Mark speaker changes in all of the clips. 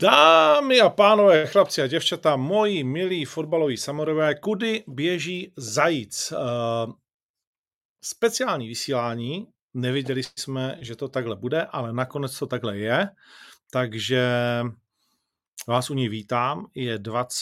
Speaker 1: Dámy a pánové, chlapci a děvčata, moji milí fotbaloví samurové, kudy běží zajíc? Speciální vysílání, nevěděli jsme, že to takhle bude, ale nakonec to takhle je, takže vás u ní vítám. Je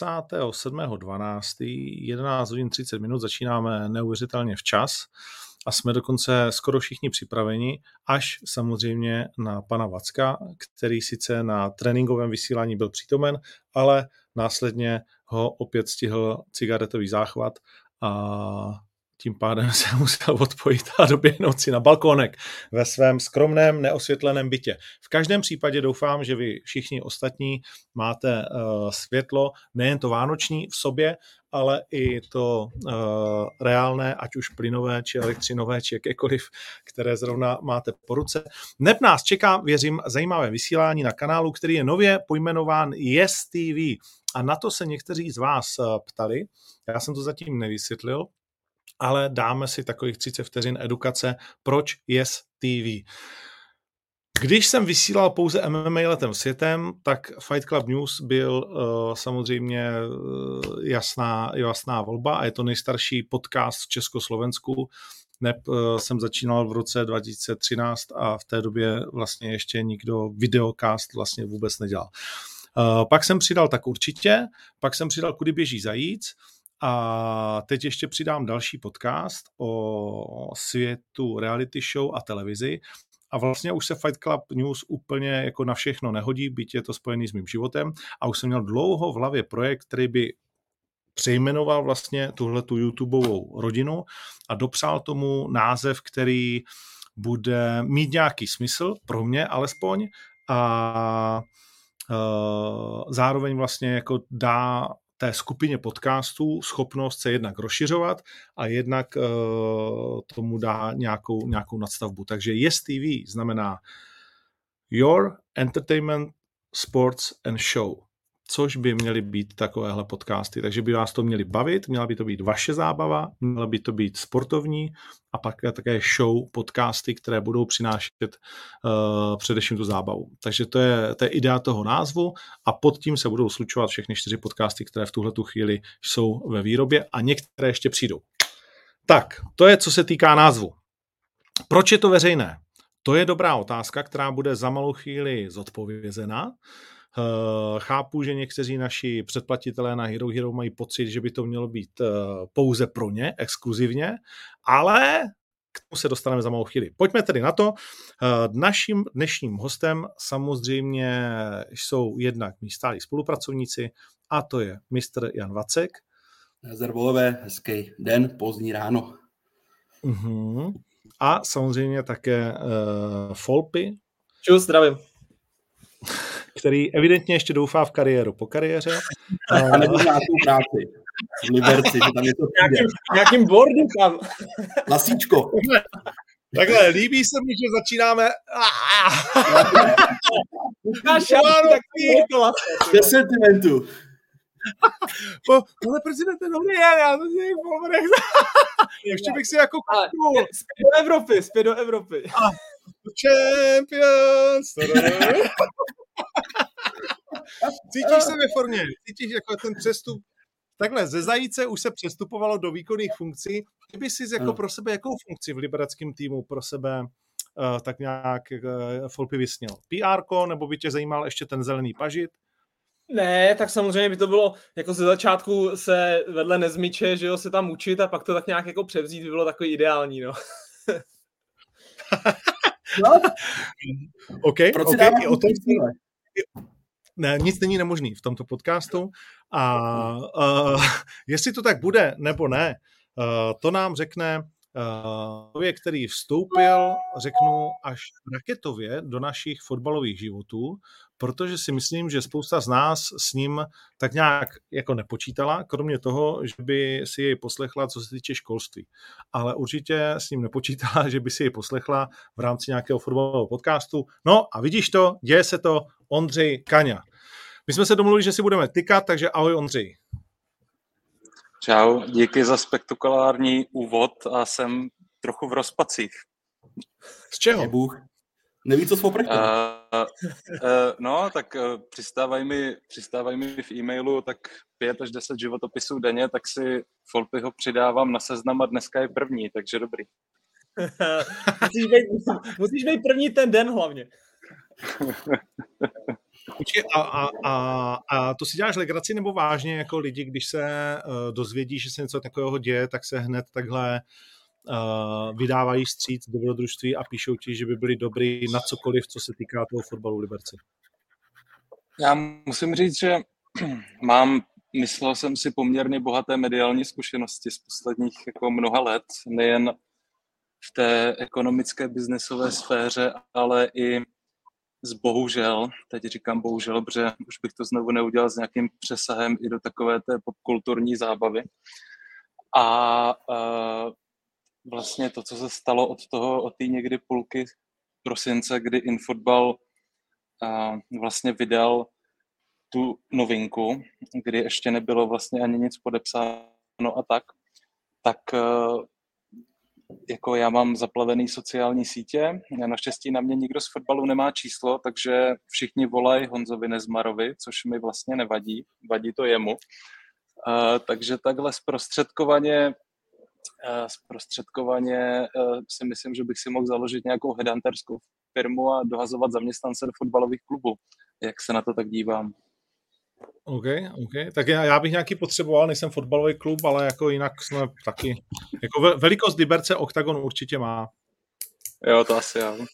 Speaker 1: 27.12. 11 hodin 30 minut, začínáme neuvěřitelně včas a jsme dokonce skoro všichni připraveni, až samozřejmě na pana Vacka, který sice na tréninkovém vysílání byl přítomen, ale následně ho opět stihl cigaretový záchvat a tím pádem se musel odpojit a doběhnout si na balkónek ve svém skromném, neosvětleném bytě. V každém případě doufám, že vy všichni ostatní máte světlo, nejen to vánoční v sobě, ale i to reálné, ať už plynové, či elektřinové, či jakékoliv, které zrovna máte po ruce. Dnes nás čeká, věřím, zajímavé vysílání na kanálu, který je nově pojmenován Yes TV. A na to se někteří z vás ptali. Já jsem to zatím nevysvětlil, ale dáme si takových 30 vteřin edukace, proč Yes TV. Když jsem vysílal pouze MMA letem světem, tak Fight Club News byl samozřejmě jasná volba a je to nejstarší podcast v Československu. Jsem začínal v roce 2013 a v té době vlastně ještě nikdo videocast vlastně vůbec nedělal. Pak jsem přidal Tak určitě, pak jsem přidal Kudy běží zajíc, a teď ještě přidám další podcast o světu reality show a televizi. A vlastně už se Fight Club News úplně jako na všechno nehodí, byť je to spojený s mým životem. A už jsem měl dlouho v hlavě projekt, který by přejmenoval vlastně tuhletu YouTubeovou rodinu a dopřál tomu název, který bude mít nějaký smysl, pro mě alespoň, a zároveň vlastně jako dá té skupině podcastů schopnost se jednak rozšiřovat a jednak tomu dá nějakou nadstavbu. Takže Yes TV znamená Your Entertainment, Sports and Show, což by měly být takovéhle podcasty. Takže by vás to měly bavit, měla by to být vaše zábava, měla by to být sportovní a pak také show, podcasty, které budou přinášet především tu zábavu. Takže to je idea toho názvu a pod tím se budou slučovat všechny 4 podcasty, které v tuhletu chvíli jsou ve výrobě a některé ještě přijdou. Tak, to je, co se týká názvu. Proč je to veřejné? To je dobrá otázka, která bude za malou chvíli zodpovězena. Chápu, že někteří naši předplatitelé na Hero Hero mají pocit, že by to mělo být pouze pro ně, exkluzivně, ale k tomu se dostaneme za malou chvíli. Pojďme tedy na to. Naším dnešním hostem samozřejmě jsou jednak mý stálí spolupracovníci a to je mistr Jan Vacek.
Speaker 2: Nazdar volové, hezký den, pozdní ráno.
Speaker 1: Uh-huh. A samozřejmě také Folpy.
Speaker 3: Čus, zdravím.
Speaker 1: Který evidentně ještě doufá v kariéru po kariéře.
Speaker 2: A nebo nějakou práci v Liberci, že tam je to
Speaker 3: nějakým boardu tam.
Speaker 2: Lasíčko.
Speaker 1: Takhle, líbí se mi, že začínáme.
Speaker 2: Bez sentimentu.
Speaker 1: Pane prezidente, dobrý den, já to si ještě bych si jako kouknul.
Speaker 3: Zpět do Evropy.
Speaker 1: Champions! Cítíš se ve formě? Cítíš jako ten přestup? Takhle, ze zajíce už se přestupovalo do výkonných funkcí. Kdyby jsi jako pro sebe jakou funkci v libereckém týmu pro sebe tak nějak Folpy vysněl? PR-ko, nebo by tě zajímal ještě ten zelený pažit?
Speaker 3: Ne, tak samozřejmě by to bylo, jako ze začátku se vedle Nezmiče, že jo, se tam učit a pak to tak nějak jako převzít by bylo takový ideální, no.
Speaker 1: OK. Ne, nic není nemožný v tomto podcastu a jestli to tak bude nebo ne, to nám řekne člověk, který vstoupil, řeknu, až raketově do našich fotbalových životů, protože si myslím, že spousta z nás s ním tak nějak jako nepočítala, kromě toho, že by si jej poslechla, co se týče školství. Ale určitě s ním nepočítala, že by si jej poslechla v rámci nějakého fotbalového podcastu. No a vidíš to, děje se to, Ondřej Kaňa. My jsme se domluvili, že si budeme tykat, takže ahoj Ondřej.
Speaker 4: Čau, díky za spektakulární úvod a jsem trochu v rozpacích.
Speaker 1: Z čeho?
Speaker 2: Je Bůh. Neví, co s poprchtem.
Speaker 4: No, tak přistávají mi v e-mailu tak 5 až 10 životopisů denně, tak si Folpyho přidávám na seznam a dneska je první, takže dobrý.
Speaker 3: musíš být první ten den hlavně.
Speaker 1: A to si děláš legraci nebo vážně jako lidi, když se dozvědí, že se něco takového děje, tak se hned takhle vydávají vstříc dobrodružství a píšou ti, že by byli dobrý na cokoliv, co se týká toho fotbalu v Liberci?
Speaker 4: Já musím říct, že myslel jsem si poměrně bohaté mediální zkušenosti z posledních jako mnoha let, nejen v té ekonomické biznesové sféře, ale i bohužel, teď říkám bohužel, protože už bych to znovu neudělal s nějakým přesahem i do takové té popkulturní zábavy. A vlastně to, co se stalo od té někdy půlky prosince, kdy Infotbal vlastně vydal tu novinku, kdy ještě nebylo vlastně ani nic podepsáno a tak jako já mám zaplavený sociální sítě, naštěstí na mě nikdo z fotbalu nemá číslo, takže všichni volají Honzovi Nezmarovi, což mi vlastně nevadí, vadí to jemu. Takže takhle zprostředkovaně si myslím, že bych si mohl založit nějakou headhunterskou firmu a dohazovat zaměstnance do fotbalových klubů. Jak se na to tak dívám?
Speaker 1: OK. Tak já bych nějaký potřeboval, nejsem fotbalový klub, ale jako jinak jsme taky, jako velikost Liberce Octagon určitě má.
Speaker 4: Jo, to asi já.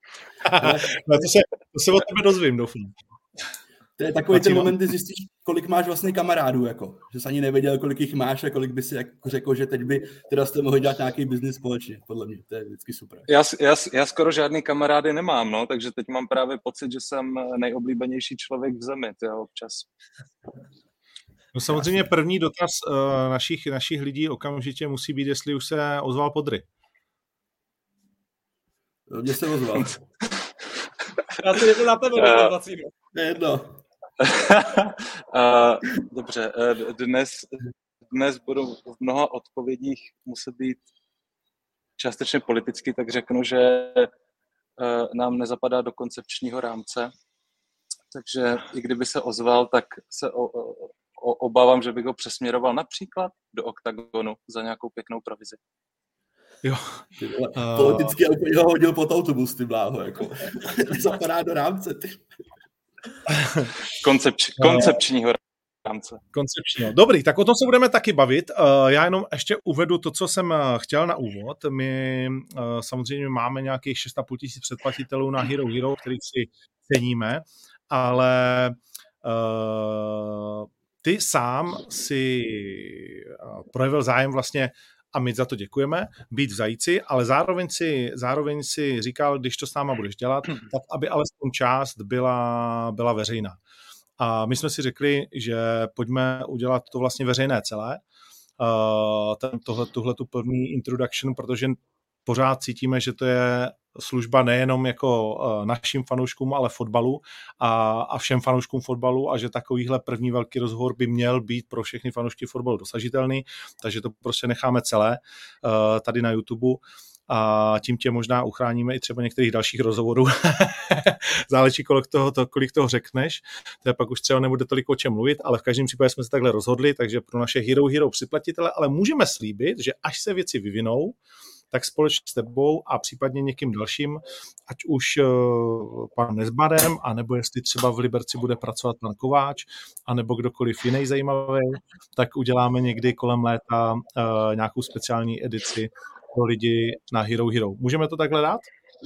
Speaker 1: to se od tebe dozvím, doufám.
Speaker 2: To je takový ten moment, kdy zjistíš, kolik máš vlastně kamarádů, jako. Že jsi ani nevěděl, kolik jich máš a kolik by si jako řekl, že teď by teda jste mohli dělat nějaký biznis společně, podle mě. To je vždycky super.
Speaker 4: Já skoro žádný kamarády nemám, no, takže teď mám právě pocit, že jsem nejoblíbenější člověk v zemi, jo, občas.
Speaker 1: No samozřejmě první dotaz našich lidí okamžitě musí být, jestli už se ozval Podry.
Speaker 2: Mě se ozval.
Speaker 3: Já si jdu na tebe do
Speaker 2: Jedno.
Speaker 4: Dobře, dnes budu v mnoha odpovědích muset být částečně politicky, tak řeknu, že nám nezapadá do koncepčního rámce, takže i kdyby se ozval, tak se obávám, že bych ho přesměroval například do Octagonu za nějakou pěknou provizi.
Speaker 1: Jo.
Speaker 2: Politicky ho hodil pod autobus, ty bláho, jako. Zapadá do rámce, ty.
Speaker 4: Koncepčního rámce.
Speaker 1: Koncepčního. Dobrý, tak o tom se budeme taky bavit. Já jenom ještě uvedu to, co jsem chtěl na úvod. My samozřejmě máme nějakých 6,5 tisíc předplatitelů na Hero Hero, kterých si ceníme, ale ty sám si projevil zájem vlastně, a my za to děkujeme, být v Zajíci, ale zároveň si říkal, když to s náma budeš dělat, tak aby alespoň část byla veřejná. A my jsme si řekli, že pojďme udělat to vlastně veřejné celé, tuhletu první introduction, protože pořád cítíme, že to je služba nejenom jako našim fanouškům, ale fotbalu a všem fanouškům fotbalu a že takovýhle první velký rozhovor by měl být pro všechny fanoušky fotbalu dosažitelný, takže to prostě necháme celé tady na YouTube a tím tě možná uchráníme i třeba některých dalších rozhovorů. Záleží, kolik toho řekneš, to je pak už třeba nebude tolik o čem mluvit, ale v každém případě jsme se takhle rozhodli, takže pro naše Hero předplatitele, ale můžeme slíbit, že až se věci vyvinou, tak společně s tebou a případně někým dalším, ať už pan Nezbarem, anebo jestli třeba v Liberci bude pracovat pan Kováč, anebo kdokoliv jiný zajímavý, tak uděláme někdy kolem léta nějakou speciální edici pro lidi na Hero Hero. Můžeme to takhle dát?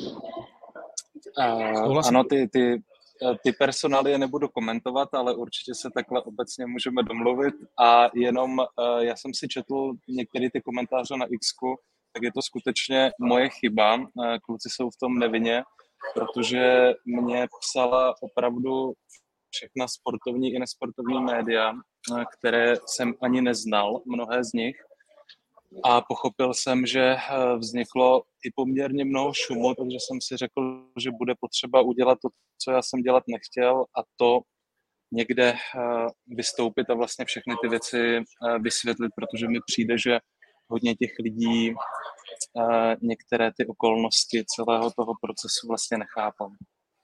Speaker 4: Ano, ty personálie nebudu komentovat, ale určitě se takhle obecně můžeme domluvit a jenom já jsem si četl některé ty komentáře na Xku, tak je to skutečně moje chyba. Kluci jsou v tom nevinně, protože mě psala opravdu všechna sportovní i nesportovní média, které jsem ani neznal, mnohé z nich. A pochopil jsem, že vzniklo i poměrně mnoho šumu, takže jsem si řekl, že bude potřeba udělat to, co já jsem dělat nechtěl, a to někde vystoupit a vlastně všechny ty věci vysvětlit, protože mi přijde, že hodně těch lidí některé ty okolnosti celého toho procesu vlastně nechápám.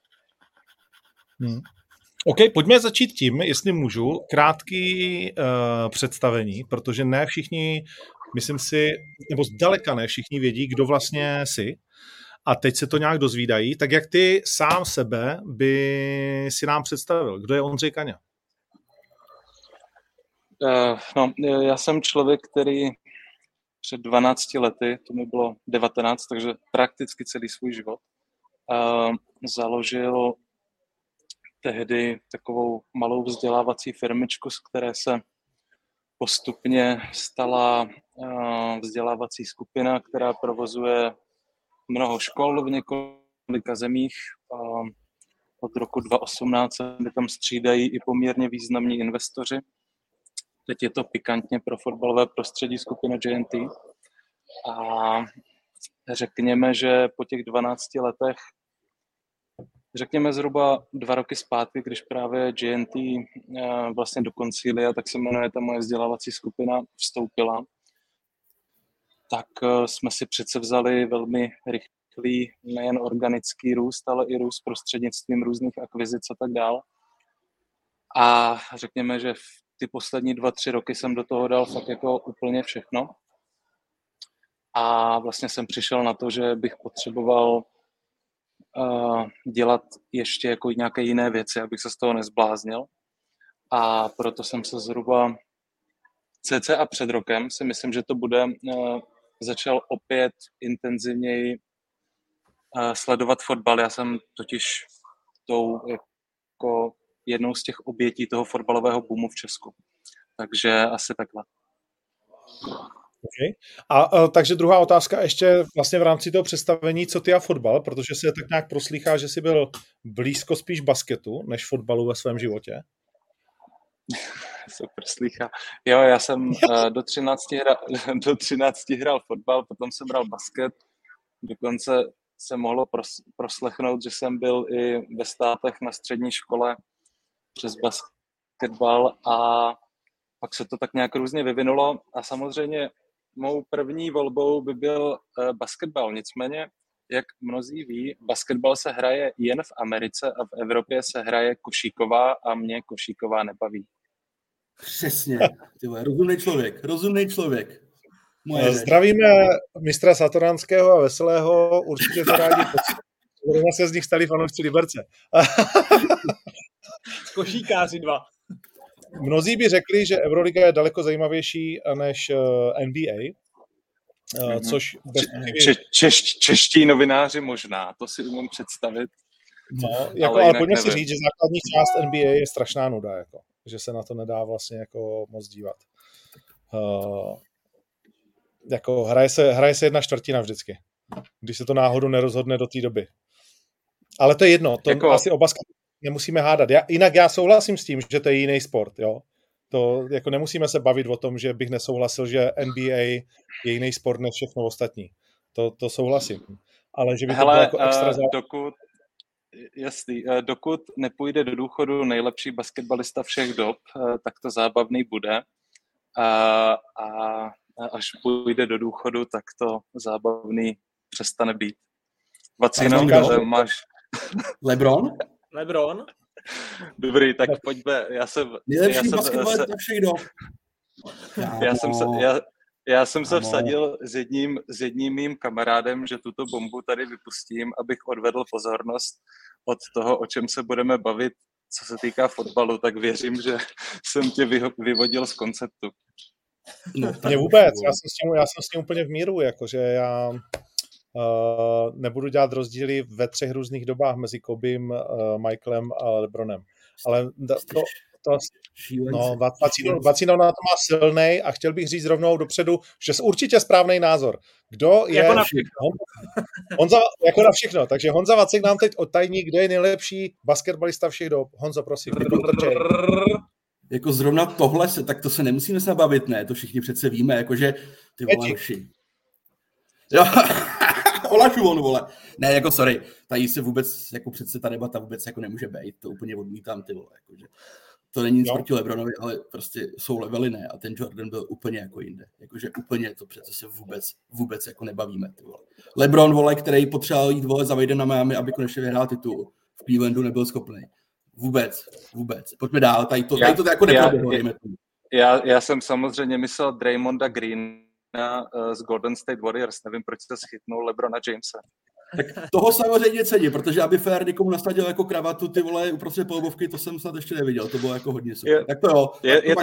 Speaker 1: OK, pojďme začít tím, jestli můžu, krátký představení, protože ne všichni, myslím si, nebo zdaleka ne všichni vědí, kdo vlastně jsi. A teď se to nějak dozvídají. Tak jak ty sám sebe by si nám představil? Kdo je Ondřej Kaňa?
Speaker 4: Já jsem člověk, který před 12 lety, to mi bylo 19, takže prakticky celý svůj život, založil tehdy takovou malou vzdělávací firmičku, z které se postupně stala vzdělávací skupina, která provozuje mnoho škol v několika zemích. Od roku 2018 se tam střídají i poměrně významní investoři. Teď je to pikantně pro fotbalové prostředí skupina JNT. A řekněme, že po těch 12 letech, řekněme zhruba 2 roky zpátky, když právě JNT vlastně do Concilia, tak se jmenuje ta moje vzdělávací skupina, vstoupila, tak jsme si přece vzali velmi rychlý nejen organický růst, ale i růst prostřednictvím různých akvizic a tak dál. A řekněme, že v ty poslední 2-3 roky jsem do toho dal fakt jako úplně všechno. A vlastně jsem přišel na to, že bych potřeboval dělat ještě jako nějaké jiné věci, abych se z toho nezbláznil. A proto jsem se zhruba cca před rokem, si myslím, že to bude, začal opět intenzivněji sledovat fotbal. Já jsem totiž tou jako jednou z těch obětí toho fotbalového boomu v Česku. Takže asi takhle.
Speaker 1: Okay. A takže druhá otázka ještě vlastně v rámci toho představení, co ty a fotbal, protože se tak nějak proslýchá, že jsi byl blízko spíš basketu než fotbalu ve svém životě.
Speaker 4: Super slýchá. Jo, já jsem do 13 hrál fotbal, potom jsem hrál basket, dokonce se mohlo proslechnout, že jsem byl i ve Státech na střední škole přes basketbal a pak se to tak nějak různě vyvinulo a samozřejmě mou první volbou by byl basketbal. Nicméně, jak mnozí ví, basketbal se hraje jen v Americe a v Evropě se hraje košíková a mě košíková nebaví.
Speaker 2: Přesně, tyhle, rozumný člověk.
Speaker 1: Zdravíme mistra Satoranského a Veselého, určitě to rádi budeme se z nich stali fanoušci Liberce.
Speaker 3: Košíkáři 2.
Speaker 1: Mnozí by řekli, že Euroliga je daleko zajímavější než NBA, což
Speaker 4: čeští novináři možná, to si umím představit.
Speaker 1: No, ale pojďme si říct, že základní část NBA je strašná nuda, jako, že se na to nedá vlastně jako moc dívat. Jako hraje se 1/4 vždycky, když se to náhodou nerozhodne do té doby. Ale to je jedno, to jako asi o basketu nemusíme hádat. Jinak já souhlasím s tím, že to je jiný sport, jo. To jako nemusíme se bavit o tom, že bych nesouhlasil, že NBA je jiný sport než všechno ostatní. To souhlasím. Ale že by to bylo jako extra
Speaker 4: dokud nepůjde do důchodu nejlepší basketbalista všech dob, tak to zábavný bude. A až půjde do důchodu, tak to zábavný přestane být. Vacino, máš...
Speaker 2: LeBron?
Speaker 4: Dobrý, tak pojďme.
Speaker 2: Nejlepší basketbalista všech dob.
Speaker 4: Já jsem se vsadil s jedním mým kamarádem, že tuto bombu tady vypustím, abych odvedl pozornost od toho, o čem se budeme bavit, co se týká fotbalu, tak věřím, že jsem tě vyvodil z konceptu.
Speaker 1: No, mě vůbec, já jsem s tím úplně v míru, jakože já nebudu dělat rozdíly ve 3 různých dobách mezi Kobim, Michaelem a LeBronem. Ale Vacino na to má silnej a chtěl bych říct rovnou dopředu, že je určitě správný názor. Kdo je...
Speaker 3: Jako na všechno.
Speaker 1: Honza, jako na všechno. Takže Honza Vacek nám teď odtajní, kdo je nejlepší basketbalista všech dob. Honzo, prosím.
Speaker 2: Jako zrovna tohle tak to se nemusíme snad bavit, ne? To všichni přece víme, jakože ty vole hoši. Jo, Olašuvon, vole. Ne, jako sorry, tady se vůbec, jako přece ta debata vůbec jako nemůže být, to úplně odmítám, ty vole, jakože. To není nic proti LeBronovi, ale prostě jsou levely ne a ten Jordan byl úplně jako jinde. Jakože úplně to přece se vůbec jako nebavíme. Ty vole. LeBron, vole, který potřeboval jít, vole, za Wadem na Miami, aby konečně vyhrál titul. V Clevelandu nebyl schopný. Vůbec. Pojďme dál, tady to jako neproběhlo.
Speaker 4: Já jsem samozřejmě myslel Draymonda Greena z Golden State Warriors. Nevím, proč jste schytnul LeBrona Jamesa.
Speaker 2: Tak toho samozřejmě cením, protože aby fér někomu nasadil jako kravatu, ty vole, uprostřed polubovky, to jsem snad ještě neviděl, to bylo jako hodně super. Tak to jo.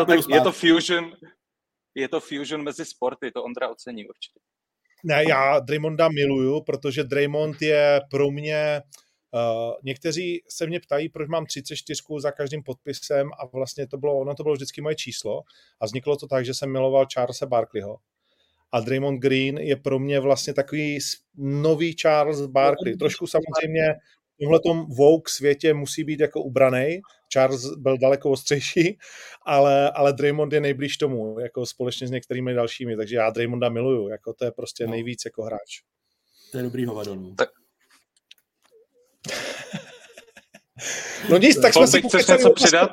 Speaker 4: Je to fusion mezi sporty, to Ondra ocení určitě.
Speaker 1: Ne, já Draymonda miluju, protože Draymond je pro mě, někteří se mě ptají, proč mám 34 za každým podpisem a vlastně to bylo vždycky moje číslo a vzniklo to tak, že jsem miloval Charlesa Barkleyho. A Draymond Green je pro mě vlastně takový nový Charles Barkley. Trošku samozřejmě v tomhletom woke světě musí být jako ubranej. Charles byl daleko ostřejší, ale Draymond je nejblíž tomu, jako společně s některými dalšími. Takže já Draymonda miluju, jako to je prostě nejvíc jako hráč.
Speaker 2: To je dobrý hovado, no.
Speaker 1: No nic, tak jsme si
Speaker 4: chceš něco přidat?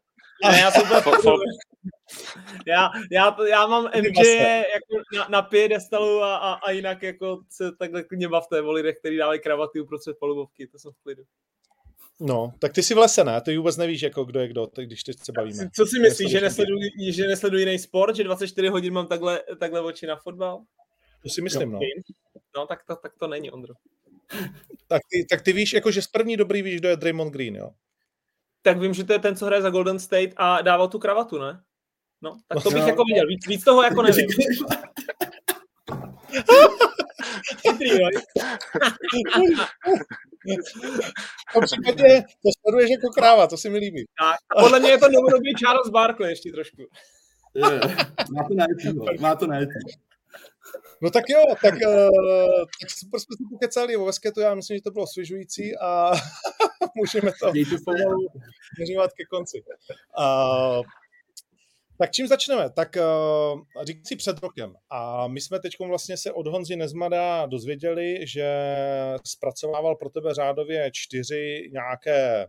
Speaker 3: Já mám MJ jako na piedestalu a jinak jako se takhle klidně bavte o lidech, kteří dávají kravaty uprostřed palubovky, to jsem v klidu.
Speaker 1: No, tak ty si v lese, ne? Ty vůbec nevíš, jako kdo je kdo, když teď se bavíme.
Speaker 3: Co si myslíš, že nesleduji jiný sport, že 24 hodin mám takhle oči na fotbal?
Speaker 1: To si myslím, no.
Speaker 3: No, tak to není, Ondro.
Speaker 1: Tak ty víš, jako, že z první dobrý víš, kdo je Draymond Green, jo?
Speaker 3: Tak vím, že to je ten, co hraje za Golden State a dával tu kravatu, ne? No, tak to bych jako viděl. Víc toho jako nevím. Chytrý, jo?
Speaker 1: V případě to sleduješ jako kráva, to si mi líbí.
Speaker 3: Tak, podle mě je to novodobý Charles Barkley ještě trošku.
Speaker 2: Má to na
Speaker 1: No tak jo, tak jsme si pokecali o basketu, já myslím, že to bylo osvěžující a můžeme to pomalu směřovat ke konci. Tak čím začneme? Tak říct si před rokem. A my jsme teď vlastně se od Honzy Nezmada dozvěděli, že zpracovával pro tebe řádově 4 nějaké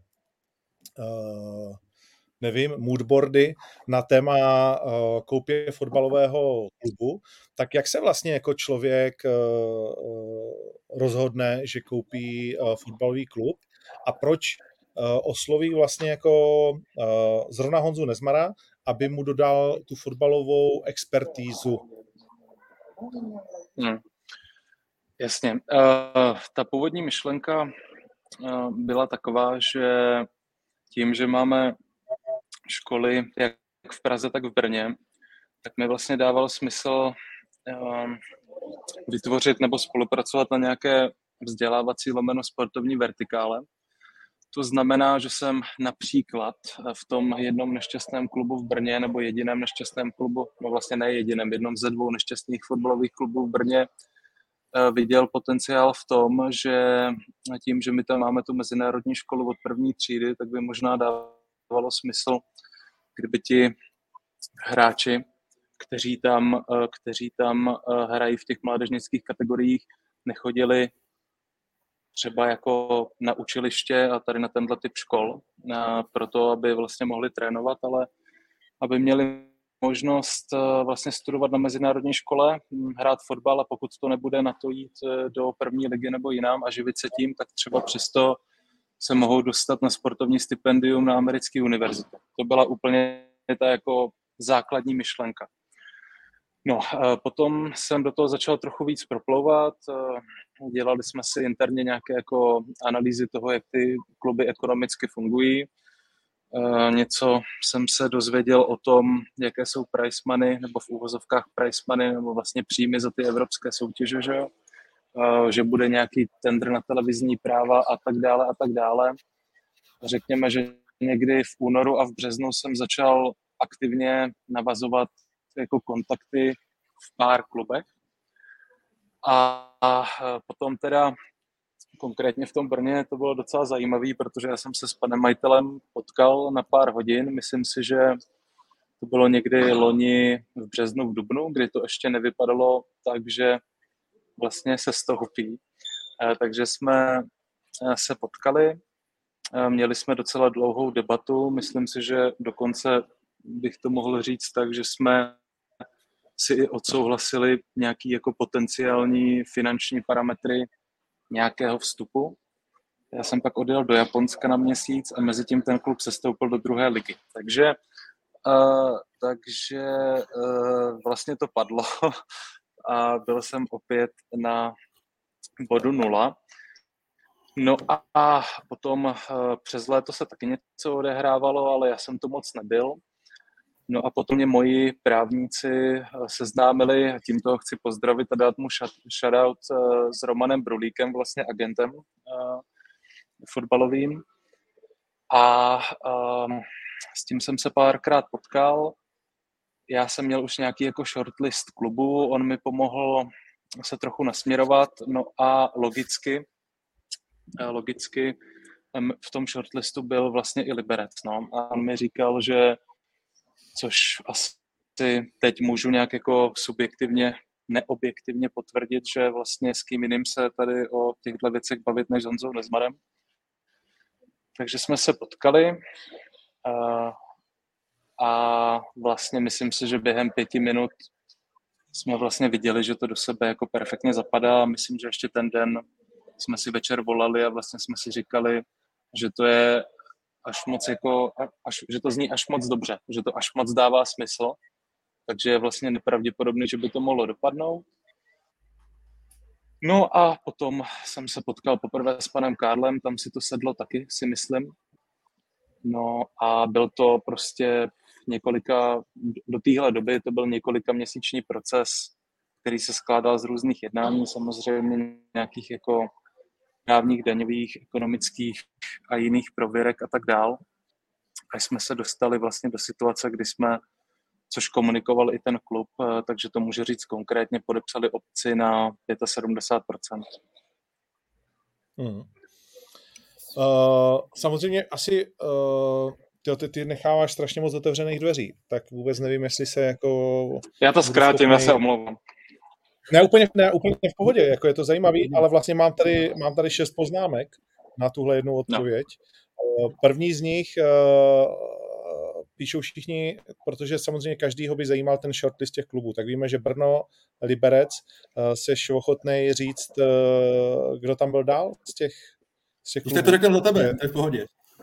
Speaker 1: moodboardy na téma koupě fotbalového klubu. Tak jak se vlastně jako člověk rozhodne, že koupí fotbalový klub a proč osloví vlastně jako zrovna Honzu Nezmara, aby mu dodal tu fotbalovou expertízu?
Speaker 4: Jasně. Ta původní myšlenka byla taková, že tím, že máme školy jak v Praze, tak v Brně, tak mi vlastně dávalo smysl vytvořit nebo spolupracovat na nějaké vzdělávací sportovní vertikále. To znamená, že jsem například v tom jednom nešťastném klubu v Brně nebo jediném nešťastném klubu, no vlastně ne jediném, jednom ze 2 nešťastných fotbalových klubů v Brně viděl potenciál v tom, že tím, že my tam máme tu mezinárodní školu od 1. třídy, tak by možná dávalo smysl, kdyby ti hráči, kteří tam hrají v těch mládežnických kategoriích, nechodili třeba jako na učiliště a tady na tenhle typ škol, proto aby vlastně mohli trénovat, ale aby měli možnost vlastně studovat na mezinárodní škole, hrát fotbal a pokud to nebude na to jít do první ligy nebo jinam a živit se tím, tak třeba přesto se mohou dostat na sportovní stipendium na americké univerzitě. To byla úplně ta jako základní myšlenka. No, potom jsem do toho začal trochu víc proplouvat, dělali jsme si interně nějaké jako analýzy toho, jak ty kluby ekonomicky fungují. Něco jsem se dozvěděl o tom, jaké jsou price money, nebo v úvozovkách price money, nebo vlastně příjmy za ty evropské soutěže, že jo? Že bude nějaký tender na televizní práva a tak dále a tak dále. Řekněme, že někdy v únoru a v březnu jsem začal aktivně navazovat jako kontakty v pár klubech. A potom teda konkrétně v tom Brně to bylo docela zajímavé, protože já jsem se s panem majitelem potkal na pár hodin. Myslím si, že to bylo někdy loni v březnu, v dubnu, kdy to ještě nevypadalo tak, že vlastně se stoupí. Takže jsme se potkali Měli jsme docela dlouhou debatu, myslím si, že dokonce bych to mohl říct tak, že jsme si i odsouhlasili nějaký jako potenciální finanční parametry nějakého vstupu. Já jsem pak odjel do Japonska na měsíc a mezi tím ten klub sestoupil do 2. ligy. Takže vlastně to padlo a byl jsem opět na bodu 0. No a potom přes léto se taky něco odehrávalo, ale já jsem to moc nebyl. No a potom mě moji právníci seznámili, a tímto chci pozdravit a dát mu shoutout s Romanem Brulíkem, vlastně agentem fotbalovým. A s tím jsem se párkrát potkal. Já jsem měl už nějaký jako shortlist klubu, on mi pomohl se trochu nasměrovat, no a logicky v tom shortlistu byl vlastně i Liberec, no. A on mi říkal, že, což asi teď můžu nějak jako subjektivně, neobjektivně potvrdit, že vlastně s kým jiným se tady o těchto věcech bavit než s Honzou Nezmarem. Takže jsme se potkali a vlastně myslím si, že během 5 minut jsme vlastně viděli, že to do sebe jako perfektně zapadá. Myslím, že ještě ten den jsme si večer volali a vlastně jsme si říkali, že to je až moc jako, že to zní až moc dobře, že to až moc dává smysl, takže je vlastně nepravděpodobné, že by to mohlo dopadnout. No a potom jsem se potkal poprvé s panem Karlem, tam si to sedlo taky, si myslím. No a byl to prostě do téhle doby to byl několikaměsíční proces, který se skládal z různých jednání, samozřejmě nějakých jako právních, daňových, ekonomických a jiných prověrek a tak dál. A jsme se dostali vlastně do situace, kdy jsme, což komunikoval i ten klub, takže to může říct konkrétně, podepsali opci na 75%.
Speaker 1: Samozřejmě asi ty necháváš strašně moc otevřených dveří, tak vůbec nevím, jestli se jako...
Speaker 4: Já to zkrátím, já se omlouvám.
Speaker 1: Ne úplně v pohodě, jako je to zajímavý, ale vlastně mám tady 6 poznámek na tuhle jednu odpověď. No. První z nich píšou všichni, protože samozřejmě každýho by zajímal ten shortlist těch klubů. Tak víme, že Brno, Liberec, seš ochotnej říct, kdo tam byl dál z těch klubů?
Speaker 2: Jste to řekl za tebe, to je v pohodě.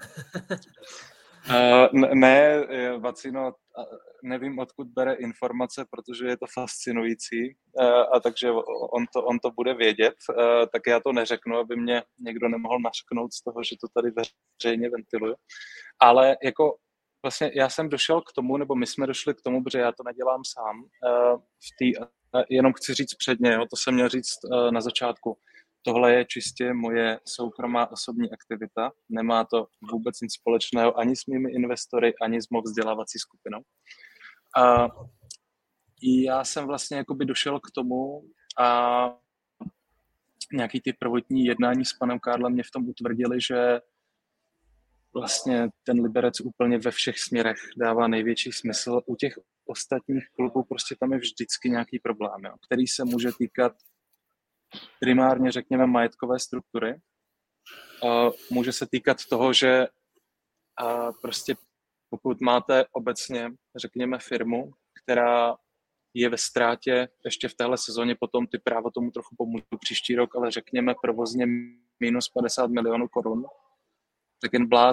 Speaker 4: Ne, Vacino, nevím, odkud bere informace, protože je to fascinující, a takže on to bude vědět, tak já to neřeknu, aby mě někdo nemohl nařknout z toho, že to tady veřejně ventiluju. Ale jako vlastně já jsem došel k tomu, nebo my jsme došli k tomu, protože já to nedělám sám, jenom chci říct předně, jo, to jsem měl říct na začátku. Tohle je čistě moje soukromá osobní aktivita. Nemá to vůbec nic společného ani s mými investory, ani s mou vzdělávací skupinou. A já jsem vlastně jakoby došel k tomu a nějaký ty prvotní jednání s panem Karlem mě v tom utvrdili, že vlastně ten Liberec úplně ve všech směrech dává největší smysl. U těch ostatních klubů prostě tam je vždycky nějaký problém, jo, který se může týkat primárně, řekněme, majetkové struktury. Může se týkat toho, že prostě pokud máte obecně, řekněme, firmu, která je ve ztrátě ještě v téhle sezóně, potom ty práva tomu trochu pomůžou příští rok, ale řekněme provozně minus 50 milionů korun, tak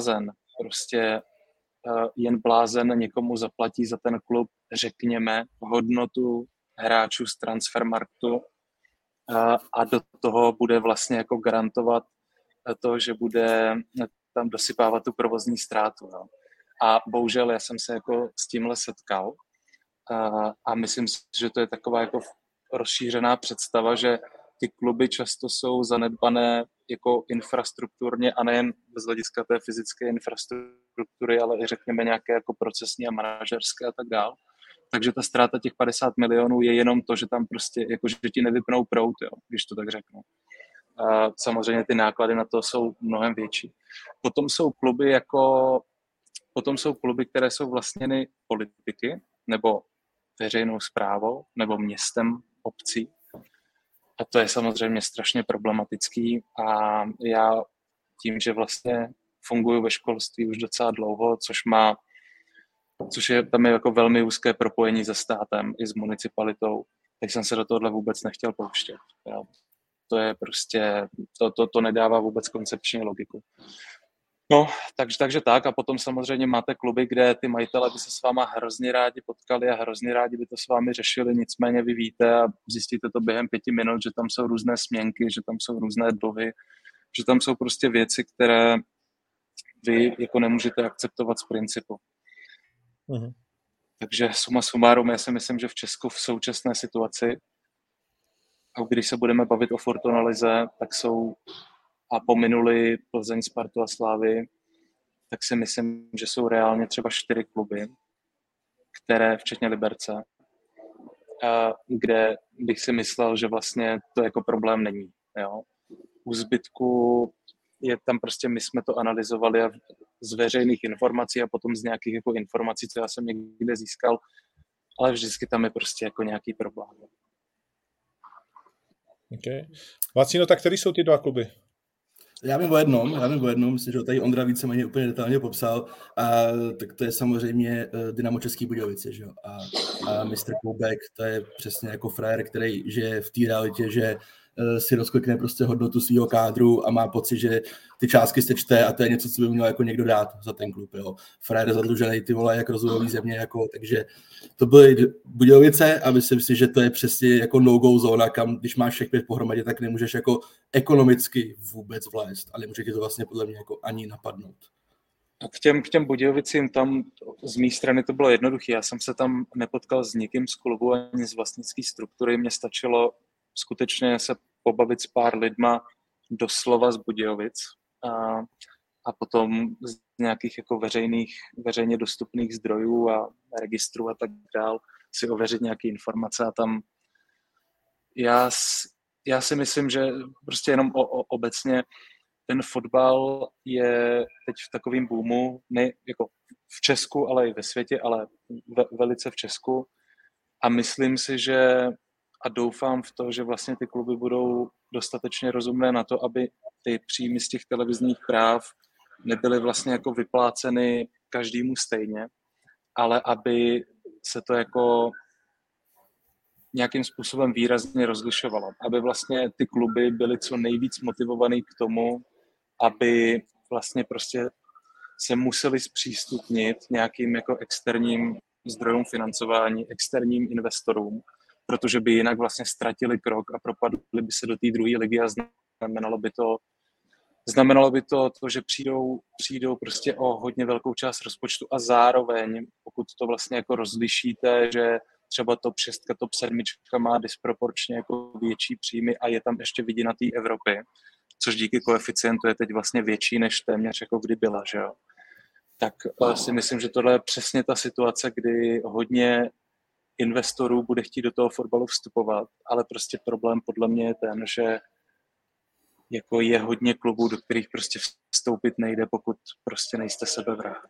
Speaker 4: jen blázen někomu zaplatí za ten klub, řekněme, hodnotu hráčů z Transfermarktu, a do toho bude vlastně jako garantovat to, že bude tam dosypávat tu provozní ztrátu. No. A bohužel já jsem se jako s tímhle setkal a myslím si, že to je taková jako rozšířená představa, že ty kluby často jsou zanedbané jako infrastrukturně a nejen z hlediska té fyzické infrastruktury, ale i řekněme nějaké jako procesní a manažerské a tak dál. Takže ta ztráta těch 50 milionů je jenom to, že tam prostě, jako, že ti nevypnou proud, jo, když to tak řeknu. A samozřejmě ty náklady na to jsou mnohem větší. Potom jsou kluby, které jsou vlastněny politiky, nebo veřejnou správou, nebo městem, obcí. A to je samozřejmě strašně problematický. A já tím, že vlastně funguju ve školství už docela dlouho, což je tam je jako velmi úzké propojení se státem i s municipalitou, tak jsem se do tohohle vůbec nechtěl pouštět. Jo. To je prostě, to nedává vůbec koncepční logiku. No, takže tak a potom samozřejmě máte kluby, kde ty majitele by se s váma hrozně rádi potkali a hrozně rádi by to s vámi řešili, nicméně vy víte a zjistíte to během 5 minut, že tam jsou různé směnky, že tam jsou různé dluhy, že tam jsou prostě věci, které vy jako nemůžete akceptovat z principu.
Speaker 1: Mhm.
Speaker 4: Takže suma sumárum, já si myslím, že v Česku v současné situaci, a když se budeme bavit o Fortuna lize, tak jsou a pominuli Plzeň, Spartu a Slávy, tak si myslím, že jsou reálně třeba 4 kluby, které, včetně Liberce, kde bych si myslel, že vlastně to jako problém není. Jo. U zbytku je tam prostě, my jsme to analyzovali a z veřejných informací a potom z nějakých jako informací, co já jsem někde získal, ale vždycky tam je prostě jako nějaký problém.
Speaker 1: Okay. Vacino, tak který jsou ty 2 kluby?
Speaker 2: Já vím o jednom, myslím, že ho tady Ondra víceméně úplně detailně popsal, a tak to je samozřejmě Dynamo Český Budějovice, že jo, a Mr. Koubek, to je přesně jako frajer, který žije v té realitě, že si rozklikne prostě hodnotu svého kádru a má pocit, že ty částky se čte a to je něco, co by měl jako někdo dát za ten klub, jo. Frajer zadlužený, ty vole, jak rozvojový země, jako, takže to byly Budějovice a myslím si, že to je přesně jako no-go zóna, kam když máš všech 5 pohromadě, tak nemůžeš jako ekonomicky vůbec vlézt, ale může ti to vlastně podle mě jako ani napadnout.
Speaker 4: A k těm Budějovicím tam z mé strany to bylo jednoduché. Já jsem se tam nepotkal s nikým z klubu ani z vlastnické struktury. Mně stačilo skutečně se pobavit s pár lidma doslova z Budějovic a potom z nějakých jako veřejně dostupných zdrojů a registrů a tak dál si ověřit nějaké informace a tam já si myslím, že prostě jenom obecně ten fotbal je teď v takovém boomu, ne jako v Česku, ale i ve světě, ale velice v Česku. A myslím si, že a doufám v to, že vlastně ty kluby budou dostatečně rozumné na to, aby ty příjmy z těch televizních práv nebyly vlastně jako vypláceny každému stejně, ale aby se to jako nějakým způsobem výrazně rozlišovalo. Aby vlastně ty kluby byly co nejvíc motivovaný k tomu, aby vlastně prostě se museli zpřístupnit nějakým jako externím zdrojům financování, externím investorům, protože by jinak vlastně ztratili krok a propadli by se do té druhé ligy a znamenalo by to, že přijdou prostě o hodně velkou část rozpočtu a zároveň, pokud to vlastně jako rozlišíte, že třeba top 6, top 7 má disproporčně jako větší příjmy a je tam ještě vidina té Evropy, což díky koeficientu je teď vlastně větší než téměř jako kdy byla, že jo. Tak si myslím, že tohle je přesně ta situace, kdy hodně investorů bude chtít do toho fotbalu vstupovat, ale prostě problém podle mě je ten, že jako je hodně klubů, do kterých prostě vstoupit nejde, pokud prostě nejste sebevrah.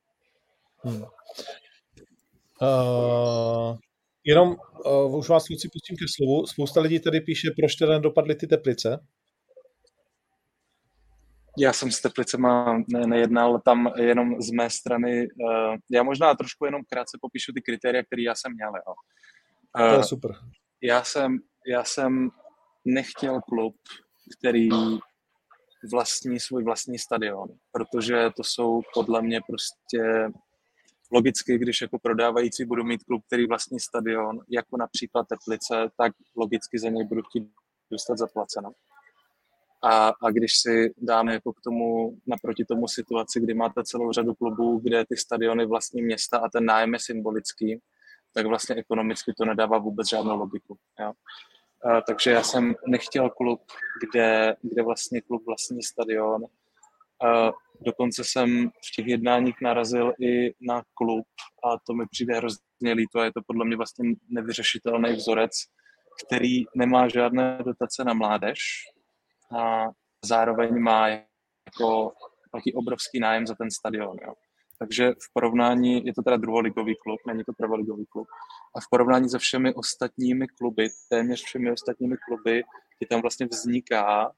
Speaker 1: Jenom už vás kluci pustím ke slovu. Spousta lidí tady píše, proč teda dopadly ty Teplice.
Speaker 4: Já jsem s Teplicema nejednal, tam jenom z mé strany. Já možná trošku jenom krátce popíšu ty kritéria, které já jsem měl. Jo.
Speaker 1: To je super.
Speaker 4: Já jsem nechtěl klub, který vlastní svůj vlastní stadion, protože to jsou podle mě prostě logicky, když jako prodávající budu mít klub, který vlastní stadion, jako například Teplice, tak logicky za něj budu chtít dostat zaplaceno. A když si dáme jako k tomu, naproti tomu situaci, kdy máte celou řadu klubů, kde ty stadiony vlastní města a ten nájem je symbolický, tak vlastně ekonomicky to nedává vůbec žádnou logiku. Jo? Takže já jsem nechtěl klub, kde vlastně klub vlastní stadion. Dokonce jsem v těch jednáních narazil i na klub a to mi přijde hrozně líto a je to podle mě vlastně nevyřešitelný vzorec, který nemá žádné dotace na mládež a zároveň má jako velký obrovský nájem za ten stadion. Jo. Takže v porovnání, je to teda druholigový klub, není to prvoligový klub, a v porovnání se všemi ostatními kluby, téměř všemi ostatními kluby, kdy tam vlastně vzniká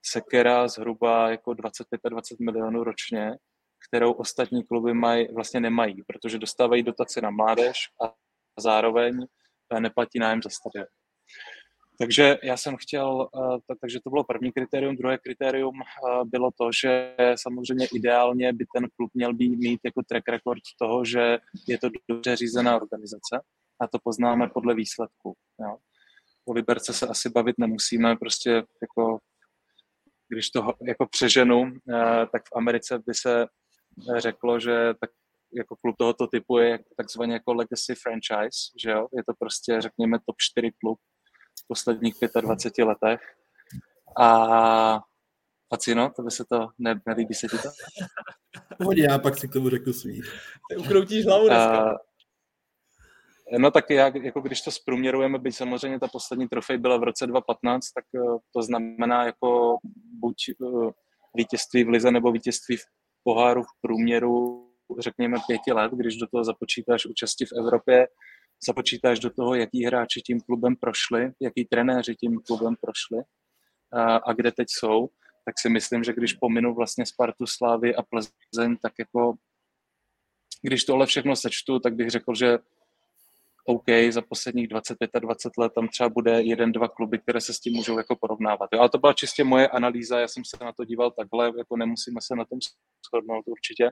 Speaker 4: sekera zhruba jako 25-20 milionů ročně, kterou ostatní kluby vlastně nemají, protože dostávají dotaci na mládež a zároveň neplatí nájem za stadion. Takže já jsem chtěl, takže to bylo první kritérium. Druhé kritérium bylo to, že samozřejmě ideálně by ten klub měl mít jako track record toho, že je to dobře řízená organizace a to poznáme podle výsledku. Jo. O Liberce se asi bavit nemusíme, prostě jako, když to jako přeženu, tak v Americe by se řeklo, že tak jako klub tohoto typu je takzvaně jako legacy franchise, že jo, je to prostě, řekněme, top 4 klub v posledních 25 letech. A Pacino, to by se to nelíbí se ti to?
Speaker 2: Pohodě, já pak si k tomu řeknu svý.
Speaker 3: Ty ukroutíš hlavu dneska.
Speaker 4: No tak jako když to zprůměrujeme, byť samozřejmě ta poslední trofej byla v roce 2015, tak to znamená jako buď vítězství v lize nebo vítězství v poháru v průměru, řekněme 5 let, když do toho započítáš účasti v Evropě, započítáš do toho, jaký hráči tím klubem prošli, jaký trenéři tím klubem prošli a kde teď jsou, tak si myslím, že když pominu vlastně Spartu, Slávy a Plzeň, tak jako když tohle všechno sečtu, tak bych řekl, že OK, za posledních 25 a 20 let tam třeba bude 1-2 kluby, které se s tím můžou jako porovnávat. Jo, ale to byla čistě moje analýza, já jsem se na to díval takhle, jako nemusíme se na tom shodnout určitě.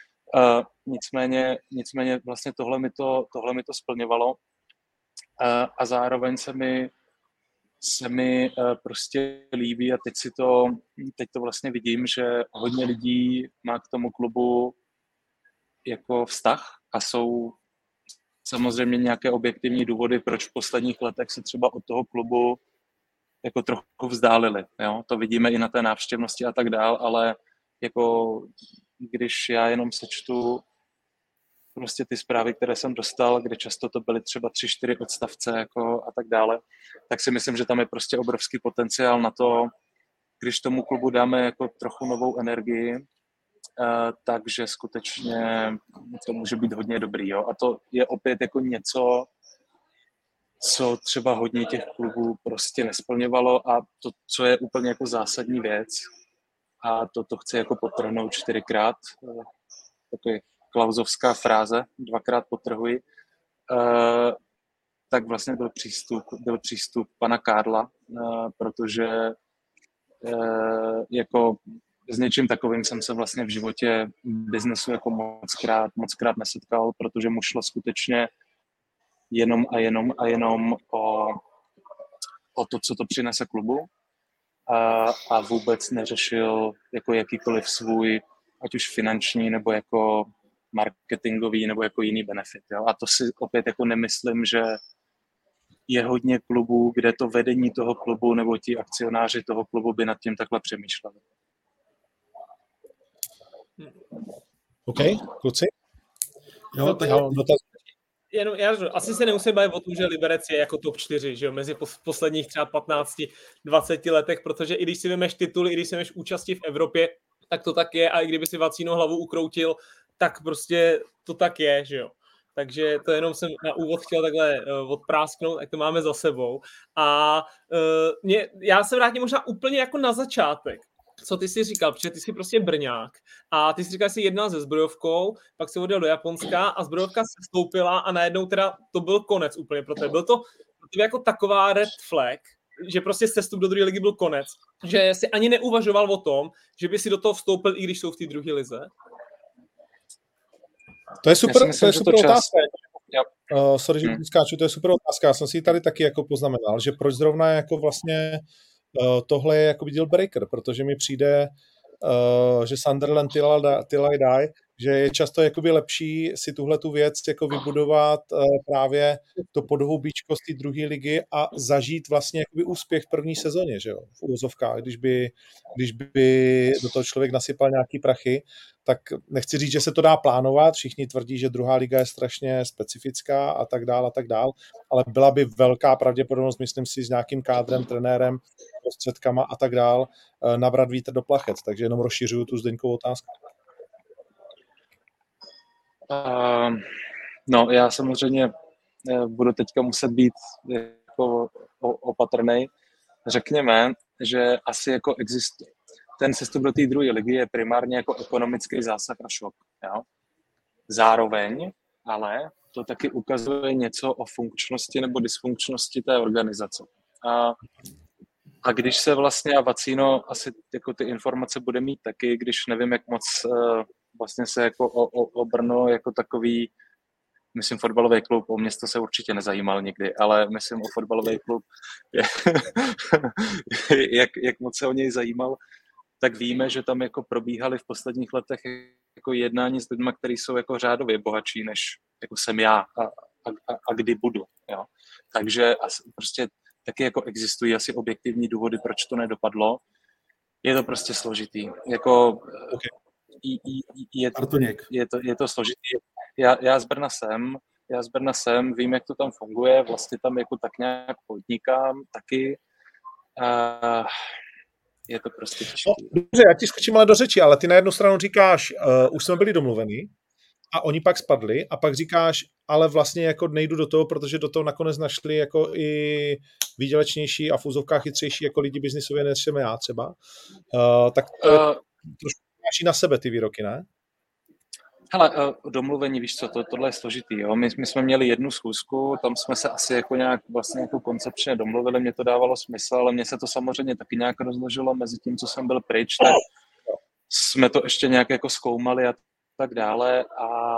Speaker 4: Nicméně vlastně tohle mi to splňovalo a zároveň se mi prostě líbí a teď to vlastně vidím, že hodně lidí má k tomu klubu jako vztah a jsou samozřejmě nějaké objektivní důvody, proč v posledních letech se třeba od toho klubu jako trochu vzdálili. Jo? To vidíme i na té návštěvnosti a tak dál, ale jako když já jenom sečtu prostě ty zprávy, které jsem dostal, kde často to byly třeba 3-4 odstavce jako a tak dále, tak si myslím, že tam je prostě obrovský potenciál na to, když tomu klubu dáme jako trochu novou energii, takže skutečně to může být hodně dobrý. Jo? A to je opět jako něco, co třeba hodně těch klubů prostě nesplňovalo a to, co je úplně jako zásadní věc, a to chci jako podtrhnout 4krát, takový klauzovská fráze, 2krát podtrhuji, tak vlastně byl přístup pana Kádla, protože jako s něčím takovým jsem se vlastně v životě biznesu jako mockrát nesetkal, protože mu šlo skutečně jenom o to, co to přinese klubu a vůbec neřešil jako jakýkoliv svůj, ať už finanční, nebo jako marketingový, nebo jako jiný benefit. Jo? A to si opět jako nemyslím, že je hodně klubů, kde to vedení toho klubu nebo ti akcionáři toho klubu by nad tím takhle přemýšleli.
Speaker 1: OK, kluci?
Speaker 2: Jo, tak
Speaker 3: Jenom, asi se nemusím bavit o tom, že Liberec je jako top 4, že jo, mezi posledních třeba 15-20 letech, protože i když si vemeš tituly, i když si vemeš účasti v Evropě, tak to tak je a i kdyby si Vacíno hlavu ukroutil, tak prostě to tak je, že jo. Takže to jenom jsem na úvod chtěl takhle odprásknout, jak to máme za sebou. A já se vrátím možná úplně jako na začátek. Co ty jsi říkal, protože ty jsi prostě Brňák a ty jsi říkal, že jsi jednal se Zbrojovkou, pak jsi odjel do Japonska a Zbrojovka se vstoupila a najednou teda to byl konec úplně pro tebe. Byl to jako taková red flag, že prostě sestup do druhé ligy byl konec, že jsi ani neuvažoval o tom, že by si do toho vstoupil, i když jsou v té druhé lize?
Speaker 1: To je super,
Speaker 4: myslím,
Speaker 1: to je super otázka.
Speaker 4: Sorry,
Speaker 1: že skáču, to je super otázka. Já jsem si ji tady taky jako poznamenal, že proč zrovna jako vlastně tohle je jako deal breaker, protože mi přijde, že Sunderland till I die, že je často jakoby lepší si tuhle tu věc jako vybudovat právě to podhoubíčko z té druhé ligy a zažít vlastně jakoby úspěch v první sezóně, že jo, v úvozovkách, když by do toho člověk nasypal nějaký prachy, tak nechci říct, že se to dá plánovat, všichni tvrdí, že druhá liga je strašně specifická a tak dál, ale byla by velká pravděpodobnost, myslím si, s nějakým kádrem, trenérem, prostředkama a tak dál, nabrat vítr do plachet, takže jenom rozšiřuju tu Zdeňkovou otázku.
Speaker 4: No, já samozřejmě budu teďka muset být jako opatrnej. Řekněme, že asi jako existuje. Ten sestup do té druhé ligy je primárně jako ekonomický zásah a šok. Jo? Zároveň, ale to taky ukazuje něco o funkčnosti nebo dysfunkčnosti té organizace. A když se vlastně, a Vacíno asi jako ty informace bude mít taky, když nevím, jak moc vlastně se jako o Brno jako takový, myslím fotbalový klub, o město se určitě nezajímal nikdy, ale myslím o fotbalový klub, jak moc se o něj zajímal, tak víme, že tam jako probíhaly v posledních letech jako jednání s lidmi, kteří jsou jako řádově bohatší, než jako jsem já a kdy budu. Jo. Takže prostě taky jako existují asi objektivní důvody, proč to nedopadlo. Je to prostě složitý. Jako,
Speaker 1: okay.
Speaker 4: je to složitý. Já z Brna jsem, vím, jak to tam funguje, vlastně tam jako tak nějak podnikám taky. Je to prostě těžké.
Speaker 1: No, dobře, já ti skočím ale do řeči, ale ty na jednu stranu říkáš, už jsme byli domluveni a oni pak spadli a pak říkáš, ale vlastně jako nejdu do toho, protože do toho nakonec našli jako i výdělečnější a v úzovkách chytřejší jako lidi biznisově, než jsem já třeba. Tak trošku máš na sebe ty výroky, ne?
Speaker 4: Hele, domluvení, víš co, tohle je složitý, jo. My jsme měli jednu schůzku, tam jsme se asi jako nějak vlastně jako koncepčně domluvili, mně to dávalo smysl, ale mně se to samozřejmě taky nějak rozložilo mezi tím, co jsem byl pryč, tak jsme to ještě nějak jako zkoumali a tak dále a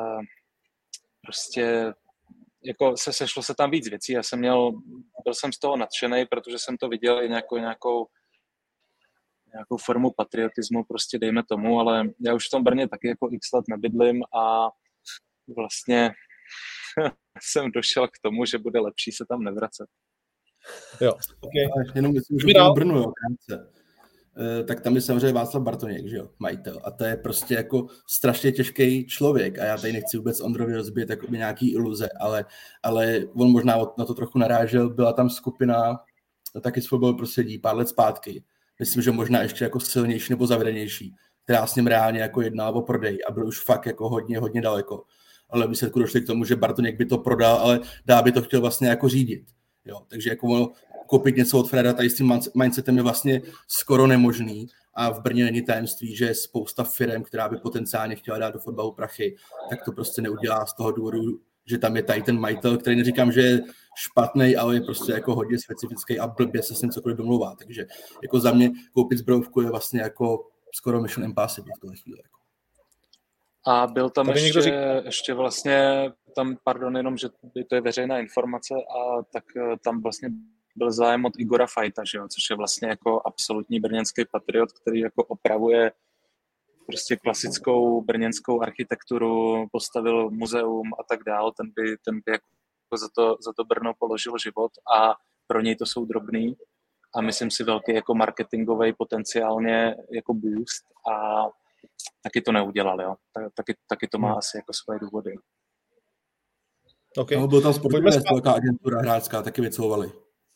Speaker 4: prostě jako sešlo se tam víc věcí. Byl jsem z toho nadšenej, protože jsem to viděl i nějakou formu patriotismu, prostě dejme tomu, ale já už v tom Brně taky jako x let nebydlím a vlastně jsem došel k tomu, že bude lepší se tam nevracet.
Speaker 1: Jo, okay.
Speaker 2: Jenom myslím, že v Brnu, jo, tak tam je samozřejmě Václav Bartoněk, že jo, majitel. A to je prostě jako strašně těžký člověk a já tady nechci vůbec Ondrovi rozbít jakoby nějaký iluze, ale on možná na to trochu narážel, byla tam skupina taky z fotbalu prostředí pár let zpátky. Myslím, že možná ještě jako silnější nebo zavedenější, která s ním reálně jako jednala o prodej a byl už fakt jako hodně daleko. Ale výsledku došli k tomu, že Bartoněk by to prodal, ale by to chtěl vlastně jako řídit. Jo, takže jako koupit něco od Freda tady s tím mindsetem je vlastně skoro nemožný a v Brně není tajemství, že je spousta firem, která by potenciálně chtěla dát do fotbalu prachy, tak to prostě neudělá z toho důvodu, že tam je tady ten majitel, který neříkám, že je špatný, ale je prostě jako hodně specifický a blbě se s ním cokoliv domluvá. Takže jako za mě koupit zbrojovku je vlastně jako skoro mission impossible v tuhle chvíli.
Speaker 4: A byl tam ještě vlastně, tam, pardon, jenom, že to je veřejná informace, a tak tam vlastně byl zájem od Igora Fajta, že jo, což je vlastně jako absolutní brněnský patriot, který jako opravuje prostě klasickou brněnskou architekturu, postavil muzeum a tak dál, ten by jako za to Brno položil život a pro něj to jsou drobný a myslím si velký jako marketingový potenciálně jako boost a taky to neudělal, jo. Taky to má asi jako svoje důvody.
Speaker 1: Okay.
Speaker 2: No, byl tam sportovní velká agentura hráčská, taky vycouvali.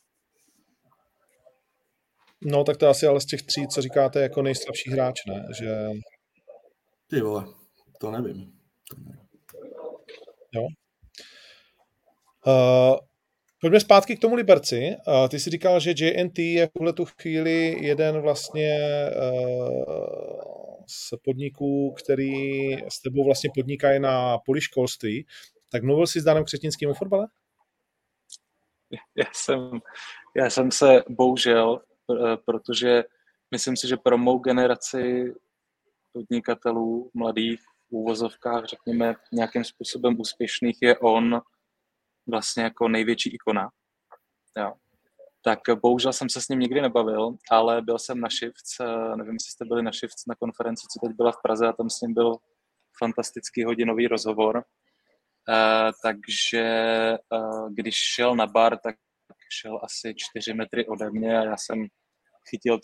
Speaker 1: No, tak to je asi ale z těch 3, co říkáte, jako nejslabší hráč, ne? Že...
Speaker 2: Ty vole, to nevím.
Speaker 1: Jo. Pojďme zpátky k tomu Liberci. Ty jsi říkal, že JNT je v tuhletu chvíli jeden vlastně z podniků, který s tebou vlastně podnikají na poli školství. Tak mluvil jsi s Danem Křetínským o fotbale?
Speaker 4: Já jsem se bohužel, protože myslím si, že pro mou generaci podnikatelů, mladých, v úvozovkách, řekněme, nějakým způsobem úspěšných, je on vlastně jako největší ikona. Jo. Tak bohužel jsem se s ním nikdy nebavil, ale byl jsem na Shifts, nevím, jestli jste byli na Shifts na konferenci, co teď byla v Praze, a tam s ním byl fantastický hodinový rozhovor. Takže když šel na bar, tak šel asi 4 metry ode mě a já jsem chytil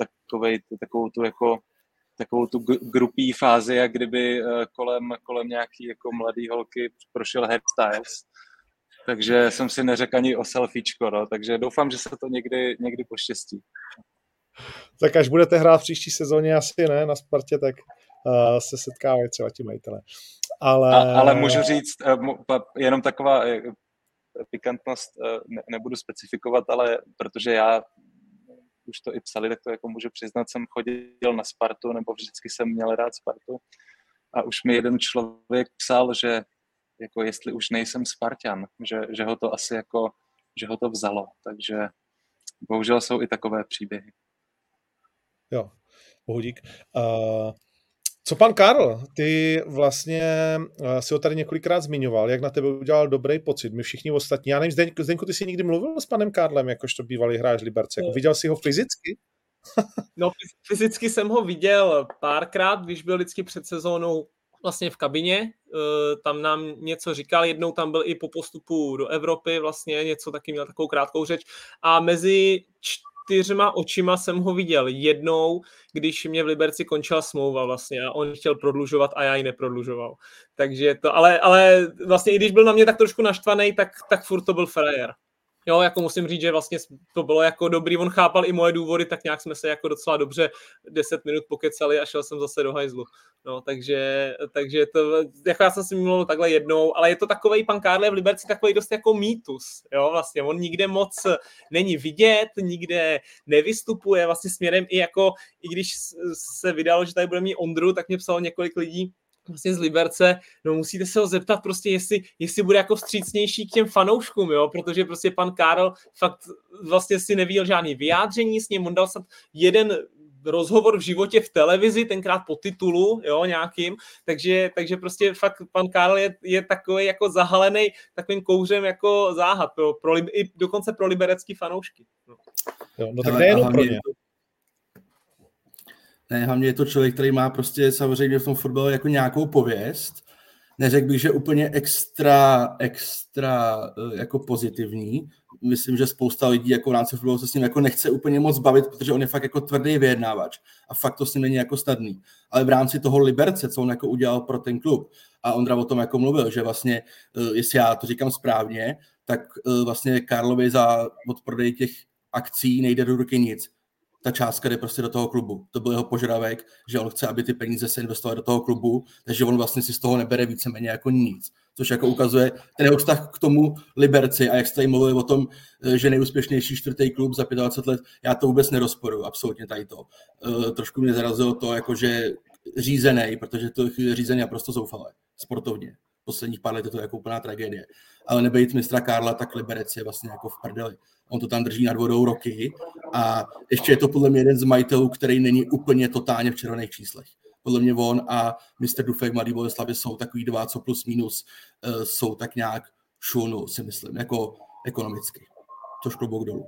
Speaker 4: takovou tu grupí fázi, jak kdyby kolem nějaký jako mladý holky prošel Harry Styles. Takže jsem si neřekl ani o selfiečko, no. Takže doufám, že se to někdy poštěstí.
Speaker 1: Tak až budete hrát v příští sezóně asi, ne, na Spartě, tak se setkávají třeba ti majitele.
Speaker 4: Ale můžu říct, jenom taková pikantnost, nebudu specifikovat, ale protože já už to i psali, tak to jako můžu přiznat, jsem chodil na Spartu, nebo vždycky jsem měl rád Spartu. A už mi jeden člověk psal, že jako jestli už nejsem Spartan, že ho to asi jako, že ho to vzalo. Takže bohužel jsou i takové příběhy.
Speaker 1: Jo, bohudík. Co pan Karl? Ty vlastně si ho tady několikrát zmiňoval, jak na tebe udělal dobrý pocit. My všichni ostatní. Já nevím, Zdeňku, ty jsi někdy mluvil s panem Karlem, jakožto bývalý hráč Liberce. Jako viděl jsi ho fyzicky?
Speaker 3: No, fyzicky jsem ho viděl párkrát, když byl vždycky před sezónou vlastně v kabině. Tam nám něco říkal, jednou tam byl i po postupu do Evropy, vlastně něco taky měl takovou krátkou řeč. A mezi 4 očima jsem ho viděl jednou, když mě v Liberci končila smlouva vlastně a on chtěl prodlužovat a já ji neprodlužoval. Takže to, ale vlastně i když byl na mě tak trošku naštvaný, tak furt to byl frajer. Jo, jako musím říct, že vlastně to bylo jako dobrý, on chápal i moje důvody, tak nějak jsme se jako docela dobře 10 minut pokecali a šel jsem zase do hajzlu. No, takže to, jako já jsem si mluvil takhle jednou, ale je to takovej, pan Karle v Liberci takovej dost jako mýtus, jo, vlastně on nikde moc není vidět, nikde nevystupuje, vlastně směrem i jako, i když se vydalo, že tady bude mít Ondru, tak mě psalo několik lidí, vlastně z Liberce, no musíte se ho zeptat prostě, jestli bude jako vstřícnější k těm fanouškům, jo, protože prostě pan Karel fakt vlastně si neviděl žádný vyjádření s ním, on dal snad jeden rozhovor v životě v televizi, tenkrát po titulu, jo, nějakým, takže prostě fakt pan Karel je takový jako zahalený takovým kouřem jako záhad, i dokonce pro liberecký fanoušky.
Speaker 1: No tak nejenom pro ně.
Speaker 2: Ne, hlavně je to člověk, který má prostě samozřejmě v tom fotbale jako nějakou pověst. Neřekl bych, že úplně extra jako pozitivní. Myslím, že spousta lidí jako v rámci fotbalu se s ním jako nechce úplně moc bavit, protože on je fakt jako tvrdý vyjednávač a fakt to s ním není jako snadný. Ale v rámci toho Liberce, co on jako udělal pro ten klub, a Ondra o tom jako mluvil, že vlastně, jestli já to říkám správně, tak vlastně Karlovi za odprodej těch akcí nejde do ruky nic. Ta částka jde prostě do toho klubu. To byl jeho požadavek, že on chce, aby ty peníze se investovaly do toho klubu, takže on vlastně si z toho nebere víceméně jako nic. Což jako ukazuje ten jeho vztah k tomu Liberci a jak jste tady mluvili o tom, že nejúspěšnější 4. klub za 25 let, já to vůbec nerozporuju, absolutně tady to. Trošku mě zarazilo to, jakože řízený, protože to řízení je naprosto zoufalé, sportovně. Posledních pár let je to jako úplná tragédie. Ale nebejt mistra Karla, tak Liberec je vlastně jako v prdeli. On to tam drží nad vodou roky a ještě je to podle mě jeden z majitelů, který není úplně totálně v červených číslech. Podle mě on a Mr. Dufek Mladý Boleslavi jsou takový dva, co plus minus jsou tak nějak šunu, si myslím, jako ekonomicky. Což klobouk dolů.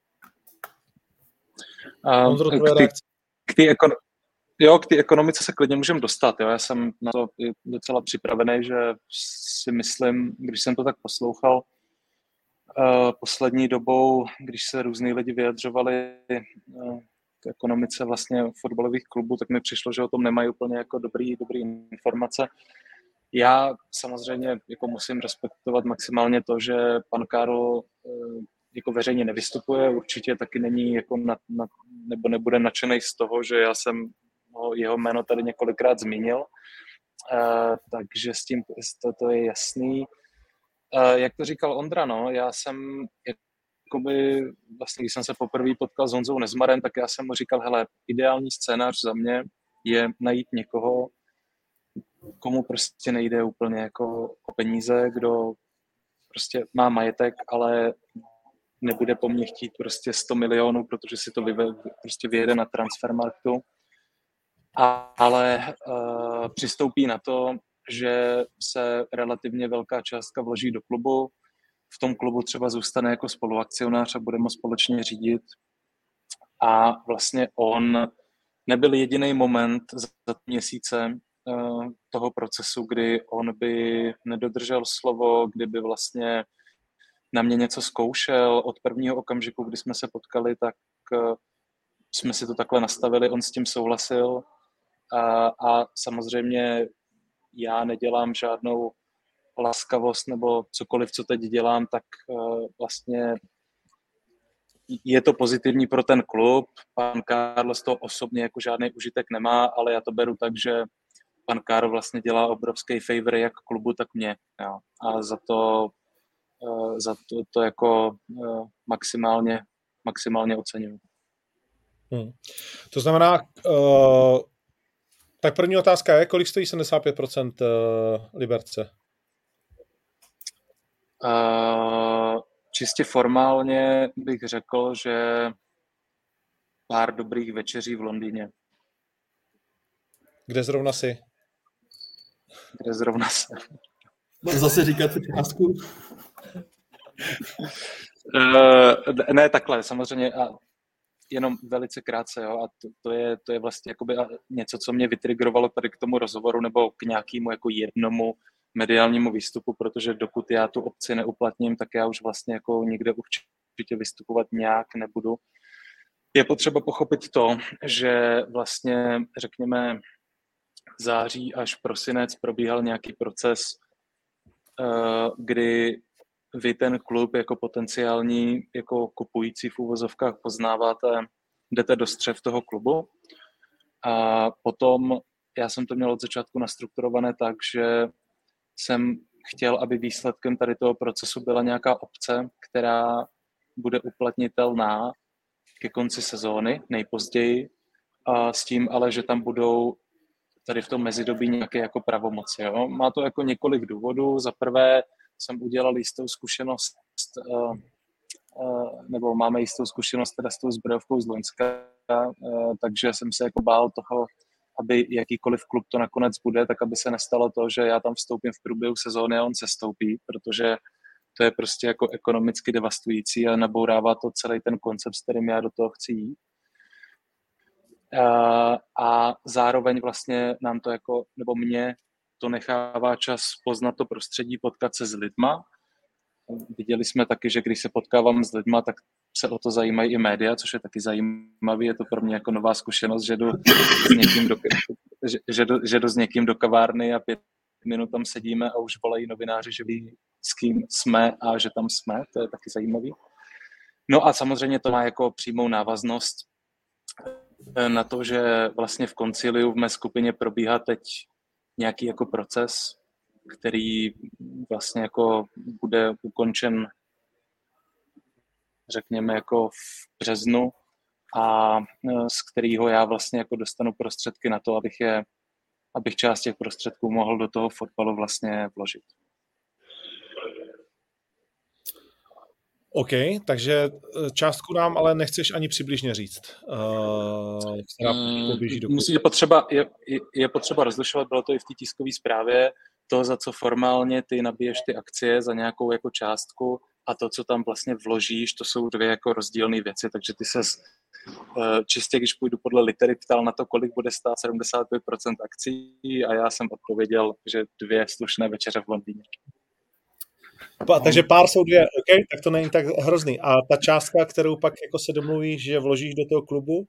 Speaker 4: K té ekonomice se klidně můžeme dostat. Jo? Já jsem na to docela připravený, že si myslím, když jsem to tak poslouchal poslední dobou, když se různý lidi vyjadřovali k ekonomice vlastně fotbalových klubů, tak mi přišlo, že o tom nemají úplně jako dobrý informace. Já samozřejmě jako musím respektovat maximálně to, že pan Karl jako veřejně nevystupuje, určitě taky není jako nebo nebude nadšený z toho, že já jsem jeho jméno tady několikrát zmínil, takže s tím to je jasný. Jak to říkal Ondra, no, já jsem jakoby, vlastně, když jsem se poprvé potkal s Honzou Nezmarem, tak já jsem mu říkal, hele, ideální scénář za mě je najít někoho, komu prostě nejde úplně jako o peníze, kdo prostě má majetek, ale nebude po mně chtít prostě 100 milionů, protože si to prostě vyjede na Transfermarktu, ale přistoupí na to, že se relativně velká částka vloží do klubu, v tom klubu třeba zůstane jako spoluakcionář a budeme společně řídit. A vlastně on nebyl jediný moment za měsíce toho procesu, kdy on by nedodržel slovo, kdyby vlastně na mě něco zkoušel. Od prvního okamžiku, kdy jsme se potkali, tak jsme si to takhle nastavili, on s tím souhlasil. A samozřejmě já nedělám žádnou laskavost nebo cokoliv, co teď dělám, tak vlastně je to pozitivní pro ten klub. Pan Karl z toho osobně jako žádný užitek nemá, ale já to beru tak, že pan Karl vlastně dělá obrovský favor jak klubu, tak mě. Jo. A za to jako maximálně oceňuji.
Speaker 1: To znamená, tak první otázka je, kolik stojí 75% Liberce?
Speaker 4: Čistě formálně bych řekl, že pár dobrých večeří v Londýně.
Speaker 1: Kde zrovna jsi?
Speaker 4: Kde zrovna jsem.
Speaker 2: Zase říkat tu částku?
Speaker 4: Ne, takhle, samozřejmě. A jenom velice krátce, jo, a to je vlastně jakoby něco, co mě vytrigrovalo tady k tomu rozhovoru nebo k nějakému jako jednomu mediálnímu výstupu, protože dokud já tu opci neuplatním, tak já už vlastně jako nikde určitě vystupovat nějak nebudu. Je potřeba pochopit to, že vlastně, řekněme, září až prosinec probíhal nějaký proces, kdy vy ten klub jako potenciální, jako kupující v uvozovkách poznáváte, jdete do střev toho klubu a potom já jsem to měl od začátku nastrukturované tak, že jsem chtěl, aby výsledkem tady toho procesu byla nějaká opce, která bude uplatnitelná ke konci sezóny nejpozději a s tím ale, že tam budou tady v tom mezidobí nějaké jako pravomoci. Jo? Má to jako několik důvodů. Za prvé jsem udělal jistou zkušenost, nebo máme jistou zkušenost teda s tou zbrojovkou z Loňska, takže jsem se jako bál toho, aby jakýkoliv klub to nakonec bude, tak aby se nestalo to, že já tam vstoupím v průběhu sezóny a on sestoupí, protože to je prostě jako ekonomicky devastující a nabourává to celý ten koncept, s kterým já do toho chci jít. A zároveň vlastně nám to jako, nebo mě to nechává čas poznat to prostředí, potkat se s lidma. Viděli jsme taky, že když se potkávám s lidma, tak se o to zajímají i média, což je taky zajímavé. Je to pro mě jako nová zkušenost, že jdu s někým do kavárny a 5 minut tam sedíme a už volají novináři, že ví, s kým jsme a že tam jsme. To je taky zajímavý. No a samozřejmě to má jako přímou návaznost na to, že vlastně v konciliu v mé skupině probíhá teď nějaký jako proces, který vlastně jako bude ukončen, řekněme, jako v březnu a z kterého já vlastně jako dostanu prostředky na to, abych část těch prostředků mohl do toho fotbalu vlastně vložit.
Speaker 1: OK, takže částku nám ale nechceš ani přibližně říct.
Speaker 4: Je potřeba rozlišovat, bylo to i v té tiskové zprávě, to, za co formálně ty nabiješ ty akcie za nějakou jako částku a to, co tam vlastně vložíš, to jsou dvě jako rozdílné věci, takže ty ses čistě, když půjdu podle litery, ptal na to, kolik bude stát 75% akcí a já jsem odpověděl, že 2 slušné večeře v Londýně.
Speaker 1: Takže pár jsou 2, OK, tak to není tak hrozný. A ta částka, kterou pak jako se domluvíš, že vložíš do toho klubu?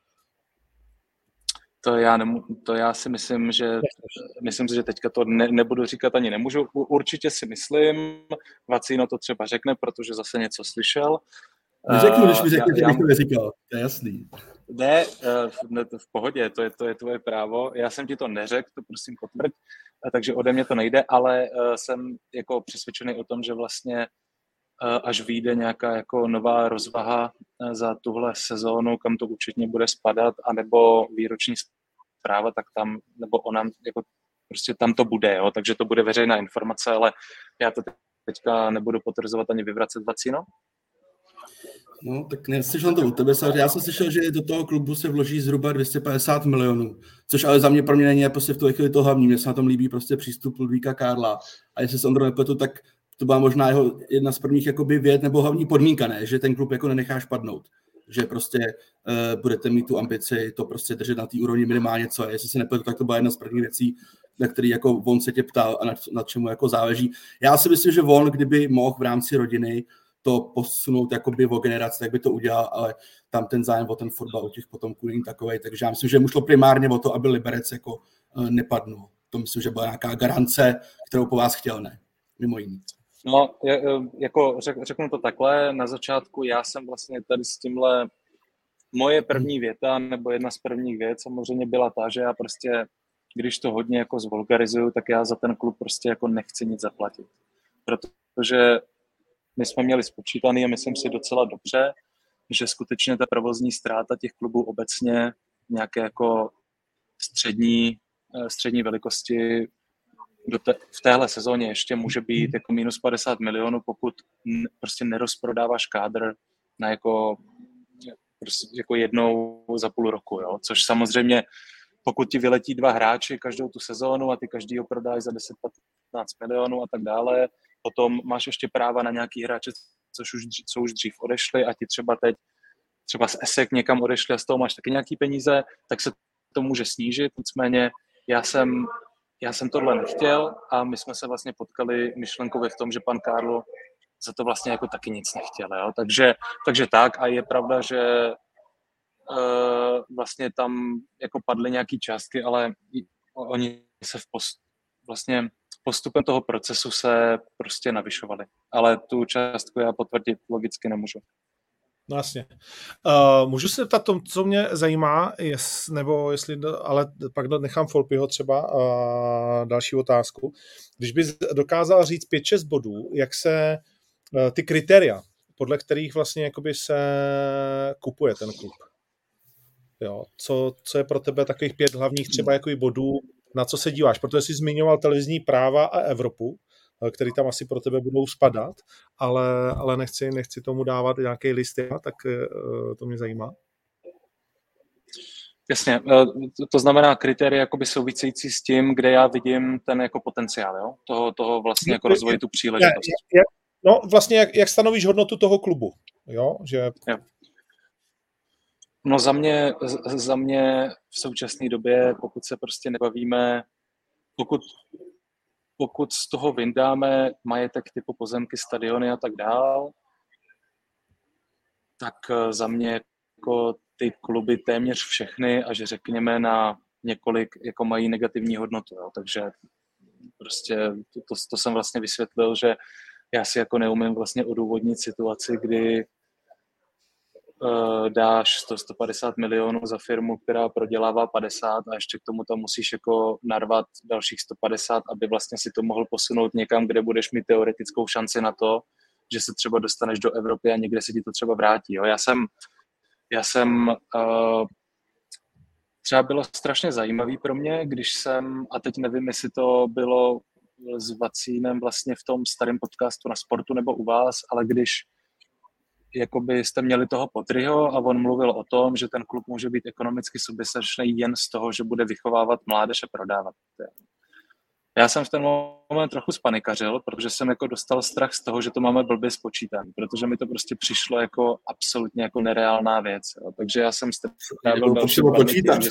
Speaker 4: To já si myslím, že teďka to nebudu říkat ani nemůžu. Určitě si myslím, Vacíno to třeba řekne, protože zase něco slyšel.
Speaker 2: Neřeknu, když mi řekne, že bych to neříkal. To je jasný.
Speaker 4: Ne, v pohodě, to je tvoje právo. Já jsem ti to neřekl, to prosím potvrď, takže ode mě to nejde, ale jsem jako přesvědčený o tom, že vlastně až vyjde nějaká jako nová rozvaha za tuhle sezónu, kam to účetně bude spadat, anebo výroční zpráva, tak tam, nebo ona, jako prostě tam to bude, jo? Takže to bude veřejná informace, ale já to teďka nebudu potvrzovat ani vyvracet Vacíno.
Speaker 2: No, tak neslyšel to od tebe, já jsem slyšel, že do toho klubu se vloží zhruba 250 milionů, což ale pro mě není prostě v tuhle chvíli to hlavní, mně se na tom líbí prostě přístup Ludvíka Karla a jestli se Ondro nepletu, tak to byla možná jeho jedna z prvních jakoby věd nebo hlavní podmínka, ne? Že ten klub jako nenecháš padnout, že prostě budete mít tu ambici to prostě držet na té úrovni minimálně, co je. Jestli se nepletu, tak to byla jedna z prvních věcí, na který jako on se tě ptal a na čemu jako záleží. Já si myslím, že on, kdyby mohl v rámci rodiny to posunout jakoby o generaci, tak by to udělal, ale tam ten zájem o ten fotbal u těch potomků není takovej, takže já myslím, že mu šlo primárně o to, aby Liberec jako nepadnul. To myslím, že byla nějaká garance, kterou po vás chtěl, ne? Mimo jiný.
Speaker 4: No, jako řeknu to takhle, na začátku já jsem vlastně tady s tímhle, moje první věta, nebo jedna z prvních věc samozřejmě byla ta, že já prostě, když to hodně jako zvulgarizuju, tak já za ten klub prostě jako nechci nic zaplatit. Protože my jsme měli spočítaný a myslím si docela dobře, že skutečně ta provozní ztráta těch klubů obecně nějaké jako střední velikosti v téhle sezóně ještě může být jako minus 50 milionů, pokud prostě nerozprodáváš kádr na prostě jako jednou za půl roku, jo? Což samozřejmě, pokud ti vyletí 2 hráči každou tu sezónu a ty každýho prodáš za 10-15 milionů a tak dále, potom máš ještě práva na nějaký hráče, co už dřív odešli a ti třeba z ESEK někam odešli a z toho máš taky nějaký peníze, tak se to může snížit, nicméně já jsem tohle nechtěl a my jsme se vlastně potkali myšlenkově v tom, že pan Karlo za to vlastně jako taky nic nechtěl, jo? Takže tak a je pravda, že vlastně tam jako padly nějaký částky, ale oni se vlastně postupem toho procesu se prostě navyšovali. Ale tu částku já potvrdit logicky nemůžu.
Speaker 1: No jasně. Můžu se zeptat tom, co mě zajímá, nebo jestli, ale pak nechám Folpyho třeba další otázku. Když bys dokázal říct 5-6 bodů, jak se ty kritéria, podle kterých vlastně jakoby se kupuje ten klub. Jo, co je pro tebe takových 5 hlavních třeba jakoby bodů, na co se díváš? Protože jsi zmiňoval televizní práva a Evropu, který tam asi pro tebe budou spadat, ale nechci tomu dávat nějaký list, tak to mě zajímá.
Speaker 4: Jasně, to znamená kritéria jakoby související s tím, kde já vidím ten jako potenciál, jo? Toho vlastně jako rozvoji tu příležitost.
Speaker 1: No vlastně jak stanovíš hodnotu toho klubu, jo? Že...
Speaker 4: Jo. No za mě v současné době, pokud se prostě nebavíme, pokud z toho vyndáme majetek typu pozemky, stadiony a tak dál, tak za mě jako ty kluby téměř všechny, až řekněme na několik, jako mají negativní hodnotu. Jo. Takže prostě to jsem vlastně vysvětlil, že já si jako neumím vlastně odůvodnit situaci, kdy dáš 100-150 milionů za firmu, která prodělává 50 a ještě k tomu tam musíš jako narvat dalších 150, aby vlastně si to mohl posunout někam, kde budeš mít teoretickou šanci na to, že se třeba dostaneš do Evropy a někde se ti to třeba vrátí. Jo. Já jsem třeba bylo strašně zajímavý pro mě, když jsem, a teď nevím, jestli to bylo s Vacínem vlastně v tom starém podcastu na Sportu nebo u vás, ale když jakoby jste měli toho Potryho a on mluvil o tom, že ten klub může být ekonomicky soběstačný jen z toho, že bude vychovávat mládež a prodávat. Já jsem v ten moment trochu spanikařil, protože jsem jako dostal strach z toho, že to máme blbě spočítané, protože mi to prostě přišlo jako absolutně jako nereálná věc. Jo. Takže já jsem strávil další
Speaker 2: počítat.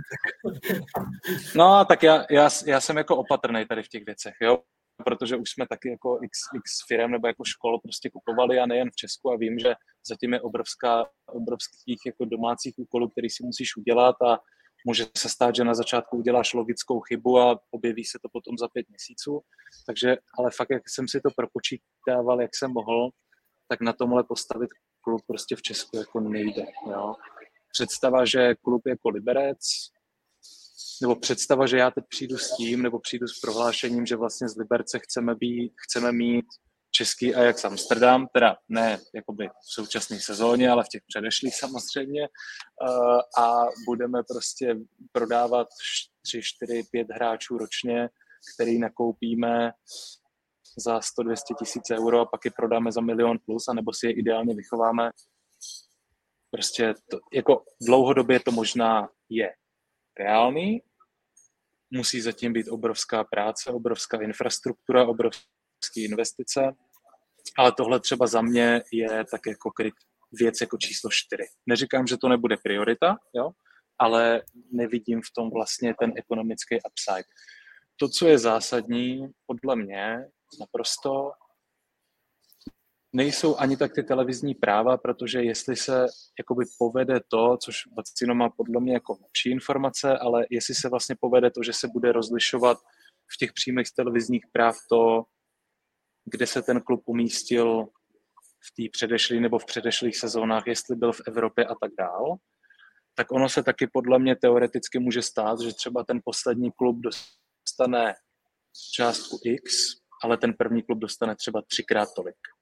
Speaker 4: No, tak já jsem jako opatrnej tady v těch věcech, jo. Protože už jsme taky jako x firem nebo jako škol prostě kupovali a nejen v Česku a vím, že zatím je obrovských jako domácích úkolů, který si musíš udělat a může se stát, že na začátku uděláš logickou chybu a objeví se to potom za 5 měsíců. Takže, ale fakt, jak jsem si to propočítával, jak jsem mohl, tak na tomhle postavit klub prostě v Česku jako nejde. Jo. Představa, že klub jako Liberec, nebo představa, že já teď přijdu s tím, nebo přijdu s prohlášením, že vlastně z Liberce chceme mít český Ajax Amsterdam, teda ne jakoby v současné sezóně, ale v těch předešlých samozřejmě, a budeme prostě prodávat 3, 4, 5 hráčů ročně, který nakoupíme za 100-200 tisíc euro a pak je prodáme za 1 milion plus, anebo si je ideálně vychováme. Prostě to, jako dlouhodobě to možná je reálný, musí zatím být obrovská práce, obrovská infrastruktura, obrovské investice, ale tohle třeba za mě je tak jako věc jako číslo 4. Neříkám, že to nebude priorita, jo, ale nevidím v tom vlastně ten ekonomický upside. To, co je zásadní, podle mě naprosto, nejsou ani tak ty televizní práva, protože jestli se jakoby povede to, což Vacino má podle mě jako lepší informace, ale jestli se vlastně povede to, že se bude rozlišovat v těch příjmech z televizních práv to, kde se ten klub umístil v té předešlé nebo v předešlých sezónách, jestli byl v Evropě a tak dál, tak ono se taky podle mě teoreticky může stát, že třeba ten poslední klub dostane částku X, ale ten první klub dostane třeba 3x tolik.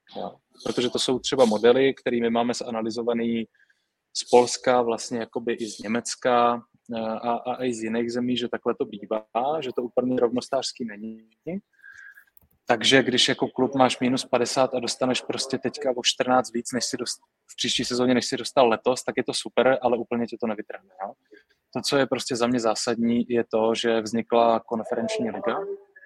Speaker 4: Jo. Protože to jsou třeba modely, kterými máme zanalizovaný z Polska, vlastně jakoby i z Německa a i z jiných zemí, že takhle to bývá, že to úplně rovnostářský není. Takže když jako klub máš minus 50 a dostaneš prostě teďka o 14 víc než si v příští sezóně, než si dostal letos, tak je to super, ale úplně tě to nevytrhne. Jo? To, co je prostě za mě zásadní, je to, že vznikla konferenční liga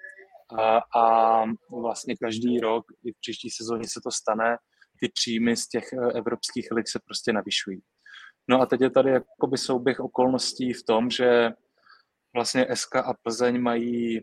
Speaker 4: a vlastně každý rok i v příští sezóně se to stane, ty příjmy z těch evropských lig se prostě navyšují. No a teď je tady jakoby souběh okolností v tom, že vlastně SK a Plzeň mají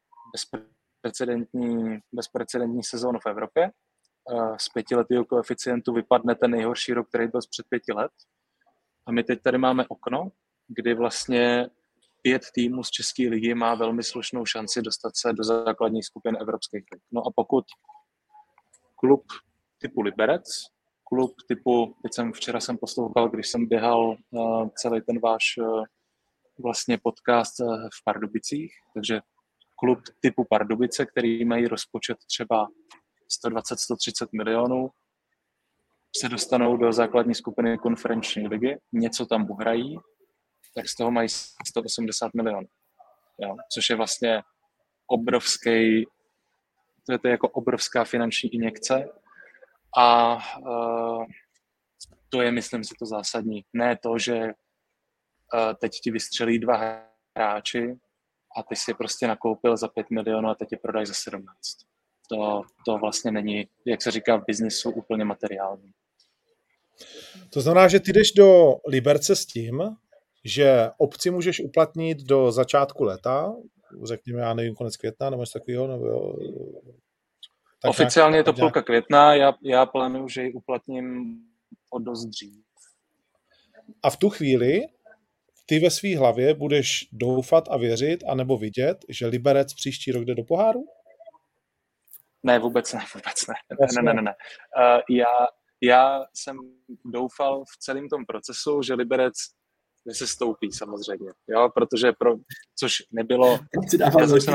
Speaker 4: bezprecedentní sezónu v Evropě. Z 5letého koeficientu vypadne ten nejhorší rok, který byl před 5 let. A my teď tady máme okno, kdy vlastně 5 týmů z České ligy má velmi slušnou šanci dostat se do základních skupin evropských lig. No a pokud klub typu Liberec, klub typu, včera jsem poslouchal, když jsem běhal celý ten váš vlastně podcast v Pardubicích, takže klub typu Pardubice, který mají rozpočet třeba 120-130 milionů, se dostanou do základní skupiny konferenční ligy, něco tam uhrají, tak z toho mají 180 milionů. Jo? Což je vlastně obrovský, to je jako obrovská finanční injekce a to je, myslím si, to zásadní. Ne to, že teď ti vystřelí 2 hráči a ty si prostě nakoupil za 5 milionů a teď je prodají za 17. To vlastně není, jak se říká v biznisu, úplně materiální.
Speaker 1: To znamená, že ty jdeš do Liberce s tím, že opci můžeš uplatnit do začátku léta, řekněme, já nevím, konec května, nebo něco takového, nebo jo, tak
Speaker 4: oficiálně je to půlka května, já plánuju, že ji uplatním o dost dřív.
Speaker 1: A v tu chvíli ty ve své hlavě budeš doufat a věřit, anebo vidět, že Liberec příští rok jde do poháru?
Speaker 4: Ne, vůbec ne. Ne. Já jsem doufal v celém tom procesu, že Liberec se stoupí samozřejmě, jo, protože což nebylo...
Speaker 2: Já jsem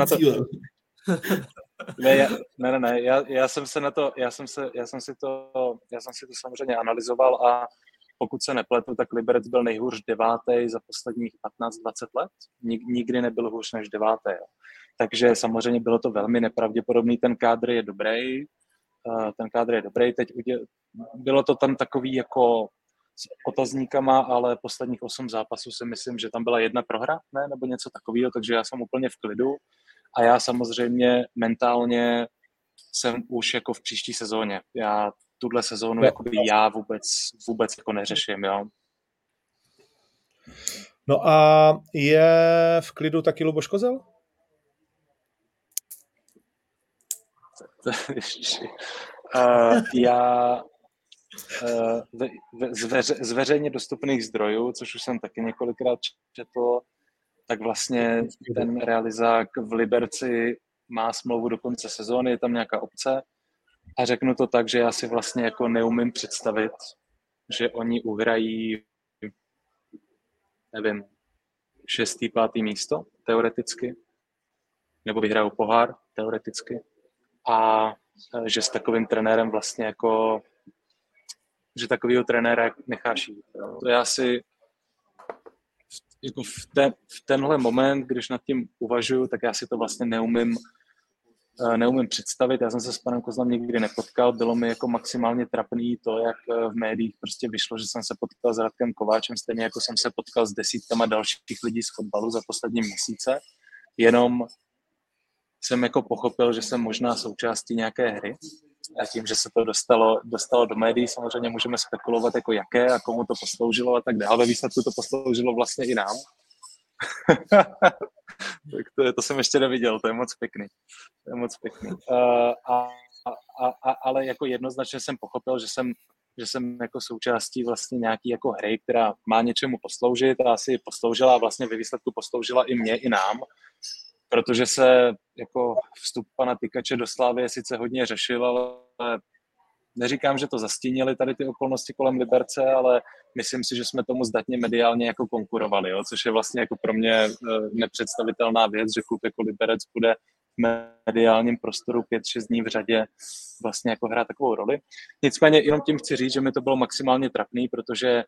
Speaker 4: si to samozřejmě analyzoval a pokud se nepletu, tak Liberec byl nejhůř 9. za posledních 15-20 let. Nikdy nebyl hůř než 9. Jo. Takže samozřejmě bylo to velmi nepravděpodobný, ten kádr je dobrý. Teď bylo to tam takový jako s otazníkama, ale posledních 8 zápasů si myslím, že tam byla 1 prohra, ne? Nebo něco takového, takže já jsem úplně v klidu. A já samozřejmě mentálně jsem už jako v příští sezóně. Já tuhle sezónu jakoby já vůbec jako neřeším, jo.
Speaker 1: No a je v klidu taky Luboš Kozel?
Speaker 4: Já z veřejně dostupných zdrojů, což už jsem taky několikrát četl, tak vlastně ten realizák v Liberci má smlouvu do konce sezóny, je tam nějaká opce a řeknu to tak, že já si vlastně jako neumím představit, že oni uhrají, nevím, 6., 5. místo teoreticky, nebo vyhrajou pohár teoreticky a že s takovým trenérem vlastně jako, že takovýho trenéra necháš jít. To já si jako v tenhle moment, když nad tím uvažuju, tak já si to vlastně neumím představit. Já jsem se s panem Kozlem nikdy nepotkal, bylo mi jako maximálně trapný to, jak v médiích prostě vyšlo, že jsem se potkal s Radkem Kováčem, stejně jako jsem se potkal s desítkama dalších lidí z fotbalu za poslední měsíce. Jenom jsem jako pochopil, že jsem možná součástí nějaké hry a tím, že se to dostalo do médií, samozřejmě můžeme spekulovat jako jaké a komu to posloužilo a tak dále. Ve výsledku to posloužilo vlastně i nám. Tak to jsem ještě neviděl, to je moc pěkný. Ale jako jednoznačně jsem pochopil, že jsem jako součástí vlastně nějaký jako hry, která má něčemu posloužit a asi posloužila a vlastně ve výsledku posloužila i mě, i nám, protože se jako vstup pana Tykače do Slavie sice hodně řešil, ale neříkám, že to zastínili tady ty okolnosti kolem Liberce, ale myslím si, že jsme tomu zdatně mediálně jako konkurovali, jo? Což je vlastně jako pro mě nepředstavitelná věc, že klub jako Liberec bude mediálním prostoru 5-6 dní v řadě vlastně jako hrát takovou roli. Nicméně jenom tím chci říct, že mi to bylo maximálně trapný, protože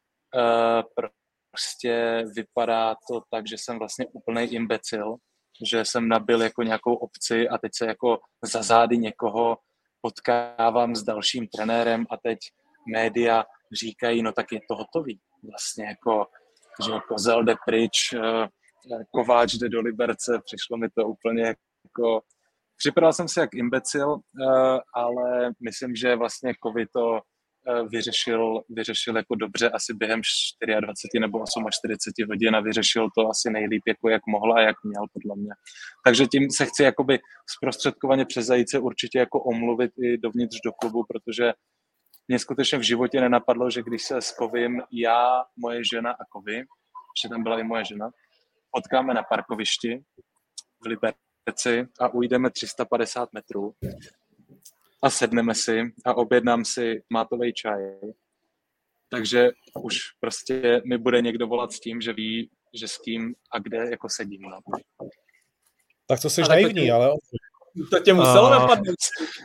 Speaker 4: prostě vypadá to tak, že jsem vlastně úplný imbecil, že jsem nabil jako nějakou obci a teď se jako za zády někoho potkávám s dalším trenérem a teď média říkají, no tak je to hotový. Vlastně jako, že Kozel jde pryč, Kováč jde do Liberce, přišlo mi to úplně jako... Připadal jsem si jak imbecil, ale myslím, že vlastně COVID to vyřešil jako dobře asi během 24 nebo 48 hodin a vyřešil to asi nejlíp, jako jak mohl a jak měl, podle mě. Takže tím se chci jakoby zprostředkovaně přes Zajíce určitě jako omluvit i dovnitř do klubu, protože mě skutečně v životě nenapadlo, že když se s Kovím já, moje žena a Kovy, že tam byla i moje žena, potkáme na parkovišti v Liberci a ujdeme 350 metrů a sedneme si a objednám si mátovej čaj. Takže už prostě mi bude někdo volat s tím, že ví, že s kým a kde jako sedím. No.
Speaker 1: Tak to jsi naivní, ale...
Speaker 3: To tě muselo napadnout.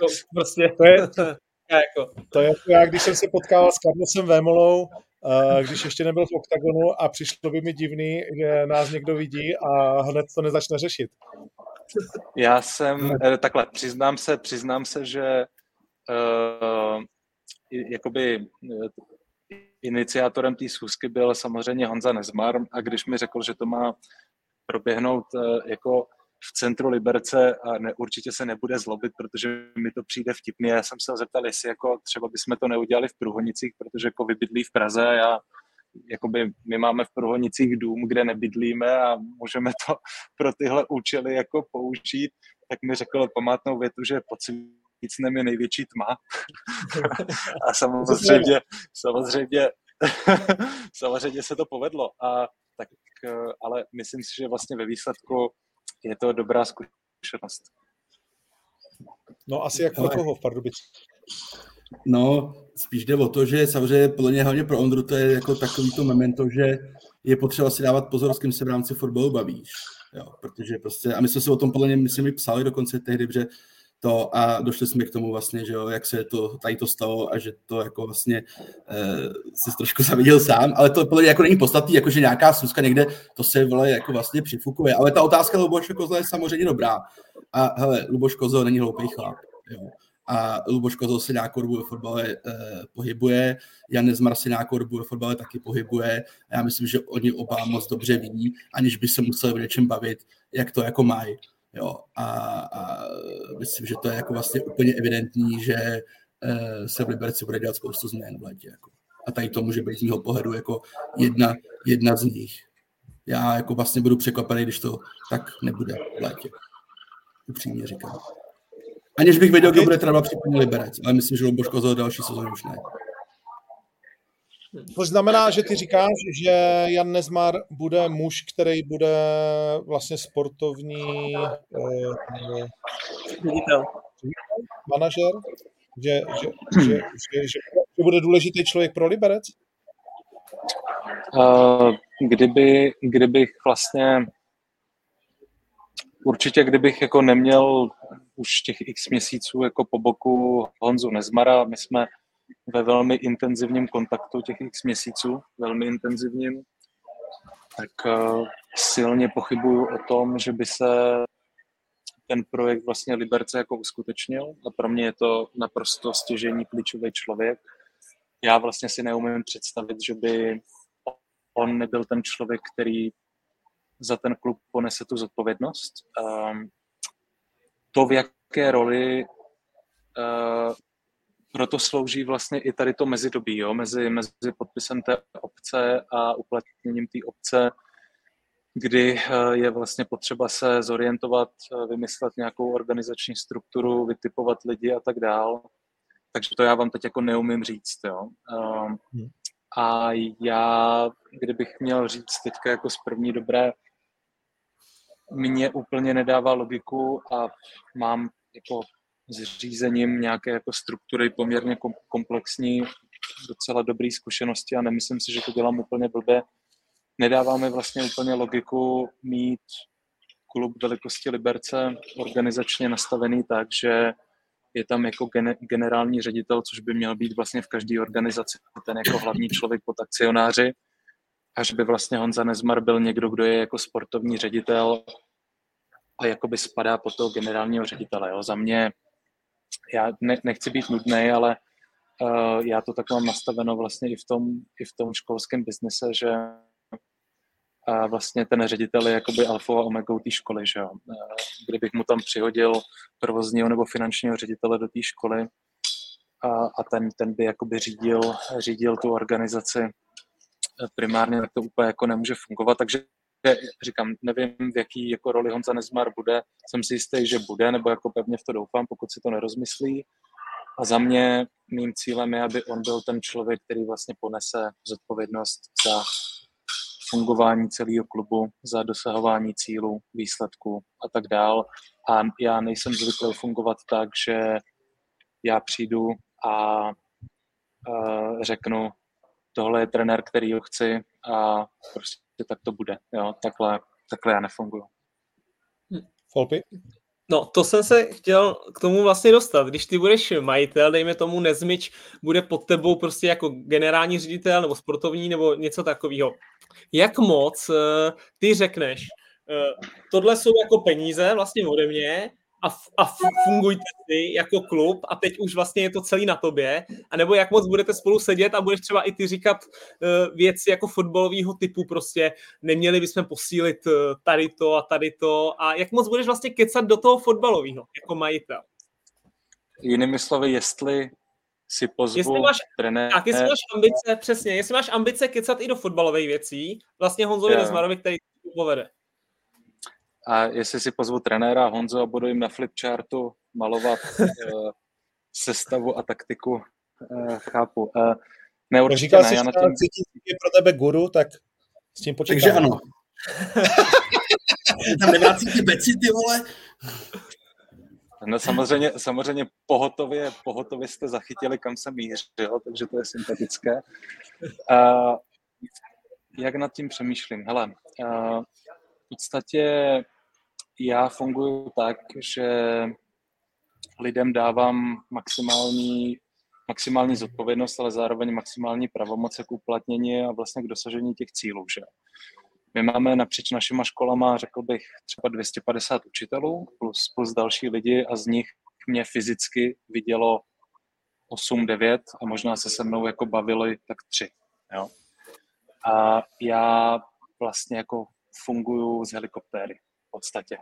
Speaker 1: To je já, když jsem se potkával s Carlosem Vémolou, když ještě nebyl v OKTAGONu a přišlo by mi divný, že nás někdo vidí a hned to nezačne řešit.
Speaker 4: Já jsem, takhle, přiznám se, že jakoby iniciátorem té schůzky byl samozřejmě Honza Nezmar a když mi řekl, že to má proběhnout jako v centru Liberce a určitě se nebude zlobit, protože mi to přijde vtipně. Já jsem se ho zeptal, jestli jako třeba bychom to neudělali v Průhonicích, protože Kovy bydlí v Praze a já jakoby my máme v Průhonicích dům, kde nebydlíme a můžeme to pro tyhle účely jako použít, tak mi řekl památnou větu, že pod Svícnem je největší tma. A samozřejmě se to povedlo. A tak, ale myslím si, že vlastně ve výsledku je to dobrá zkušenost.
Speaker 1: No asi jak pro koho v Pardubicích?
Speaker 2: No, spíš jde o to, že samozřejmě podle mě hlavně pro Ondru to je jako takový to memento, že je potřeba si dávat pozor, s kým se v rámci fotbalu bavíš. Jo, protože prostě, a my jsme si o tom podle mě, myslím, psali dokonce tehdy, že to a došli jsme k tomu vlastně, že jo, jak se to tady to stalo a že to jako vlastně si trošku zaviděl sám, ale to podle mě jako není podstatný, jakože nějaká schůzka někde, to se vole jako vlastně přifukuje, ale ta otázka Luboše Kozla je samozřejmě dobrá a hele, Luboš Kozl není hloupý chlap, jo. A Luboš Kozl se nějakou dobu ve fotbale pohybuje, Jan Nezmar se nějakou dobu ve fotbale taky pohybuje a já myslím, že oni oba moc dobře ví, aniž by se museli o něčem bavit, jak to jako mají. Jo, a myslím, že to je jako vlastně úplně evidentní, že se v Liberci bude dělat spoustu změn v létě. Jako. A tady to může být z mého pohledu jako jedna z nich. Já jako vlastně budu překvapený, když to tak nebude v létě. Upřímně říkám. Aniž bych věděl, kdo bude třeba případně Liberec, ale myslím, že Luboš Kozl další sezónu už ne.
Speaker 1: To znamená, že ty říkáš, že Jan Nezmar bude muž, který bude vlastně sportovní manažer, že bude důležitý člověk pro Liberec?
Speaker 4: Kdybych vlastně určitě, kdybych jako neměl už těch x měsíců jako po boku Honzu Nezmara, my jsme ve velmi intenzivním kontaktu těch x měsíců, velmi intenzivním, tak silně pochybuju o tom, že by se ten projekt vlastně Liberce jako uskutečnil a pro mě je to naprosto stěžejní klíčový člověk. Já vlastně si neumím představit, že by on nebyl ten člověk, který za ten klub ponese tu zodpovědnost. To, v jaké roli proto slouží vlastně i tady to mezidobí, jo? Mezi podpisem té obce a uplatněním té obce, kdy je vlastně potřeba se zorientovat, vymyslet nějakou organizační strukturu, vytipovat lidi a tak dál. Takže to já vám teď jako neumím říct. Jo? A já, kdybych měl říct teďka jako z první dobré, mně úplně nedává logiku a mám jako s řízením nějaké jako struktury poměrně komplexní, docela dobré zkušenosti a nemyslím si, že to dělám úplně blbě. Nedává mi vlastně úplně logiku mít klub velikosti Liberce organizačně nastavený tak, že je tam jako generální ředitel, což by měl být vlastně v každé organizaci ten jako hlavní člověk pod akcionáři, až by vlastně Honza Nezmar byl někdo, kdo je jako sportovní ředitel a jakoby spadá pod toho generálního ředitele. Jo. Za mě, já nechci být nudnej, ale já to tak mám nastaveno vlastně i v tom školském biznise, že vlastně ten ředitel je jakoby alfou a omegou té školy. Že jo. Kdybych mu tam přihodil provozního nebo finančního ředitele do té školy a ten by jakoby řídil tu organizaci primárně, tak to úplně jako nemůže fungovat. Takže říkám, nevím, v jaký jako roli Honza Nezmar bude. Jsem si jistý, že bude, nebo jako pevně v to doufám, pokud si to nerozmyslí. A za mě mým cílem je, aby on byl ten člověk, který vlastně ponese zodpovědnost za fungování celého klubu, za dosahování cílů, výsledků a tak dál. A já nejsem zvyklý fungovat tak, že já přijdu a řeknu, tohle je trenér, který ho chci a prostě tak to bude. Jo? Takhle já nefunguju.
Speaker 5: Folpy?
Speaker 3: No, to jsem se chtěl k tomu vlastně dostat. Když ty budeš majitel, dejme tomu Nezmič, bude pod tebou prostě jako generální ředitel nebo sportovní nebo něco takového. Jak moc ty řekneš, tohle jsou jako peníze vlastně ode mě a fungujte si jako klub a teď už vlastně je to celý na tobě, anebo jak moc budete spolu sedět a budeš třeba i ty říkat věci jako fotbalového typu prostě, neměli bychom posílit tady to a jak moc budeš vlastně kecat do toho fotbalového jako majitel.
Speaker 4: Jinými slovy, jestli si pozvu trenéra...
Speaker 3: Tak, jestli máš ambice, přesně, jestli máš ambice kecat i do fotbalových věcí, vlastně Honzovi Nezmarovi, který to povede.
Speaker 4: A jestli si pozvu trenéra Honzo a budu jim na flipchartu malovat sestavu a taktiku, chápu. Ne, určitě
Speaker 5: říkal
Speaker 4: ne.
Speaker 5: Jsi,
Speaker 4: já na tím...
Speaker 5: je pro tebe guru, tak s tím počítám.
Speaker 2: Takže ano. Tam nevrací ty beci, ty vole.
Speaker 4: No samozřejmě pohotově jste zachytili, kam jsem mířil, takže to je sympatické. Jak nad tím přemýšlím? Hele, v podstatě já funguji tak, že lidem dávám maximální zodpovědnost, ale zároveň maximální pravomoc k uplatnění a vlastně k dosažení těch cílů. Že? My máme napříč našima školama, řekl bych, třeba 250 učitelů plus další lidi a z nich mě fyzicky vidělo 8-9 a možná se mnou jako bavili tak 3. Jo? A já vlastně jako funguju z helikoptéry v podstatě.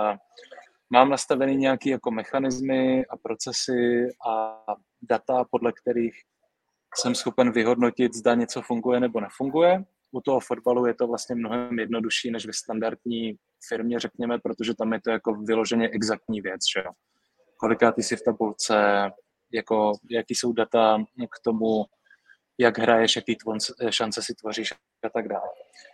Speaker 4: Mám nastavený nějaké jako mechanismy a procesy a data, podle kterých jsem schopen vyhodnotit, zda něco funguje nebo nefunguje. U toho fotbalu je to vlastně mnohem jednodušší než ve standardní firmě, řekněme, protože tam je to jako vyloženě exaktní věc, že jo. Kolikátý jsi v tabulce, jako, jaký jsou data k tomu, jak hraješ, jaký šance si tvoříš a tak dále.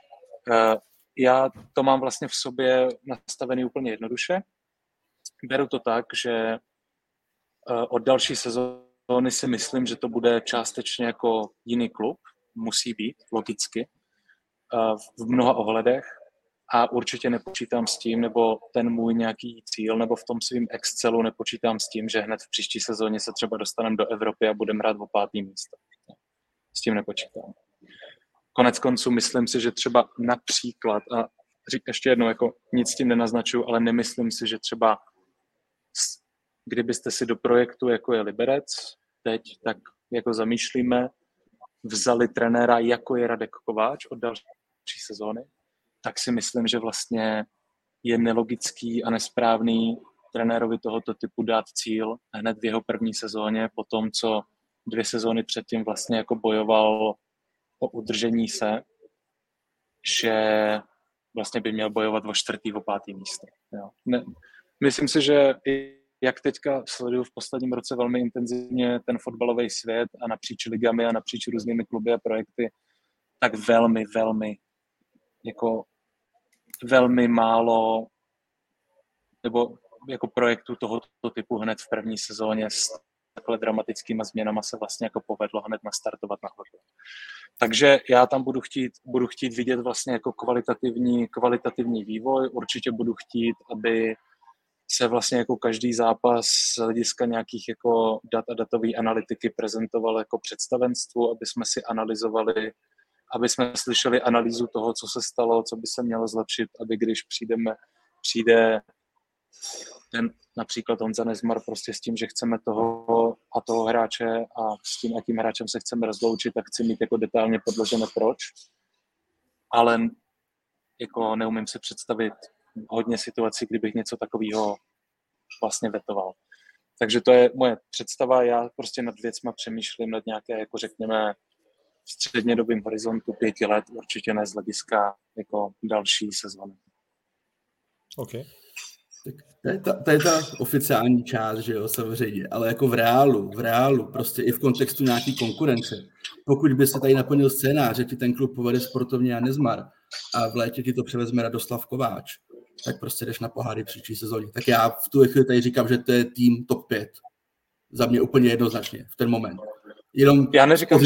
Speaker 4: Já to mám vlastně v sobě nastavený úplně jednoduše. Beru to tak, že od další sezóny si myslím, že to bude částečně jako jiný klub, musí být, logicky, v mnoha ohledech a určitě nepočítám s tím, nebo ten můj nějaký cíl, nebo v tom svým Excelu nepočítám s tím, že hned v příští sezóně se třeba dostaneme do Evropy a budeme hrát o 5. místo. S tím nepočítám. Konec konců myslím si, že třeba například, a ještě jednou, jako nic s tím nenaznačuju, ale nemyslím si, že třeba kdybyste si do projektu, jako je Liberec, teď tak jako zamýšlíme, vzali trenéra, jako je Radek Kováč od další sezóny, tak si myslím, že vlastně je nelogický a nesprávný trenérovi tohoto typu dát cíl hned v jeho první sezóně, po tom, co 2 sezóny předtím vlastně jako bojoval o udržení se, že vlastně by měl bojovat o 4., o 5. místo. Jo. Myslím si, že jak teďka sleduju v posledním roce velmi intenzivně ten fotbalový svět a napříč ligami a napříč různými kluby a projekty, tak velmi málo nebo jako projektu tohoto typu hned v první sezóně takhle dramatickýma změnama se vlastně jako povedlo hned nastartovat nahoru. Takže já tam budu chtít vidět vlastně jako kvalitativní vývoj, určitě budu chtít, aby se vlastně jako každý zápas z hlediska nějakých jako dat a datové analytiky prezentoval jako představenstvu, aby jsme si analyzovali, aby jsme slyšeli analýzu toho, co se stalo, co by se mělo zlepšit, aby když přijde ten například Honza Nezmar prostě s tím, že chceme toho a toho hráče a s tím, jakým hráčem se chceme rozloučit, tak chci mít jako detailně podložené proč. Ale jako neumím si představit hodně situací, kdybych něco takového vlastně vetoval. Takže to je moje představa. Já prostě nad věcma přemýšlím nad nějaké, jako řekněme, v střednědobém horizontu 5 let, určitě ne z hlediska jako další sezóny.
Speaker 5: Okay.
Speaker 2: To je ta oficiální část, že jo, samozřejmě, ale jako v reálu, prostě i v kontextu nějaký konkurence. Pokud by se tady naplnil scénář, že ti ten klub povede sportovně a Nezmar a v létě ti to převezme Radoslav Kováč, tak prostě jdeš na poháry příští sezóně. Tak já v tu chvíli tady říkám, že to je tým top 5. Za mě úplně jednoznačně v ten moment.
Speaker 4: Já neříkám,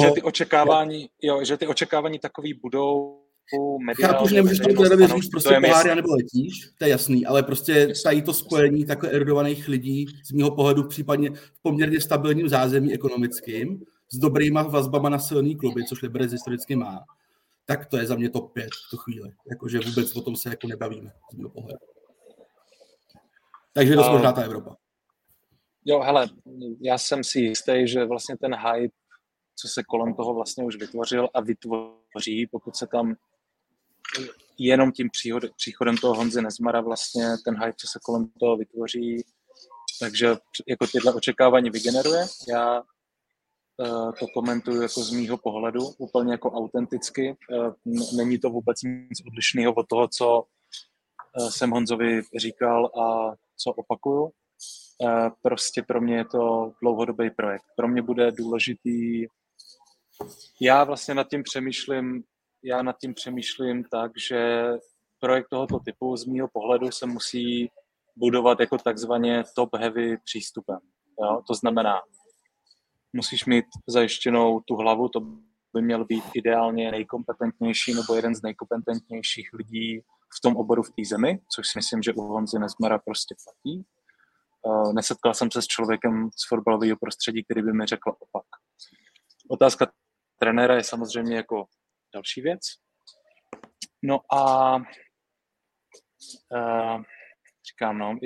Speaker 4: že ty očekávání takový budou mediálně.
Speaker 2: Chápu, že nemůžeš tomu říct prostě poháry nebo letíš, to je jasný, ale prostě tady to spojení takhle erudovaných lidí z mýho pohledu případně v poměrně stabilním zázemí ekonomickým, s dobrýma vazbama na silný kluby, což Liberec historicky má, tak to je za mě top 5 v tu chvíli. Jakože vůbec o tom se jako nebavíme z mýho pohledu. Takže dost možná ta Evropa.
Speaker 4: Jo, hele, já jsem si jistý, že vlastně ten hype, co se kolem toho vlastně už vytvořil a vytvoří, pokud se tam jenom tím příchodem toho Honzy Nezmara vlastně ten hype, co se kolem toho vytvoří, takže jako tyhle očekávání vygeneruje. Já to komentuju jako z mýho pohledu, úplně jako autenticky. Není to vůbec nic odlišného od toho, co jsem Honzovi říkal a co opakuju. Prostě pro mě je to dlouhodobý projekt. Pro mě bude důležitý. Já vlastně nad tím přemýšlím tak, že projekt tohoto typu z mýho pohledu se musí budovat jako takzvaně top-heavy přístupem. Jo? To znamená, musíš mít zajištěnou tu hlavu, to by měl být ideálně nejkompetentnější nebo jeden z nejkompetentnějších lidí v tom oboru v té zemi, což si myslím, že u Honzy Nezmara prostě platí. Nesetkal jsem se s člověkem z fotbalového prostředí, který by mi řekl opak. Otázka trenéra je samozřejmě jako další věc. No a říkám,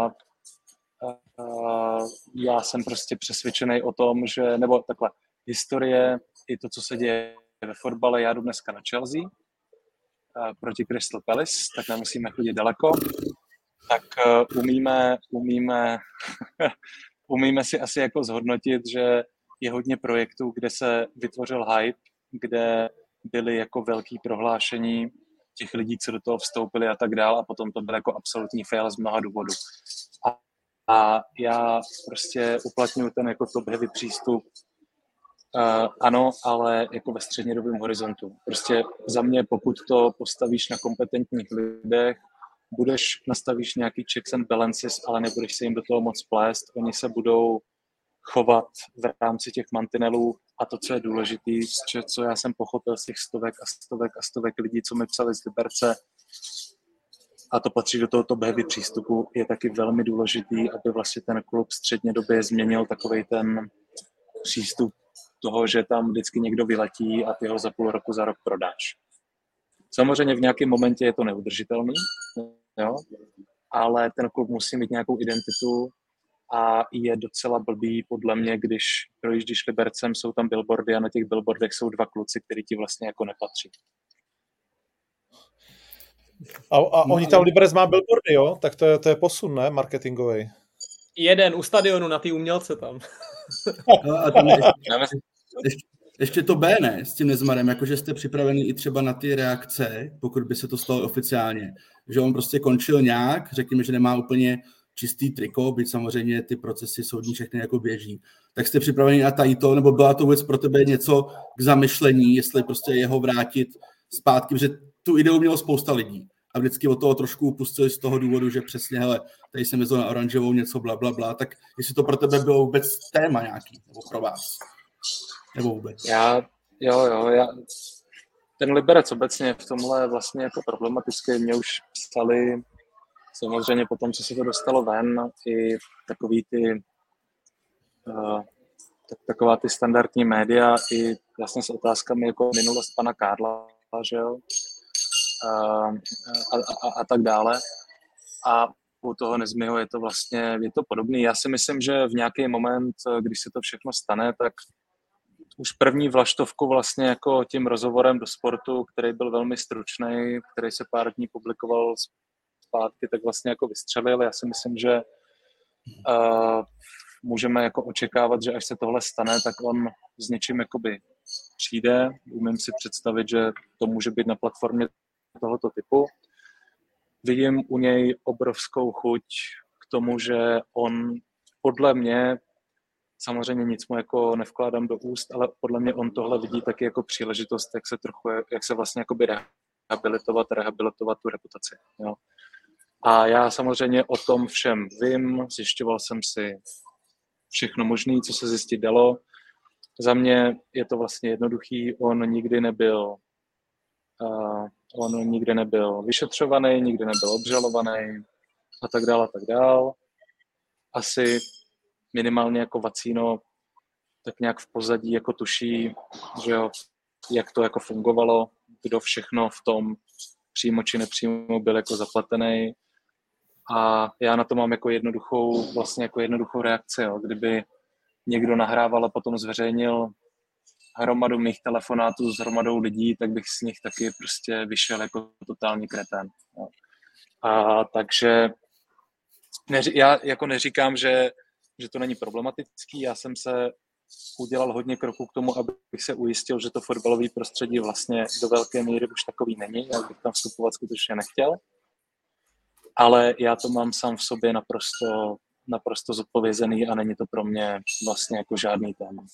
Speaker 4: já jsem prostě přesvědčený o tom, že, nebo takhle, historie i to, co se děje ve fotbale, já jdu dneska na Chelsea proti Crystal Palace, tak nemusíme chodit daleko, tak umíme si asi jako zhodnotit, že je hodně projektů, kde se vytvořil hype, kde byly jako velký prohlášení těch lidí, co do toho vstoupili a tak dál, a potom to byl jako absolutní fail z mnoha důvodů. A já prostě uplatňuji ten jako top heavy přístup, ano, ale jako ve střednědobém horizontu. Prostě za mě, pokud to postavíš na kompetentních lidech, nastavíš nějaký checks and balances, ale nebudeš se jim do toho moc plést, oni se budou chovat v rámci těch mantinelů a to, co je důležité, co já jsem pochopil z těch stovek lidí, co mi psali z Liberce, a to patří do toho top heavy přístupu, je taky velmi důležitý, aby vlastně ten klub střednědobě změnil takovej ten přístup toho, že tam vždycky někdo vyletí a ty ho za půl roku, za rok prodáš. Samozřejmě v nějakém momentě je to neudržitelný, jo? Ale ten klub musí mít nějakou identitu a je docela blbý podle mě, když projíždíš Libercem, jsou tam billboardy a na těch billboardech jsou dva kluci, který ti vlastně jako nepatří.
Speaker 5: A oni tam Liberec má billboardy, jo? Tak to je posun, ne? Marketingový.
Speaker 3: Jeden u stadionu na ty umělce tam.
Speaker 2: No a tam ještě to B, ne? S tím Nezmarem, jakože jste připraveni i třeba na ty reakce, pokud by se to stalo oficiálně. Že on prostě končil nějak, řekněme, že nemá úplně čistý triko, byť samozřejmě ty procesy soudní všechny jako běží. Tak jste připraveni na tajto, nebo byla to vůbec pro tebe něco k zamyšlení, jestli prostě jeho vrátit zpátky, protože tu ideu mělo spousta lidí. a vždycky od toho trošku upustili z toho důvodu, že přesně, hele, tady jsem jezdil na oranžovou, něco bla, bla, bla, tak jestli to pro tebe bylo vůbec téma nějaký, nebo pro vás, nebo vůbec.
Speaker 4: Ten Liberec obecně v tomhle vlastně jako problematický. Mě už psali samozřejmě po tom, co se to dostalo ven, i taková ty standardní média, i vlastně s otázkami jako minulost pana Kádla, že jo, a tak dále. A u toho Nezmiho je to podobný. Já si myslím, že v nějaký moment, když se to všechno stane, tak už první vlaštovku vlastně jako tím rozhovorem do Sportu, který byl velmi stručný, který se pár dní publikoval zpátky, tak vlastně jako vystřelil. Já si myslím, že můžeme jako očekávat, že až se tohle stane, tak on s něčím jakoby přijde. Umím si představit, že to může být na platformě tohoto typu. Vidím u něj obrovskou chuť k tomu, že on podle mě, samozřejmě nic mu jako nevkládám do úst, ale podle mě on tohle vidí taky jako příležitost, jak se vlastně jakoby rehabilitovat tu reputaci. Jo. A já samozřejmě o tom všem vím, zjišťoval jsem si všechno možné, co se zjistit dalo. Za mě je to vlastně jednoduchý, on nikdy nebyl vyšetřovaný, nikdy nebyl obžalovaný a tak dále. Asi minimálně jako Vacíno tak nějak v pozadí jako tuší, že jo, jak to jako fungovalo, kdo všechno v tom přímo či nepřímo byl jako zaplatený. A já na to mám jako jednoduchou reakci. Jo. Kdyby někdo nahrával a potom zveřejnil hromadu mých telefonátů s hromadou lidí, tak bych z nich taky prostě vyšel jako totální kretén. Jo. A takže já jako neříkám, že to není problematický. Já jsem se udělal hodně kroků k tomu, abych se ujistil, že to fotbalové prostředí vlastně do velké míry už takový není. Já bych tam vstupovat skutečně nechtěl. Ale já to mám sám v sobě naprosto zodpovězený a není to pro mě vlastně jako žádný téma.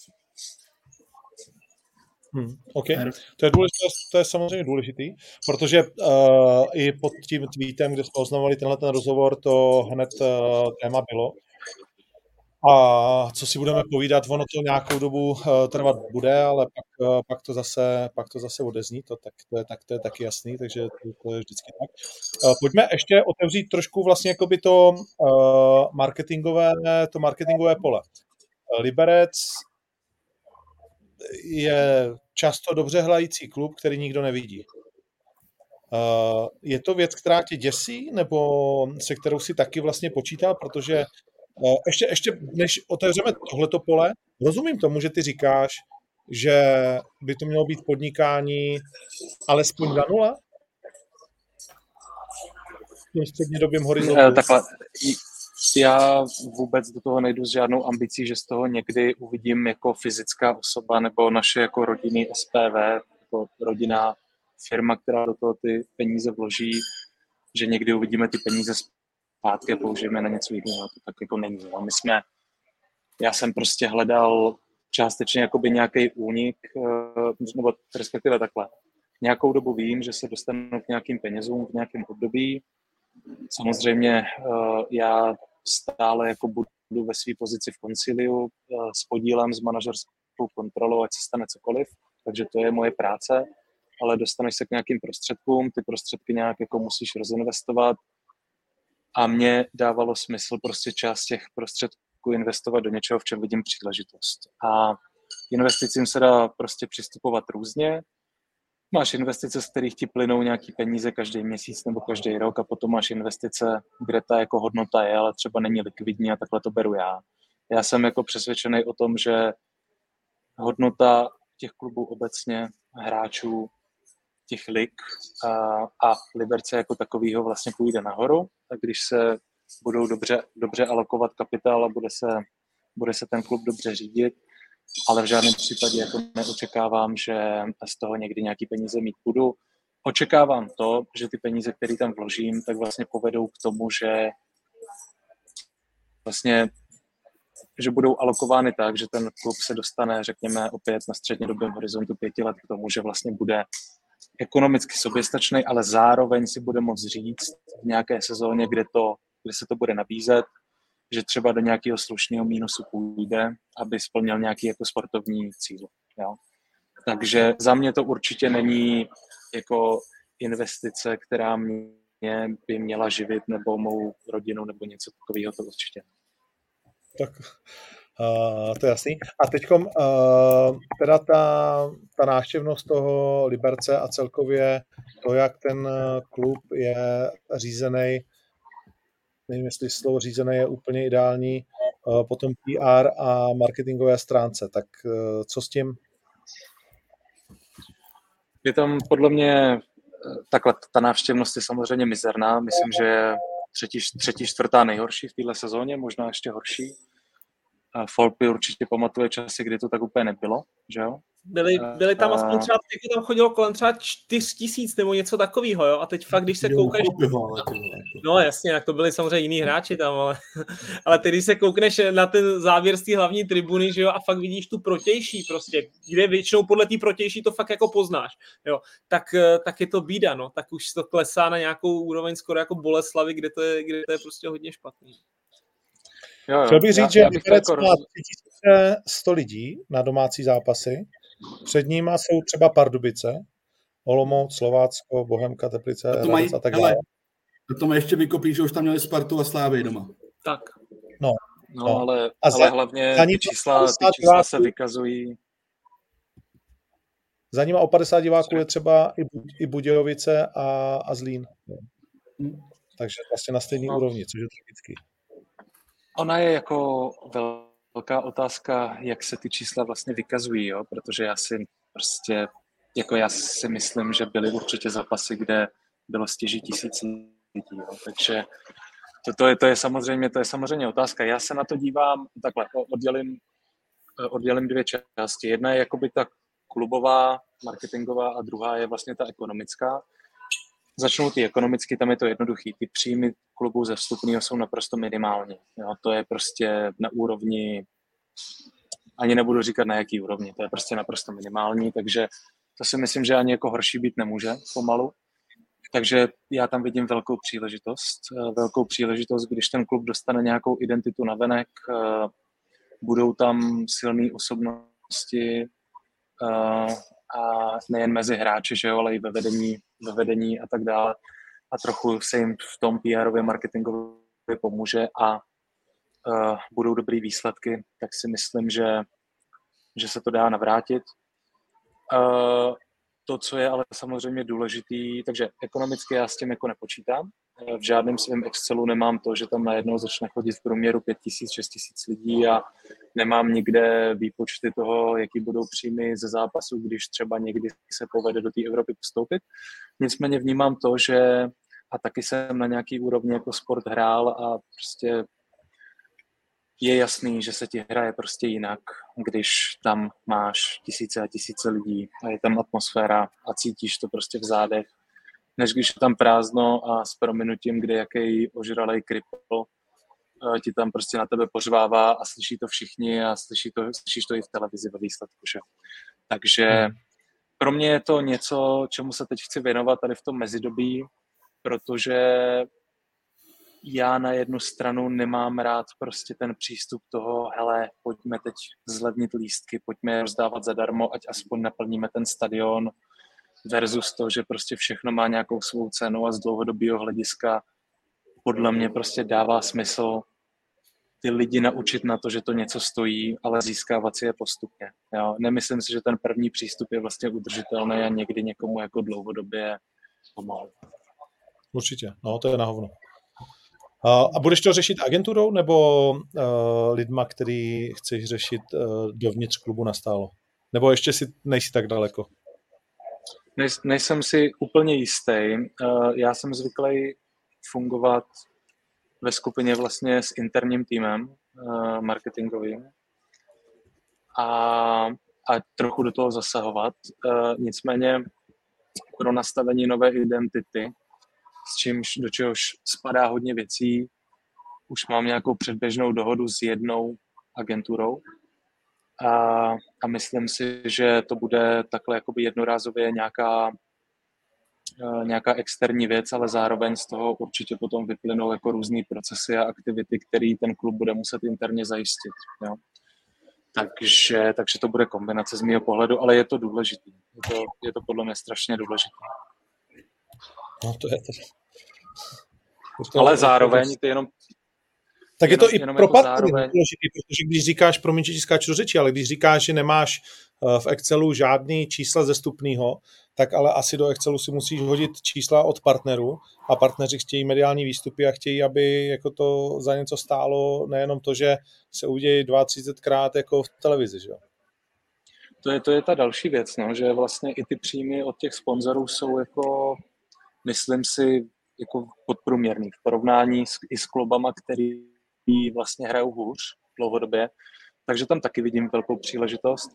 Speaker 5: OK. To je samozřejmě důležitý, protože i pod tím tweetem, kde jsme oznamovali tenhle rozhovor, to hned téma bylo. A co si budeme povídat, ono to nějakou dobu trvat bude, ale pak to zase odezní, to je taky jasný, takže to je vždycky tak. Pojďme ještě otevřít trošku vlastně jakoby to marketingové pole. Liberec je často dobře hrající klub, který nikdo nevidí. Je to věc, která tě děsí, nebo se kterou si taky vlastně počítal, protože ještě než otevřeme tohleto pole, rozumím tomu, že ty říkáš, že by to mělo být podnikání alespoň za nula? V tom střednědobém horizontu.
Speaker 4: Takhle, já vůbec do toho nejdu s žádnou ambicí, že z toho někdy uvidím jako fyzická osoba nebo naše jako rodinný SPV, jako rodinná firma, která do toho ty peníze vloží, že někdy uvidíme ty peníze zpátky a použijeme na něco jiného. To tak jako není. Já jsem prostě hledal částečně jakoby nějaký únik, nebo respektive takhle. Nějakou dobu vím, že se dostanu k nějakým penězům v nějakém období. Samozřejmě já stále jako budu ve své pozici v konciliu s podílem, s manažerskou kontrolou, ať se stane cokoliv, takže to je moje práce, ale dostaneš se k nějakým prostředkům, ty prostředky nějak jako musíš rozinvestovat a mně dávalo smysl prostě část těch prostředků investovat do něčeho, v čem vidím příležitost. A investicím se dá prostě přistupovat různě. Máš investice, z kterých ti plynou nějaký peníze každý měsíc nebo každý rok a potom máš investice, kde ta jako hodnota je, ale třeba není likvidní a takhle to beru já. Já jsem jako přesvědčený o tom, že hodnota těch klubů obecně, hráčů, těch lig a Liberce jako takovýho vlastně půjde nahoru. Tak když se budou dobře alokovat kapitál a bude se ten klub dobře řídit, ale v žádném případě jako neočekávám, že z toho někdy nějaký peníze mít budu. Očekávám to, že ty peníze, které tam vložím, tak vlastně povedou k tomu, že vlastně že budou alokovány tak, že ten klub se dostane, řekněme, opět na střednědobém horizontu 5 let k tomu, že vlastně bude ekonomicky soběstačný, ale zároveň si bude moct říct v nějaké sezóně, kde se to bude nabízet, že třeba do nějakého slušného mínusu půjde, aby splnil nějaký jako sportovní cíl. Jo? Takže za mě to určitě není jako investice, která mě by měla živit nebo mou rodinu nebo něco takového, to určitě.
Speaker 5: Tak to je jasný. A teďkom teda ta návštěvnost toho Liberce a celkově to, jak ten klub je řízený, nevím, jestli slovo řízený je úplně ideální, potom PR a marketingové stránce. Tak co s tím?
Speaker 4: Je tam podle mě takhle, ta návštěvnost je samozřejmě mizerná. Myslím, že je třetí, čtvrtá nejhorší v téhle sezóně, možná ještě horší. Folpy určitě pamatuje časy, kdy to tak úplně nebylo, že jo?
Speaker 3: Byly tam aspoň třeba, tam chodilo kolem třeba 4 000 nebo něco takového, jo? A teď fakt, když se koukáš... No jasně, jak to byli samozřejmě jiní hráči tam, ale teď, když se koukneš na ten závěr z té hlavní tribuny, že jo, a fakt vidíš tu protější prostě, kde většinou podle té protější to fakt jako poznáš, jo, tak je to bída, no, tak už to klesá na nějakou úroveň skoro jako Boleslavy, kde to je prostě hodně špatný.
Speaker 5: Jo. Chtěl bych říct, že Liberec má 3100 lidí na domácí zápasy. Před nimi jsou třeba Pardubice, Olomouc, Slovácko, Bohemka, Teplice, Hradec a tak dále.
Speaker 2: To mě ještě vykopí, že už tam měli Spartu a Slávy doma.
Speaker 3: Tak.
Speaker 4: No, ale hlavně ty čísla se vykazují.
Speaker 5: Za nima o 50 diváků je třeba i Budějovice a Zlín. Takže vlastně na stejné úrovni, což je tragický.
Speaker 4: Ona je jako velká otázka, jak se ty čísla vlastně vykazují, jo? Protože já si myslím, že byly určitě zápasy, kde bylo stěží 1000 lidí, jo? Takže to je samozřejmě otázka. Já se na to dívám takhle, oddělím dvě části. Jedna je jakoby ta klubová, marketingová a druhá je vlastně ta ekonomická. Začnou ty ekonomicky, tam je to jednoduchý. Ty příjmy klubů ze vstupného jsou naprosto minimální. Jo, to je prostě na úrovni, ani nebudu říkat na jaký úrovni, to je prostě naprosto minimální, takže to si myslím, že ani jako horší být nemůže pomalu. Takže já tam vidím velkou příležitost, když ten klub dostane nějakou identitu navenek, budou tam silné osobnosti, a nejen mezi hráči, že jo, ale i ve vedení a tak dále. A trochu se jim v tom PR-ově marketingově pomůže a budou dobrý výsledky, tak si myslím, že se to dá navrátit. To, co je ale samozřejmě důležitý, takže ekonomicky já s tím jako nepočítám. V žádném svém Excelu nemám to, že tam najednou začne chodit v průměru 5 000, 6 000 lidí a nemám nikde výpočty toho, jaký budou příjmy ze zápasu, když třeba někdy se povede do té Evropy postoupit. Nicméně vnímám to, že a taky jsem na nějaký úrovni jako sport hrál a prostě je jasný, že se ti hraje prostě jinak, když tam máš tisíce a tisíce lidí a je tam atmosféra a cítíš to prostě v zádech, než když je tam prázdno a s prominutím, kde jaký ožralej kripl ti tam prostě na tebe pořvává a slyší to všichni a slyšíš to i v televizi ve výsledku. Že? Takže pro mě je to něco, čemu se teď chci věnovat tady v tom mezidobí, protože já na jednu stranu nemám rád prostě ten přístup toho, hele, pojďme teď zlevnit lístky, pojďme je rozdávat zadarmo, ať aspoň naplníme ten stadion, versus to, že prostě všechno má nějakou svou cenu a z dlouhodobého hlediska podle mě prostě dává smysl ty lidi naučit na to, že to něco stojí, ale získávat si je postupně. Jo? Nemyslím si, že ten první přístup je vlastně udržitelný a někdy někomu jako dlouhodobě pomáhá.
Speaker 5: Určitě, no to je na hovno. A budeš to řešit agenturou nebo lidma, který chceš řešit dovnitř klubu nastálo? Nebo ještě nejsi tak daleko?
Speaker 4: Nejsem si úplně jistý. Já jsem zvyklý fungovat ve skupině vlastně s interním týmem marketingovým a trochu do toho zasahovat. Nicméně pro nastavení nové identity, do čehož spadá hodně věcí, už mám nějakou předběžnou dohodu s jednou agenturou a myslím si, že to bude takhle jakoby jednorázově nějaká nějaká externí věc, ale zároveň z toho určitě potom vyplynou jako různý procesy a aktivity, který ten klub bude muset interně zajistit. Jo. Takže to bude kombinace z mého pohledu, ale je to důležitý. Je to podle mě strašně důležitý.
Speaker 5: No to je
Speaker 4: ale zároveň ty jenom...
Speaker 5: Tak je to i pro partnery
Speaker 4: zároveň...
Speaker 5: důležitý, protože když říkáš, promiň, že ti skáču do řeči, ale když říkáš, že nemáš v Excelu žádný čísla ze vstupného, tak ale asi do Excelu si musíš hodit čísla od partnerů a partneři chtějí mediální výstupy a chtějí, aby jako to za něco stálo, nejenom to, že se udějí 32krát jako v televizi, že jo?
Speaker 4: To je ta další věc, no, že vlastně i ty příjmy od těch sponzorů jsou jako, myslím si, jako podprůměrný v porovnání i s klubama, který vlastně hrajou hůř dlouhodobě, takže tam taky vidím velkou příležitost.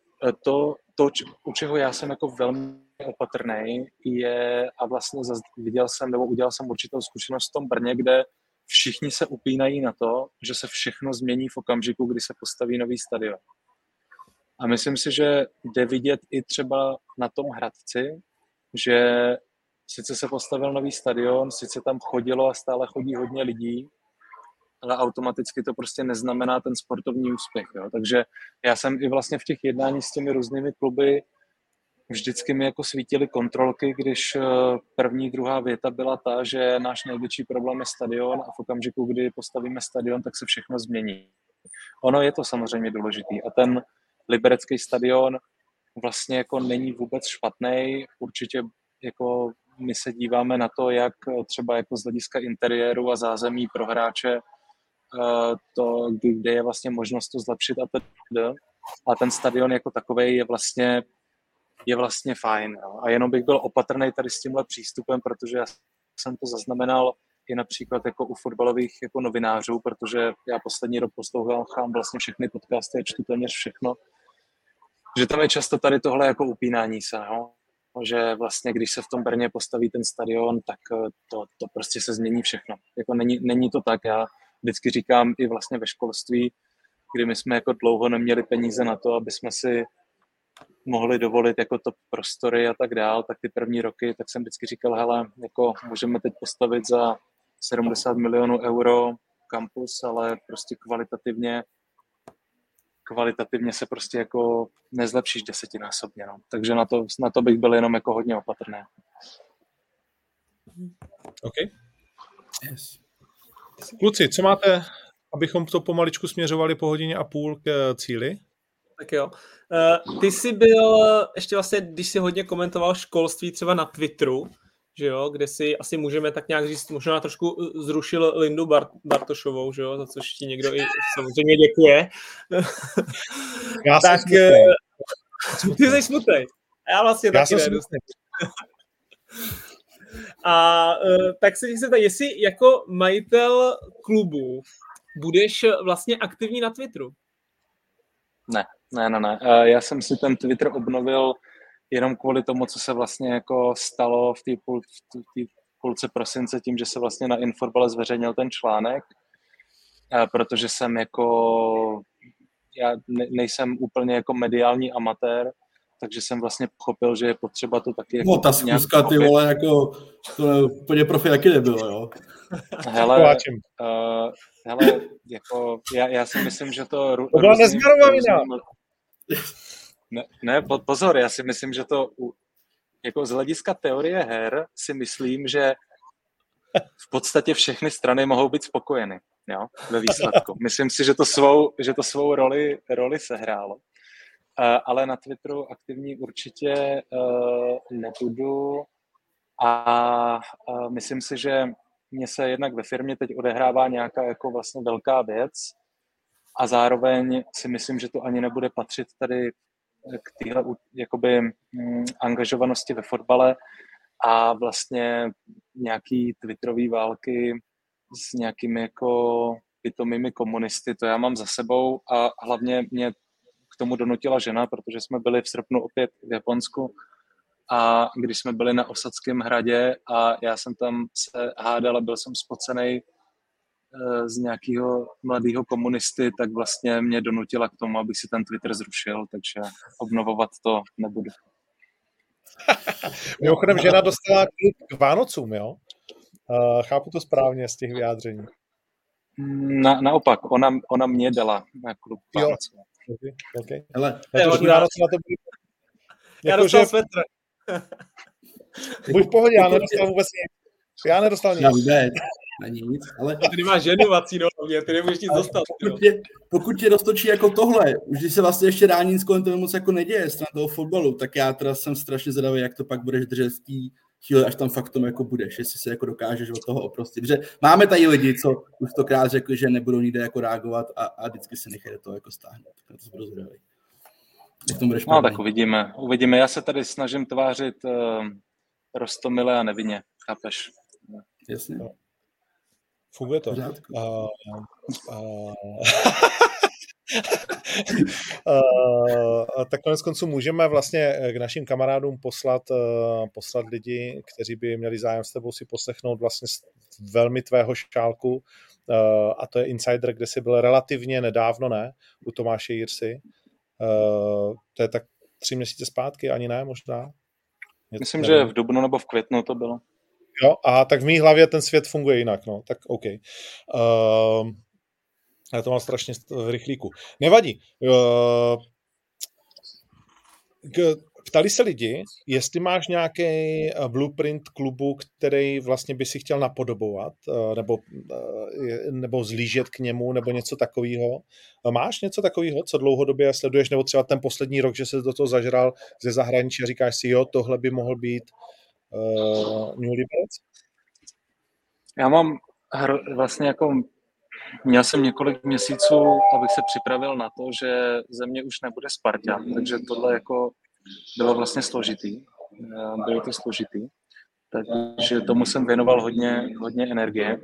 Speaker 4: U čeho já jsem jako velmi opatrný, je, a vlastně udělal jsem určitou zkušenost v tom Brně, kde všichni se upínají na to, že se všechno změní v okamžiku, kdy se postaví nový stadion. A myslím si, že jde vidět i třeba na tom Hradci, že sice se postavil nový stadion, sice tam chodilo a stále chodí hodně lidí, ale automaticky to prostě neznamená ten sportovní úspěch. Jo. Takže já jsem i vlastně v těch jednání s těmi různými kluby vždycky mi jako svítily kontrolky, když první, druhá věta byla ta, že náš největší problém je stadion a v okamžiku, kdy postavíme stadion, tak se všechno změní. Ono je to samozřejmě důležitý a ten liberecký stadion vlastně jako není vůbec špatný. Určitě jako my se díváme na to, jak třeba jako z hlediska interiéru a zázemí pro hráče kde je vlastně možnost to zlepšit a ten stadion jako takovej je vlastně fajn. Jo. A jenom bych byl opatrný tady s tímhle přístupem, protože já jsem to zaznamenal i například jako u fotbalových jako novinářů, protože já poslední rok poslouchám vlastně všechny podcasty a čtu téměř všechno, že tam je často tady tohle jako upínání se, jo. Že vlastně, když se v tom Brně postaví ten stadion, tak to prostě se změní všechno. Jako není to tak, já vždycky říkám i vlastně ve školství, kdy my jsme jako dlouho neměli peníze na to, aby jsme si mohli dovolit jako top prostory a tak dál, tak ty první roky, tak jsem vždycky říkal, hele, jako můžeme teď postavit za 70 milionů euro kampus, ale prostě kvalitativně se prostě jako nezlepšíš desetinásobně, no. Takže na to bych byl jenom jako hodně opatrný.
Speaker 5: OK. Yes. Kluci, co máte, abychom to pomaličku směřovali po hodině a půl k cíli?
Speaker 3: Tak jo. Ty jsi byl, ještě vlastně, když jsi hodně komentoval školství třeba na Twitteru, že jo, kde si asi můžeme tak nějak říct, možná trošku zrušil Lindu Bartošovou, že jo, za což ti někdo i samozřejmě děkuje.
Speaker 5: Já
Speaker 3: tak, ty jsi smutnej. Já vlastně taky ne. A tak se chci, jestli jako majitel klubu budeš vlastně aktivní na Twitteru?
Speaker 4: Ne. Já jsem si ten Twitter obnovil jenom kvůli tomu, co se vlastně jako stalo v té půlce prosince tím, že se vlastně na Infobale zveřejnil ten článek, protože jsem jako, já nejsem úplně jako mediální amatér, takže jsem vlastně pochopil, že je potřeba to taky jako...
Speaker 2: No ta zkuska, ty vole, jako to úplně profi taky nebylo, jo.
Speaker 4: Hele, jako já si myslím, že to...
Speaker 5: To byla nezmarovavina.
Speaker 4: Ne, pozor, já si myslím, že to jako z hlediska teorie her si myslím, že v podstatě všechny strany mohou být spokojeny, jo, ve výsledku. Myslím si, že to svou roli sehrálo. Ale na Twitteru aktivní určitě nebudu a myslím si, že mně se jednak ve firmě teď odehrává nějaká jako vlastně velká věc a zároveň si myslím, že to ani nebude patřit tady k téhle jakoby angažovanosti ve fotbale a vlastně nějaký twitterový války s nějakými jako pitomými komunisty, to já mám za sebou a hlavně mě k tomu donutila žena, protože jsme byli v srpnu opět v Japonsku a když jsme byli na Osadském hradě a já jsem tam se hádal a byl jsem spocenej z nějakého mladého komunisty, tak vlastně mě donutila k tomu, abych si ten Twitter zrušil, takže obnovovat to nebudu.
Speaker 5: Mimochodem, žena dostala klub k Vánocům, jo? Chápu to správně z těch vyjádření.
Speaker 4: Naopak, ona mě dala na klub k Vánocům.
Speaker 5: Okay.
Speaker 2: Hele,
Speaker 5: Vánoce na to byli...
Speaker 3: Já dostal svetr.
Speaker 5: Buď v pohodě, já nedostal vůbec nic. Já nedostal nic.
Speaker 2: Já vůbec. Ani nic, ale...
Speaker 3: Ty nemáš ženu vacínou, ty nemůžeš nic dostat.
Speaker 2: Pokud tě roztočí jako tohle, už když se vlastně ještě dá nic kolem toho moc jako neděje stran toho fotbalu, tak já teda jsem strašně zvědavý, jak to pak budeš držet v té chvíli, až tam fakt tomu jako budeš, jestli se jako dokážeš od toho oprostit. Protože máme tady lidi, co už tokrát řekli, že nebudou nikde jako reagovat a vždycky se nechají to jako stáhnout. Tak to budu zvědavý.
Speaker 4: No tak uvidíme. Já se tady snažím tvářit roztomile a nevinně, chápeš?
Speaker 2: Jasně.
Speaker 5: No. Funguje to. Tak konec konců můžeme vlastně k našim kamarádům poslat lidi, kteří by měli zájem s tebou si poslechnout vlastně velmi tvého šálku, a to je Insider, kde jsi byl relativně nedávno, ne? U Tomáše Jirsy. To je tak 3 měsíce zpátky, ani ne možná?
Speaker 4: Myslím, že v dubnu nebo v květnu to bylo.
Speaker 5: Jo, a tak v mý hlavě ten svět funguje jinak, no, tak OK. Já to mám strašně v rychlíku. Nevadí. Ptali se lidi, jestli máš nějaký blueprint klubu, který vlastně by si chtěl napodobovat, nebo zlížet k němu, nebo něco takového. Máš něco takového, co dlouhodobě sleduješ, nebo třeba ten poslední rok, že se do toho zažral ze zahraničí a říkáš si, jo, tohle by mohl být New Liberec?
Speaker 4: Já mám vlastně jako, měl jsem několik měsíců, abych se připravil na to, že ze mě už nebude Spartan, takže tohle jako bylo vlastně složitý. Bylo to složitý, takže tomu jsem věnoval hodně energie.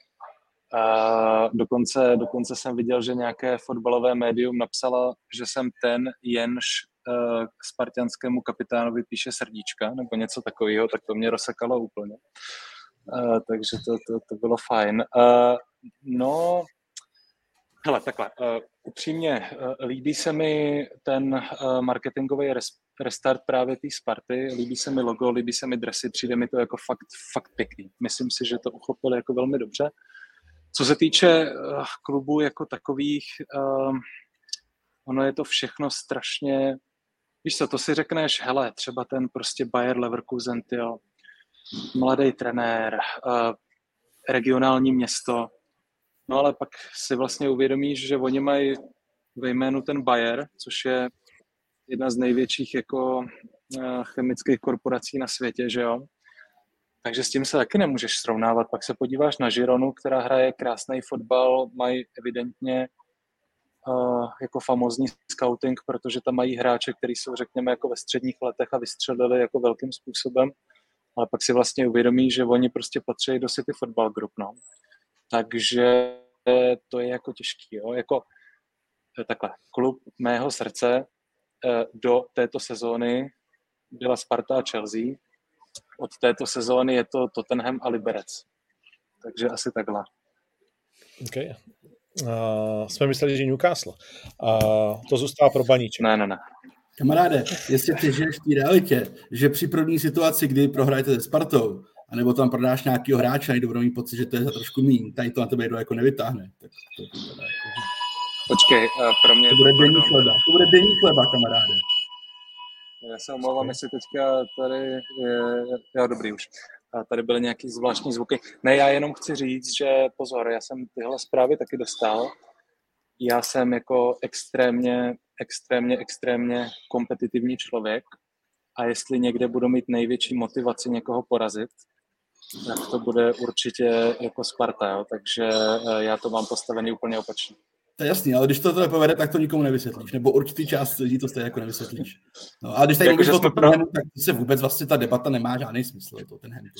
Speaker 4: A dokonce jsem viděl, že nějaké fotbalové médium napsala, že jsem ten, jenž k spartanskému kapitánovi píše srdíčka, nebo něco takového, tak to mě rozsekalo úplně. Takže to bylo fajn. No, hele, takhle, upřímně, líbí se mi ten marketingový restart právě té Sparty, líbí se mi logo, líbí se mi dresy, přijde mi to jako fakt pěkný. Myslím si, že to uchopili jako velmi dobře. Co se týče klubů jako takových, ono je to všechno strašně, víš co, to si řekneš, hele, třeba ten prostě Bayer Leverkusen, tyjo, mladý trenér, regionální město, no ale pak si vlastně uvědomíš, že oni mají ve jménu ten Bayer, což je jedna z největších jako chemických korporací na světě, že jo? Takže s tím se taky nemůžeš srovnávat. Pak se podíváš na Gironu, která hraje krásný fotbal, mají evidentně jako famózní scouting, protože tam mají hráče, kteří jsou, řekněme, jako ve středních letech a vystřelili jako velkým způsobem, ale pak si vlastně uvědomí, že oni prostě patří do City Football Group, no. Takže to je jako těžký, jo. Jako takhle, klub mého srdce do této sezóny byla Sparta a Chelsea, od této sezóny je to Tottenham a Liberec. Takže asi takhle.
Speaker 5: Okay. Jsme mysleli, že Newcastle. To zůstává pro Baníček.
Speaker 4: Ne.
Speaker 2: Kamaráde, jestli ty žiješ v té realitě, že při první situaci, kdy prohrajete se Spartou, anebo tam prodáš nějakýho hráče a budou mít pocit, že to je za trošku míň, tady to na tebe jedno jako nevytáhne. Tak to jako...
Speaker 4: Počkej, pro mě...
Speaker 2: To bude denní chleba, kamaráde.
Speaker 4: Já se omlouvám, jestli teďka tady jo, dobrý už. A tady byly nějaký zvláštní zvuky. Ne, já jenom chci říct, že pozor, já jsem tyhle zprávy taky dostal. Já jsem jako extrémně kompetitivní člověk a jestli někde budu mít největší motivaci někoho porazit, tak to bude určitě jako Sparta, jo? Takže já to mám postavený úplně opačně.
Speaker 2: To je jasný, ale když to nepovede, tak to nikomu nevysvětlíš, nebo určitý část lidí to stejně jako nevysvětlíš. No, a když tady mluvíš o tom problému, tak se vůbec vlastně ta debata nemá žádný smysl, je to ten Henry.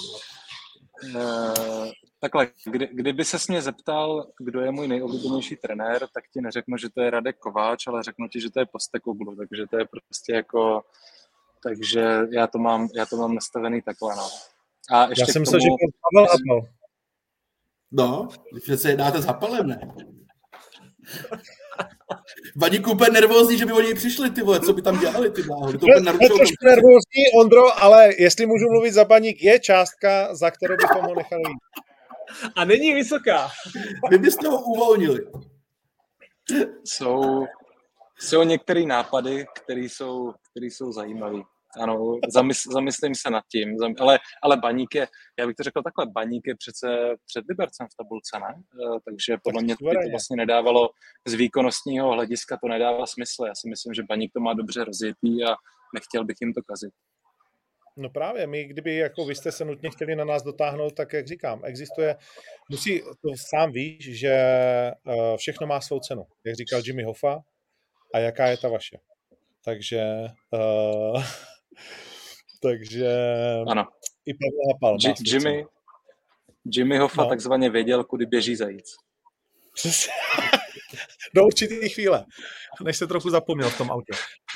Speaker 4: Takhle, kdyby ses mě zeptal, kdo je můj nejoblíbenější trenér, tak ti neřeknu, že to je Radek Kováč, ale řeknu ti, že to je Postecoglou, takže to je prostě jako, takže já to mám nastavený takhle, no. A ještě
Speaker 5: já jsem myslel, že to Pavel Abel.
Speaker 2: No, když se jednáte s Apelem, ne? Vaník úplně nervózní, že by oni přišli, ty vole, co by tam dělali, ty bláho. To
Speaker 5: trošku nervózní, Ondro, ale jestli můžu mluvit za Baník, je částka, za kterou bychom ho nechali jít.
Speaker 3: A není vysoká.
Speaker 2: Vy byste ho uvolnili.
Speaker 4: Jsou některé nápady, které jsou zajímavé. Ano, zamyslím se nad tím, ale Baník je, já bych to řekl takhle, Baník je přece před Libercem v tabulce, ne? Takže podle mě by to vlastně nedávalo, z výkonnostního hlediska to nedává smysl. Já si myslím, že Baník to má dobře rozjetý a nechtěl bych jim to kazit.
Speaker 5: No právě, my kdyby jako vy jste se nutně chtěli na nás dotáhnout, tak jak říkám, to sám víš, že všechno má svou cenu, jak říkal Jimmy Hoffa, a jaká je ta vaše. Takže
Speaker 4: ano.
Speaker 5: I Pavel Hapal má
Speaker 4: Jimmy Hoffa takzvaně věděl, kudy běží zajíc.
Speaker 5: Přesně. Do určitý chvíle, než se trochu zapomněl v tom autě.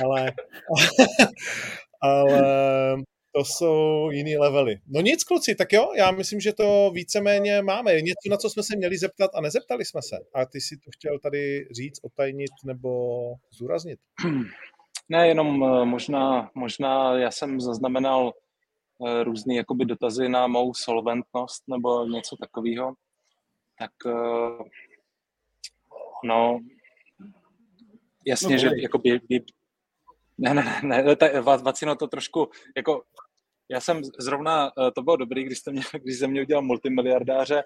Speaker 5: Ale to jsou jiný levely. No nic, kluci, tak jo, já myslím, že to víceméně máme. Něco, na co jsme se měli zeptat a nezeptali jsme se. A ty si to chtěl tady říct, otajnit nebo zúraznit?
Speaker 4: Ne, jenom možná já jsem zaznamenal různý jakoby dotazy na mou solventnost nebo něco takového. Tak no, jasně, že jakoby Ne, Vacino, to trošku, jako, já jsem zrovna, to bylo dobrý, když ze mě udělal multimiliardáře,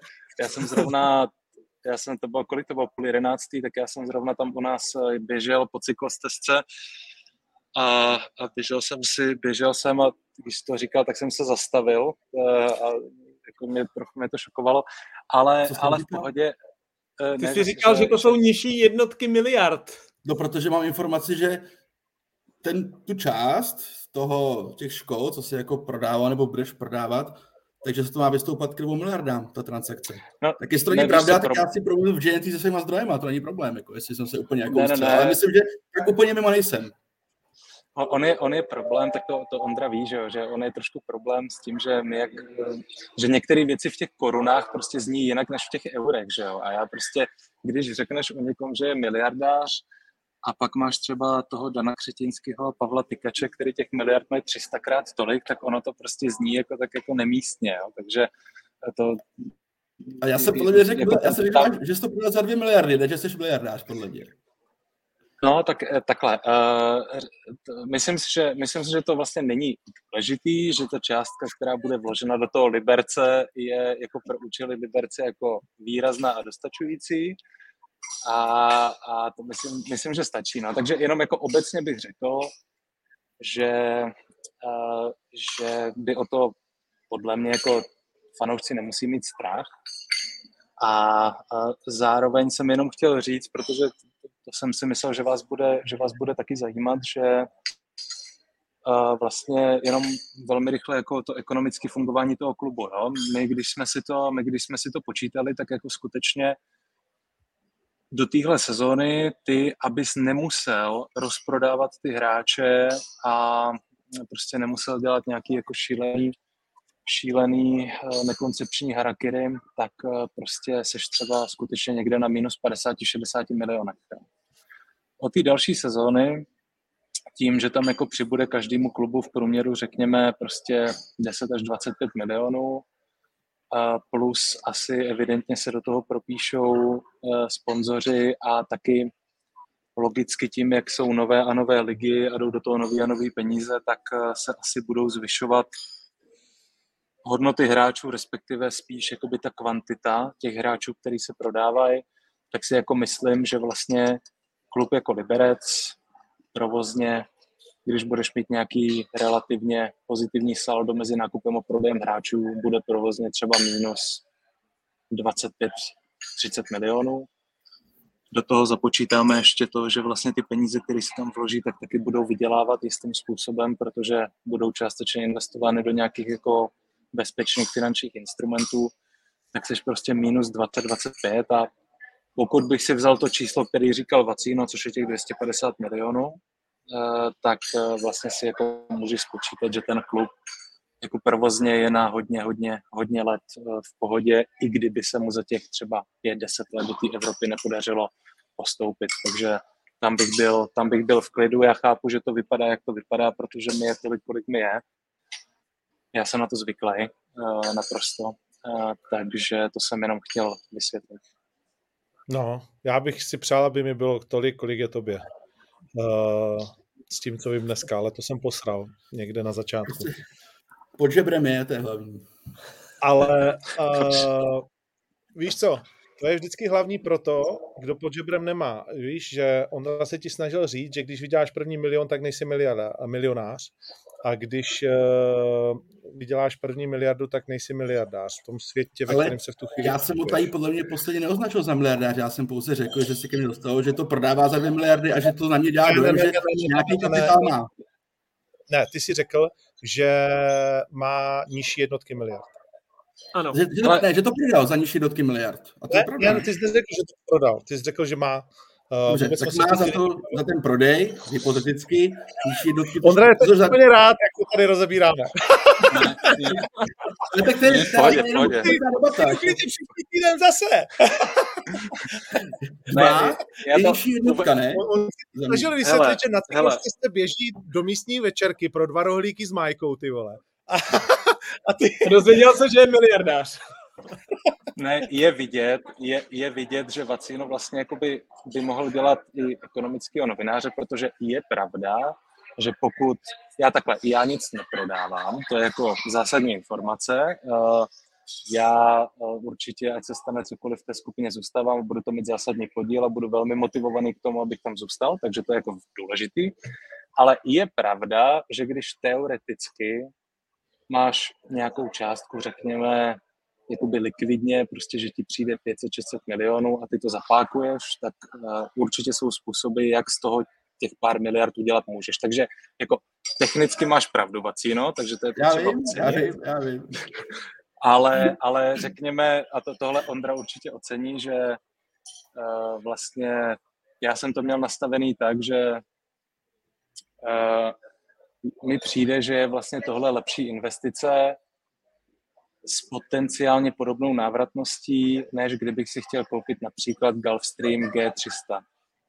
Speaker 4: to bylo 10:30, tak já jsem zrovna tam u nás běžel po cyklostezce a běžel jsem a když to říkal, tak jsem se zastavil a jako trochu mě to šokovalo, ale v pohodě.
Speaker 3: Ty jsi říkal, že to jsou nižší jednotky miliard.
Speaker 2: No, protože mám informaci, že tu část těch škol, co se jako prodává nebo budeš prodávat, takže se to má vystoupat k 2 miliardám, ta transakce. No, tak jestli to není pravda, tak já si promluvím v GNT se svýma zdrojema, to není problém, jako jestli jsem se úplně jako ustřel, ale myslím, že tak úplně mimo nejsem.
Speaker 4: On je problém, tak to Ondra ví, že on je trošku problém s tím, že že některé věci v těch korunách prostě zní jinak než v těch eurech, že jo, a já prostě, když řekneš o někom, že je miliardář, a pak máš třeba toho Dana Křetínského a Pavla Tykače, který těch miliard mají 300krát tolik, tak ono to prostě zní jako tak jako nemístně, jo? Takže to...
Speaker 2: A já jsem podle mě řekl, že jsi to prodal za 2 miliardy, ne, že jsi miliardář podle mě.
Speaker 4: No, tak takhle. Myslím si, že to vlastně není důležitý, že ta částka, která bude vložena do toho Liberce, je jako pro účely Liberce jako výrazná a dostačující. A to myslím, že stačí. No. Takže jenom jako obecně bych řekl, že by o to podle mě jako fanoušci nemusí mít strach. A zároveň jsem jenom chtěl říct, protože to jsem si myslel, že vás bude taky zajímat, že vlastně jenom velmi rychle jako to ekonomické fungování toho klubu. Jo? My, když jsme si to počítali, tak jako skutečně do téhle sezóny abys nemusel rozprodávat ty hráče a prostě nemusel dělat nějaký jako šílený nekoncepční harakiri, tak prostě seš třeba skutečně někde na minus 50-60 milionech. Od té další sezóny, tím, že tam jako přibude každému klubu v průměru, řekněme, prostě 10 až 25 milionů, plus asi evidentně se do toho propíšou sponzoři a taky logicky tím, jak jsou nové a nové ligy a jdou do toho nový a nový peníze, tak se asi budou zvyšovat hodnoty hráčů, respektive spíš jakoby ta kvantita těch hráčů, který se prodávají, tak si jako myslím, že vlastně klub jako Liberec provozně, když budeš mít nějaký relativně pozitivní saldo mezi nákupem a prodejem hráčů, bude provozně třeba minus 25-30 milionů. Do toho započítáme ještě to, že vlastně ty peníze, které se tam vloží, tak taky budou vydělávat jistým způsobem, protože budou částečně investovány do nějakých jako bezpečných finančních instrumentů, tak seš prostě minus 20-25 a pokud bych si vzal to číslo, který říkal Vacino, což je těch 250 milionů, tak vlastně si jako můžeš spočítat, že ten klub jako provozně je na hodně let v pohodě, i kdyby se mu za těch třeba 5-10 let do té Evropy nepodařilo postoupit. Takže tam bych byl v klidu. Já chápu, že to vypadá, jak to vypadá, protože mi je tolik, kolik mi je. Já jsem na to zvyklý naprosto, takže to jsem jenom chtěl vysvětlit.
Speaker 5: No, já bych si přál, aby mi bylo tolik, kolik je tobě. S tím, co vím dneska, ale to jsem posral někde na začátku.
Speaker 2: Pod žebrem je, to je hlavní.
Speaker 5: Ale víš co, to je vždycky hlavní pro to, kdo pod žebrem nemá. Víš, že on se ti snažil říct, že když vyděláš první milion, tak nejsi milionář. A když vyděláš první miliardu, tak nejsi miliardář. V tom světě, ve kterém se v tu chvíli...
Speaker 2: Já jsem ho tady podle mě posledně neoznačil za miliardář. Já jsem pouze řekl, že se ke mně dostalo, že to prodává za 2 miliardy a že to na mě dělá dojem, že nějaký kapitál má.
Speaker 5: Ne, ty jsi řekl, že má nižší jednotky miliard.
Speaker 3: Ano.
Speaker 2: Že to prodal za nižší jednotky miliard. A to
Speaker 5: ne, ty jsi neřekl, že to prodal. Ty jsi řekl, že má...
Speaker 2: Dobře, tak má za ten prodej, hypoteticky, nižší jednotky...
Speaker 5: Ondra je to úplně rád, jak to tady rozebíráme.
Speaker 2: Tak to je
Speaker 5: všichni týden zase.
Speaker 2: Dva je nižší jednotka, ne?
Speaker 5: On snažil vysvětlit, že na cestě běží do místní večerky pro 2 rohlíky s Majkou, ty vole. A ty...
Speaker 3: Dozvěděl se, že je miliardář.
Speaker 4: Ne, je vidět, že Vacino vlastně jakoby by mohl dělat i ekonomického novináře, protože je pravda, že pokud já nic neprodávám, to je jako zásadní informace, já určitě, ať se stane cokoliv v té skupině, zůstávám, budu to mít zásadní podíl a budu velmi motivovaný k tomu, abych tam zůstal, takže to je jako důležitý. Ale je pravda, že když teoreticky máš nějakou částku, řekněme, jakoby likvidně, prostě, že ti přijde 500-600 milionů a ty to zapákuješ, tak určitě jsou způsoby, jak z toho těch pár miliard udělat můžeš. Takže jako technicky máš pravdu, Vacino, takže to je potřeba ocenit.
Speaker 2: Já vím.
Speaker 4: Ale řekněme, a tohle Ondra určitě ocení, že vlastně já jsem to měl nastavený tak, že mi přijde, že je vlastně tohle lepší investice s potenciálně podobnou návratností, než kdybych si chtěl koupit například Gulfstream G300.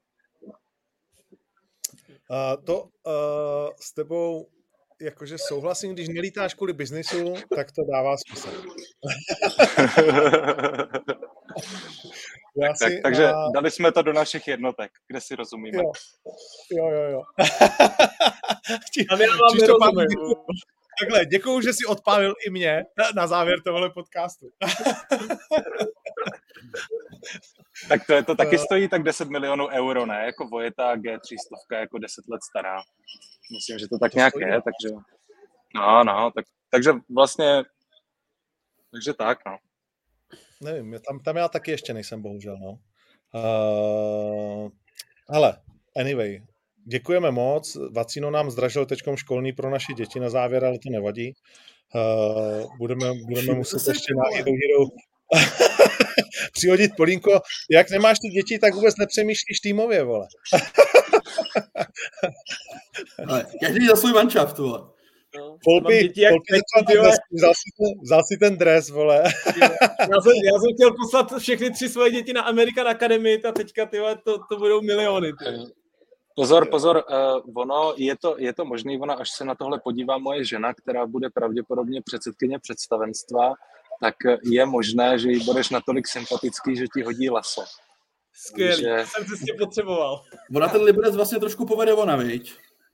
Speaker 5: S tebou jakože souhlasím, když nelítáš kvůli biznisu, tak to dává smysl.
Speaker 4: Takže dali jsme to do našich jednotek, kde si rozumíme.
Speaker 5: Jo.
Speaker 3: A já vám nerozumím.
Speaker 5: Takhle, děkuju, že jsi odpálil i mě na závěr tohle podcastu.
Speaker 4: Tak to taky stojí tak 10 milionů euro, ne? Jako Vojeta G300, jako 10 let stará. Myslím, že to tak to nějak stojí. Je, takže... No, takže vlastně... Takže tak, no.
Speaker 5: Nevím, tam já taky ještě nejsem, bohužel, no. Hele, anyway, děkujeme moc. Vacino nám zdražil teďkom školní pro naše děti na závěr, ale to nevadí. Budeme muset ještě na Hero přihodit Polínko. Jak nemáš ty děti, tak vůbec nepřemýšlíš týmově, vole.
Speaker 2: Každý za svůj manšaft, vole.
Speaker 5: Polpi vzal si ten dres, vole.
Speaker 3: Já jsem chtěl poslat všechny 3 svoje děti na American Academy a teďka to budou miliony.
Speaker 4: Pozor, ono, je to možný, až se na tohle podívá moje žena, která bude pravděpodobně předsedkyně představenstva, tak je možné, že jí budeš natolik sympatický, že ti hodí laso.
Speaker 3: Skvělý, jsem si s tím potřeboval.
Speaker 2: Ona ten Liberec vlastně trošku povede ona, viď?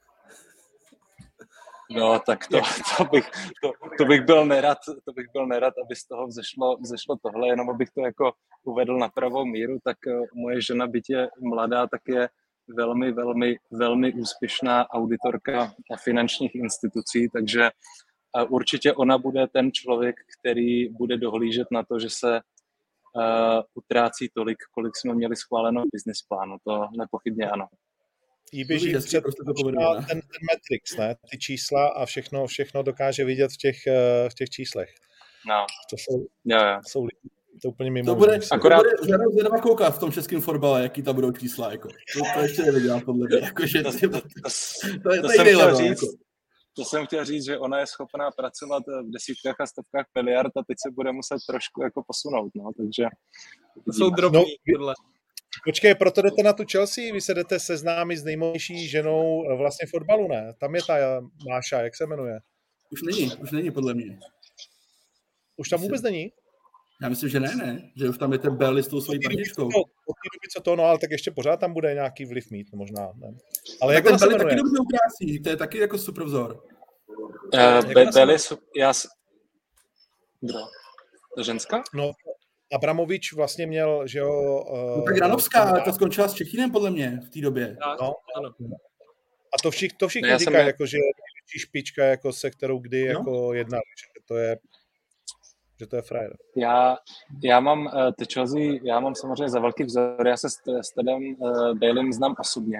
Speaker 4: No, tak to bych byl nerad, aby z toho vzešlo tohle, jenom abych to jako uvedl na pravou míru, tak moje žena, byť je mladá, tak je velmi, velmi, velmi úspěšná auditorka finančních institucí, takže určitě ona bude ten člověk, který bude dohlížet na to, že se utrácí tolik, kolik jsme měli schváleno v business plánu, to nepochybně ano.
Speaker 5: Jí běží před ten Matrix, ne? Ty čísla a všechno dokáže vidět v těch číslech.
Speaker 4: No.
Speaker 5: To jsou lidi. To úplně mimo.
Speaker 2: To bude zvědavá koukat v tom českém fotbale, jaký tam budou čísla. Jako. To ještě neviděl podle mě.
Speaker 4: To jsem chtěl říct, že ona je schopná pracovat v desítkách a stovkách miliard a teď se bude muset trošku jako posunout. No, takže...
Speaker 3: To jsou drobní.
Speaker 5: Počkej, proto jdete na tu Chelsea, vy se jdete seznámit s nejmodnější ženou vlastně fotbalu, ne? Tam je ta Máša, jak se jmenuje?
Speaker 2: Už není podle mě.
Speaker 5: Už tam vůbec není?
Speaker 2: Já myslím, že ne, že už tam je ten Belly s tou svojí partičkou.
Speaker 5: Od té doby, co to, no, ale tak ještě pořád tam bude nějaký vliv mít, možná, ne? Ale jak
Speaker 2: ten
Speaker 5: se
Speaker 2: Belly
Speaker 5: jmenuje?
Speaker 2: taky dobře ukrásí, to je taky jako super vzor.
Speaker 4: Belly, Kdo? To ženská?
Speaker 5: No, Abramovič vlastně měl, že jo...
Speaker 2: No tak Granovská, ta skončila s Čechinem podle mě v té době.
Speaker 5: No, ano. A to všichni
Speaker 4: No,
Speaker 5: říkají, jako, že je největší špička, jako, se kterou kdy jako jedna, že to je frajer.
Speaker 4: Já mám ty Chelsea, já mám samozřejmě za velký vzor, já se s Tedem Baleym znám osobně.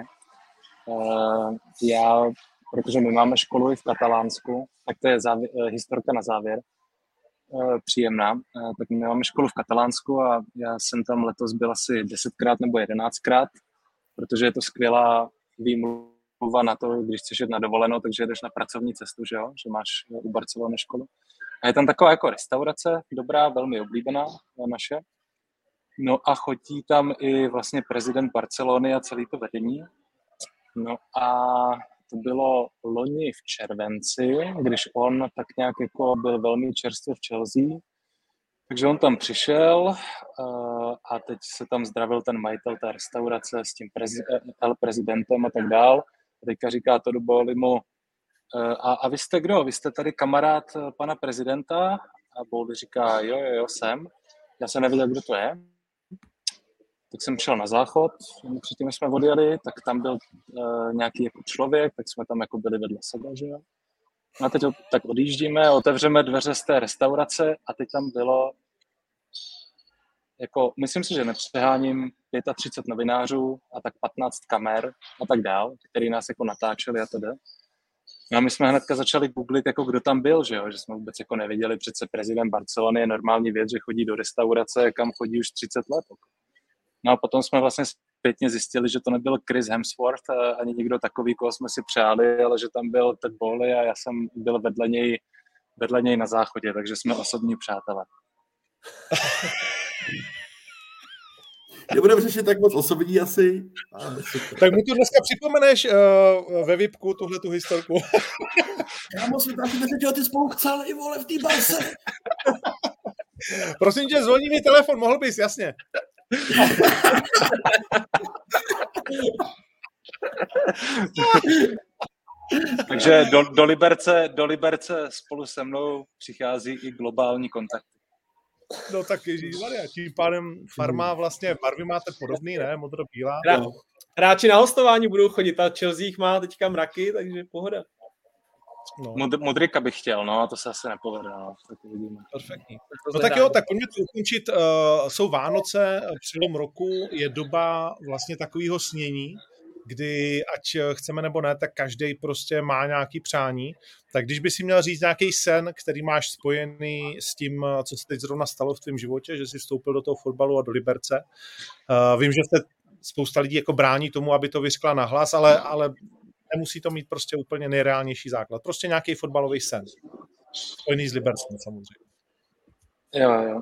Speaker 4: Protože my máme školu i v Katalánsku, tak to je historka na závěr, příjemná. Tak my máme školu v Katalánsku a já jsem tam letos byl asi 10krát nebo 11krát, protože je to skvělá výmluva na to, když chceš jet na dovolenou, takže jdeš na pracovní cestu, že jo? Že máš u Barcelony školu. A je tam taková jako restaurace, dobrá, velmi oblíbená naše. No a chodí tam i vlastně prezident Barcelony a celý to vedení. No a to bylo loni v červenci, když on tak nějak jako byl velmi čerstvě v Chelsea. Takže on tam přišel a teď se tam zdravil ten majitel té restaurace s tím prezidentem a tak dál. A teďka říká Todu Bowleymu, a vy jste kdo? Vy jste tady kamarád pana prezidenta? A Bowley říká, jo, jsem. Já jsem nevěděl, kdo to je. Tak jsem šel na záchod, předtím jsme odjeli, tak tam byl nějaký jako člověk, tak jsme tam jako byli vedle sebe, že jo. A teď tak odjíždíme, otevřeme dveře z té restaurace a teď tam bylo, jako, myslím si, že nepřeháním, 35 novinářů a tak 15 kamer a tak dál, který nás jako natáčeli a tedy. No a my jsme hnedka začali googlit, jako kdo tam byl, že jo, že jsme vůbec jako nevěděli, přece prezident Barcelony je normální věc, že chodí do restaurace, kam chodí už 30 let. No a potom jsme vlastně zpětně zjistili, že to nebyl Chris Hemsworth ani nikdo takový, koho jsme si přáli, ale že tam byl Ted Bowley a já jsem byl vedle něj na záchodě, takže jsme osobní přátelé.
Speaker 2: Nebudeme řešit tak moc osobní asi.
Speaker 5: Tak mu tu dneska připomeneš ve VIPku tuhletu historku.
Speaker 2: Já musím tam 10 ty spolu chceli, vole, v té barse.
Speaker 5: Prosím tě, zvoní mi telefon, mohl bys, jasně.
Speaker 4: Takže do Liberce spolu se mnou přichází i globální kontakt.
Speaker 5: No tak ježišmarja, tím pádem farma vlastně, barvy máte podobný, ne? Modro-bílá.
Speaker 3: Hráči na hostování budou chodit a Chelsea má teďka mraky, takže pohoda.
Speaker 4: No. Modrika bych chtěl, no a to se asi nepovede, no. Tak uvidíme.
Speaker 5: Perfektní. No tak jo, tak pojďme to ukončit. Jsou Vánoce, přelom roku, je doba vlastně takového snění, kdy ať chceme nebo ne, tak každý prostě má nějaký přání. Tak když by si měl říct nějaký sen, který máš spojený s tím, co se teď zrovna stalo v tvém životě, že jsi vstoupil do toho fotbalu a do Liberce. Vím, že spousta lidí jako brání tomu, aby to vyřkla nahlas, ale nemusí to mít prostě úplně nejreálnější základ. Prostě nějaký fotbalový sen. Spojený s Libercem samozřejmě.
Speaker 4: Jo.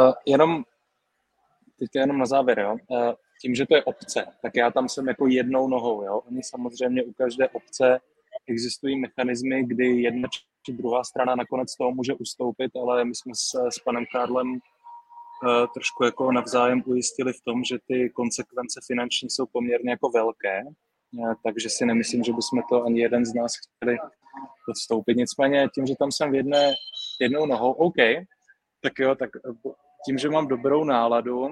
Speaker 4: Jenom na závěr, jo. Tím, že to je obce, tak já tam jsem jako jednou nohou, jo. Oni samozřejmě u každé obce existují mechanismy, kdy jedna či druhá strana nakonec toho může ustoupit, ale my jsme s panem Karlem trošku jako navzájem ujistili v tom, že ty konsekvence finanční jsou poměrně jako velké, takže si nemyslím, že bychom to ani jeden z nás chtěli odstoupit. Nicméně tím, že tam jsem jednou nohou, OK, tak jo, tak tím, že mám dobrou náladu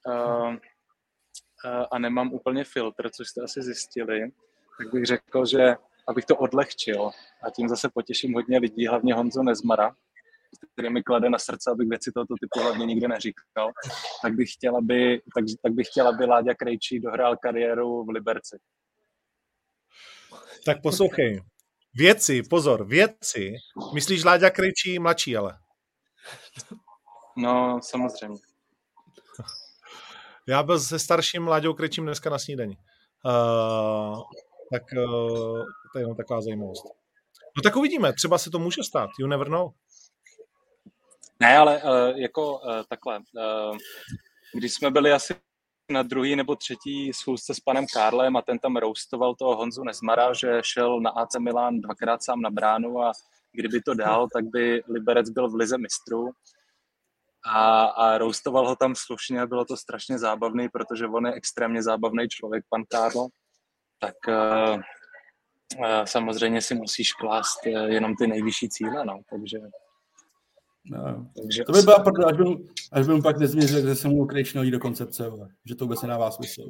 Speaker 4: a nemám úplně filtr, což jste asi zjistili, tak bych řekl, že abych to odlehčil a tím zase potěším hodně lidí, hlavně Honzu Nezmara, který mi klade na srdce, abych věci tohoto typu hlavně nikde neříkal, tak bych chtěl, aby Láďa Krejčí dohrál kariéru v Liberci.
Speaker 5: Tak poslouchej. Vědci. Myslíš Láďa Krejčí mladší, ale?
Speaker 4: No, samozřejmě.
Speaker 5: Já byl se starším Láďou Krejčím dneska na snídani. Tak to je jenom taková zajímavost. No tak uvidíme, třeba se to může stát, you never know.
Speaker 4: Ne, ale takhle, když jsme byli asi na druhý nebo třetí schůzce s panem Karlem a ten tam roastoval toho Honzu Nezmara, že šel na AC Milan dvakrát sám na bránu a kdyby to dal, tak by Liberec byl v lize mistrů. A roastoval ho tam slušně a bylo to strašně zábavný, protože on je extrémně zábavný člověk, pan Karlo. Tak samozřejmě si musíš klást jenom ty nejvyšší cíle, no, takže...
Speaker 2: No. To by byla pravda, až by mu pak nezměřil, že se mu Krejčí hodí do koncepce, že to vůbec nedává smysl.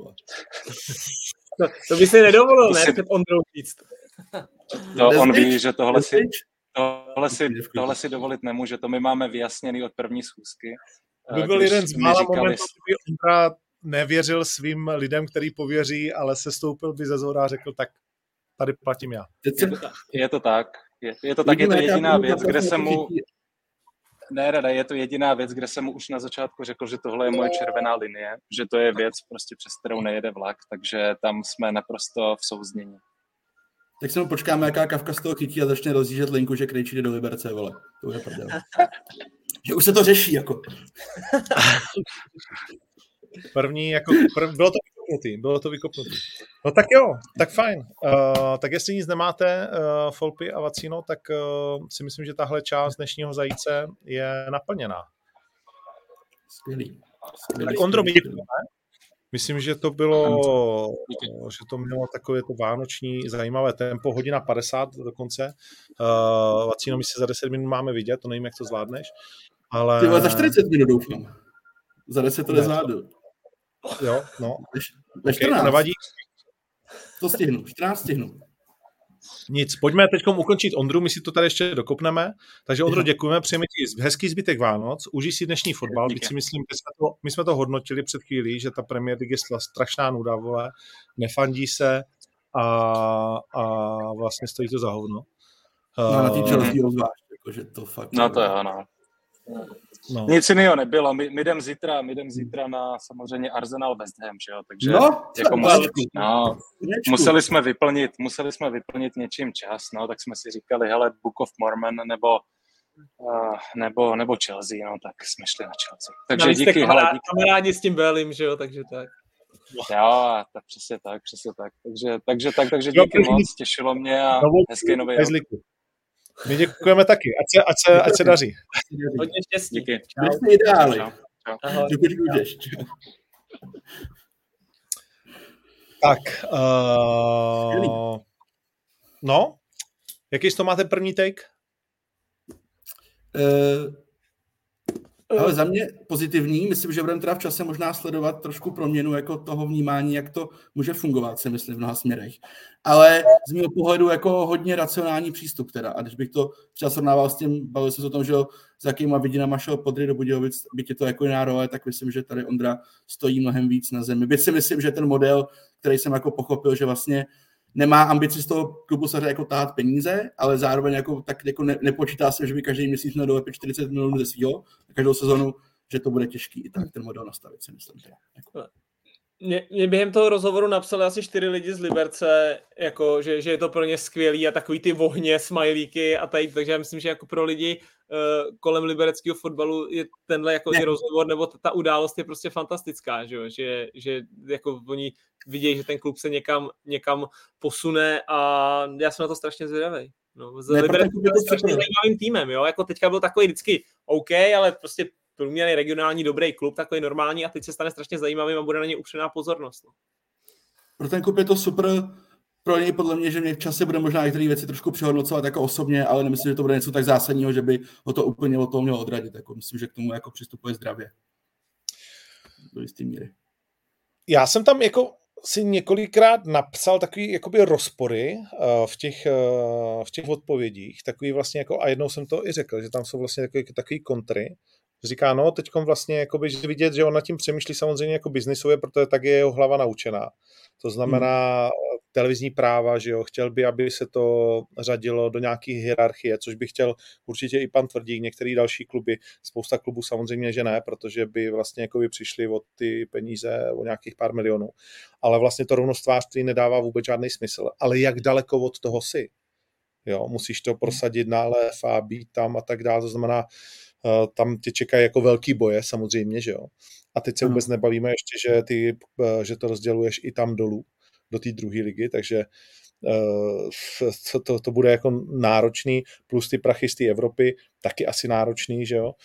Speaker 3: To by si nedovolil, ne? Před Ondrou říct.
Speaker 4: To on ví, že tohle si dovolit nemůže, to my máme vyjasněný od první schůzky.
Speaker 1: To byl jeden z mála momentů, kdy Ondra nevěřil svým lidem, který pověří, ale sestoupil by ze zhora a řekl, tak tady platím já.
Speaker 4: Je to tak. Je to jediná věc, kde se mu... Ne, je to jediná věc, kde jsem mu už na začátku řekl, že tohle je moje červená linie, že to je věc, prostě přes kterou nejede vlak, takže tam jsme naprosto v souznění.
Speaker 2: Tak se mu počkáme, jaká Kafka z toho chytí a začne rozjíždět linku, že Krejčí jde do Liberce, vole. To je prdel. Že už se to řeší, jako.
Speaker 1: Bylo to vykopnutý. No tak jo, tak fajn. Tak jestli nic nemáte, Folpy a Vacino, tak si myslím, že tahle část dnešního zajíce je naplněná.
Speaker 2: Skvělý.
Speaker 1: Tak Ondro, my děkujeme. Myslím, že to mělo takové to vánoční zajímavé tempo, 1:50 dokonce. Vacino, my se za 10 minut máme vidět, to nevím, jak to zvládneš. Ale...
Speaker 2: Ty za 40 minut doufám. Za 10 to nezvládnu.
Speaker 1: Jo, no.
Speaker 2: Ve 14.
Speaker 1: To nevadí.
Speaker 2: To stihnu, 14 stihnu.
Speaker 1: Nic, pojďme teď ukončit Ondru, my si to tady ještě dokopneme. Takže Ondro, děkujeme, přejeme ti hezký zbytek Vánoc, užij si dnešní fotbal, byť si myslím, my jsme to hodnotili před chvílí, že ta Premier League je strašná nuda, vole, nefandí se a vlastně stojí to za hovno.
Speaker 2: No, na té Chelsea zvlášť, jakože to fakt...
Speaker 4: No to jo, no. No. Nic jiného nebylo. My jdem zítra na samozřejmě Arsenal West Ham, že jo? Takže jako museli jsme vyplnit něčím čas, no, tak jsme si říkali, hele, Book of Mormon nebo Chelsea, no, tak jsme šli na Chelsea. Takže
Speaker 3: no,
Speaker 4: díky,
Speaker 3: kamarádi s tím Bellim, že jo, takže tak.
Speaker 4: Jo, tak přesně tak. Takže díky moc, těšilo mě a hezký nový rok.
Speaker 1: My děkujeme taky, ať se daří.
Speaker 3: Hodně štěstí.
Speaker 4: Díky.
Speaker 2: Jsme ideály. Dokud můžeš.
Speaker 1: Tak, no, jaký z toho máte první take?
Speaker 2: Ale za mě pozitivní, myslím, že budeme teda v čase možná sledovat trošku proměnu jako toho vnímání, jak to může fungovat, si myslím, v mnoha směrech. Ale z mého pohledu jako hodně racionální přístup teda. A když bych to třeba srovnával s tím, bavil jsem se o tom, že s jakýma vidinama šel Podry do Budějovic, byť je to jako jiná role, tak myslím, že tady Ondra stojí mnohem víc na zemi. Byť si myslím, že ten model, který jsem jako pochopil, že vlastně nemá ambici z toho klubu samozřejmě jako tahat peníze, ale zároveň jako, tak jako nepočítá se, že by každý měsíc měl dolepit 40 milionů ze svýho každou sezonu, že to bude těžký i tak ten model nastavit, si myslím. Jako.
Speaker 3: Mě během toho rozhovoru napsali asi 4 lidi z Liberce, jako, že je to pro ně skvělý a takový ty vohně, smajlíky a tady, takže já myslím, že jako pro lidi kolem libereckého fotbalu je tenhle jako i rozhovor nebo ta událost je prostě fantastická, že jako oni vidějí, že ten klub se někam posune a já jsem na to strašně zvědavý. No, Liberec je strašně zajímavým týmem, jo, jako teďka byl takový vždycky OK, ale prostě průměrný regionální dobrý klub, takový normální a teď se stane strašně zajímavým a bude na něj upřená pozornost. No.
Speaker 2: Pro ten klub je to super, pro něj podle mě, že v čase bude možná některé věci trošku přehodnocovat jako osobně, ale nemyslím, že to bude něco tak zásadního, že by ho to úplně od toho mělo odradit. Jako myslím, že k tomu jako přistupuje zdravě. Do jistý míry.
Speaker 1: Já jsem tam jako si několikrát napsal takový jakoby rozpory v těch odpovědích, takový vlastně jako, a jednou jsem to i řekl, že tam jsou vlastně takový kontry. Říká, no, teďkom vlastně jakoby, že vidět, že on nad tím přemýšlí samozřejmě jako biznisově, protože tak je jeho hlava naučená. To znamená televizní práva, že jo, chtěl by, aby se to řadilo do nějaké hierarchie, což by chtěl určitě i pan Tvrdík, některé další kluby, spousta klubů samozřejmě, že ne, protože by vlastně jakoby přišli o ty peníze o nějakých pár milionů. Ale vlastně to rovnostářství nedává vůbec žádný smysl. Ale jak daleko od toho si? Jo, musíš to prosadit nálev a být tam a tak dále, to znamená, tam tě čekají jako velký boje samozřejmě, že jo.
Speaker 5: A teď se vůbec nebavíme ještě, že to rozděluješ i tam dolů, do té druhé ligy, takže to bude jako náročný, plus ty prachy z té Evropy, taky asi náročný, že jo.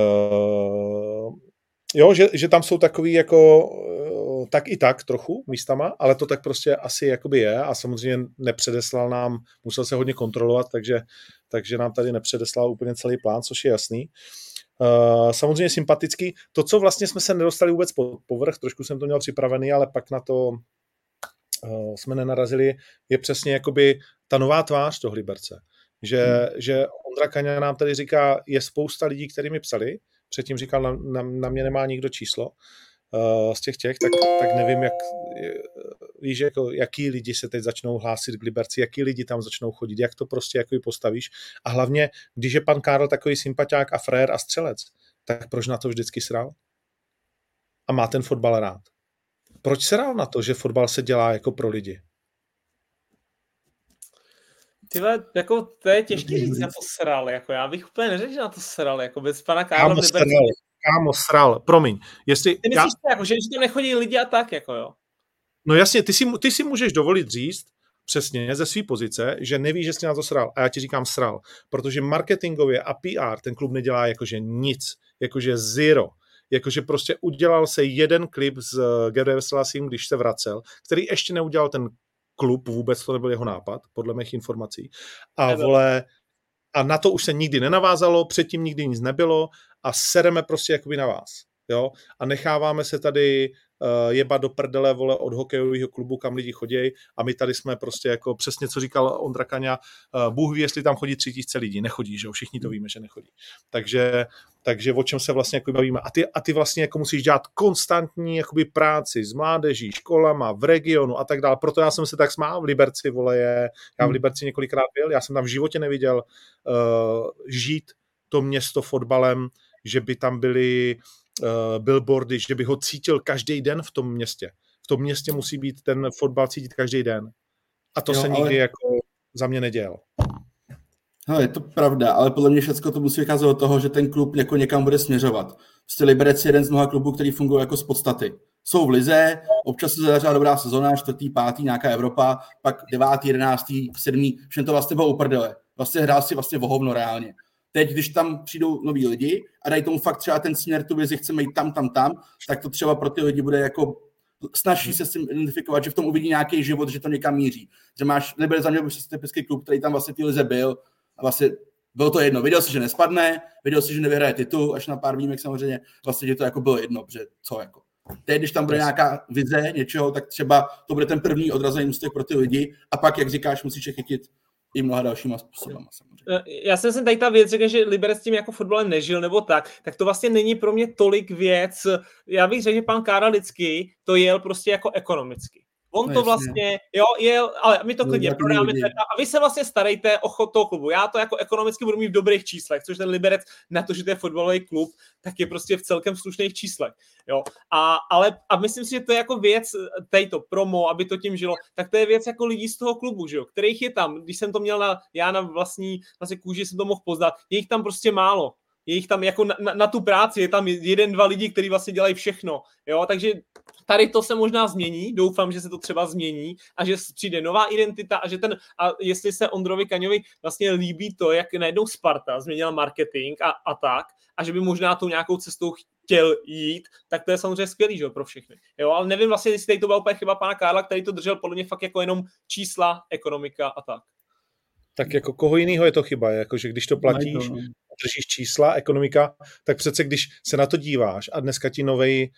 Speaker 5: Jo, že tam jsou takový jako tak i tak trochu místama, ale to tak prostě asi jakoby je a samozřejmě nepředeslal nám, musel se hodně kontrolovat, takže nám tady nepředeslal úplně celý plán, což je jasný. Samozřejmě sympatický. To, co vlastně jsme se nedostali vůbec pod povrch, trošku jsem to měl připravený, ale pak na to jsme nenarazili, je přesně jakoby ta nová tvář toho Liberce. Že Ondra Kaňa nám tady říká, je spousta lidí, kteří mi psali, předtím říkal, na mě nemá nikdo číslo z těch, tak nevím, víš, jako, jaký lidi se teď začnou hlásit k Liberci, jaký lidi tam začnou chodit, jak to prostě jako postavíš. A hlavně, když je pan Karel takový sympatiák a frér a střelec, tak proč na to vždycky sral? A má ten fotbal rád. Proč sral na to, že fotbal se dělá jako pro lidi?
Speaker 3: Tyhle, jako to je těžký říct, na to sral, jako já bych úplně neřekl, že na to sral, jako bez pana Karla v Liberci.
Speaker 5: Kámo, sral, promiň.
Speaker 3: Ty myslíš, jako, že tam nechodí lidi a tak, jako jo?
Speaker 5: No jasně, ty si můžeš dovolit říct, přesně ze své pozice, že nevíš, že jsi na to sral. A já ti říkám sral, protože marketingově a PR ten klub nedělá jakože nic, jakože zero. Jakože prostě udělal se jeden klip s Gerde Veselasím, když se vracel, který ještě neudělal ten klub, vůbec to nebyl jeho nápad, podle mých informací. A na to už se nikdy nenavázalo, předtím nikdy nic nebylo a sereme prostě jakoby na vás. Jo? A necháváme se tady jebat do prdele, vole, od hokejového klubu, kam lidi chodějí a my tady jsme prostě jako přesně, co říkal Ondra Kaňa, Bůh ví, jestli tam chodí 3000 lidí. Nechodí, že jo? Všichni to víme, že nechodí. Takže o čem se vlastně jako bavíme. A ty vlastně jako musíš dělat konstantní jakoby práci s mládeží, školama, v regionu a tak dále. Proto já jsem se tak smál v Liberci, vole, já v Liberci několikrát byl, já jsem tam v životě neviděl žít to město fotbalem, že by tam byly billboardy, že by ho cítil každý den v tom městě. V tom městě musí být ten fotbal cítit každý den. A to se nikdy jako za mě nedělo.
Speaker 2: No, je to pravda, ale podle mě všechno to musí vycházet od toho, že ten klub jako někam bude směřovat. Prostě Liberec je jeden z mnoha klubů, který fungují jako z podstaty. Jsou v lize, občas se zadaří dobrá sezona, 4., 5., nějaká Evropa, pak 9., 11., 7., všem to vlastně bylo uprdele. Vlastně hrál si vlastně vohovno reálně. Teď, když tam přijdou noví lidi a dají tomu fakt třeba ten směr, tu vizi chceme jít tam, tak to třeba pro ty lidi bude jako snaží se s tím identifikovat, že v tom uvidí nějaký život, že to někam míří. Že máš, nebyl za mě typický klub, který tam vlastně v té lize byl a vlastně bylo to jedno. Viděl si, že nespadne, viděl si, že nevyhraje titul, až na pár výjimek samozřejmě, vlastně že to jako bylo jedno, že co jako. Teď, když tam bude nějaká vize něčeho, tak třeba to bude ten první odrazový můstek pro ty lidi a pak, jak říkáš, musíš je chytit i mnoha dalšíma způsobama samozřejmě.
Speaker 3: Já jsem tady ta věc řekl, že Liberec s tím jako fotbalem nežil nebo tak to vlastně není pro mě tolik věc. Já bych řekl, že pan Karel Lický to jel prostě jako ekonomicky. On to vlastně, jo, jel, ale my to klidně prodáme a vy se vlastně starejte o chod toho klubu. Já to jako ekonomicky budu mít v dobrých číslech, což ten Liberec na to, že to je fotbalový klub, tak je prostě v celkem slušných číslech. Jo. A myslím si, že to je jako věc, tady to promo, aby to tím žilo, tak to je věc jako lidí z toho klubu, že jo, kterých je tam, když jsem to měl já na vlastní kůži jsem to mohl poznat, je jich tam prostě málo. Je jich tam jako na tu práci, je tam 1-2 lidi, kteří vlastně dělají všechno. Jo? Takže tady to se možná změní, doufám, že se to třeba změní a že přijde nová identita a jestli se Ondrovi Kaňovi vlastně líbí to, jak najednou Sparta změnila marketing a tak, a že by možná tou nějakou cestou chtěl jít, tak to je samozřejmě skvělý, že jo, pro všechny. Jo, ale nevím vlastně, jestli tady to byla úplně chyba pana Karla, který to držel podle mě fakt jako jenom čísla, ekonomika a tak.
Speaker 5: Tak jako koho jiného je to chyba, jakože když to platíš, držíš čísla, ekonomika, tak přece když se na to díváš a dneska ti novej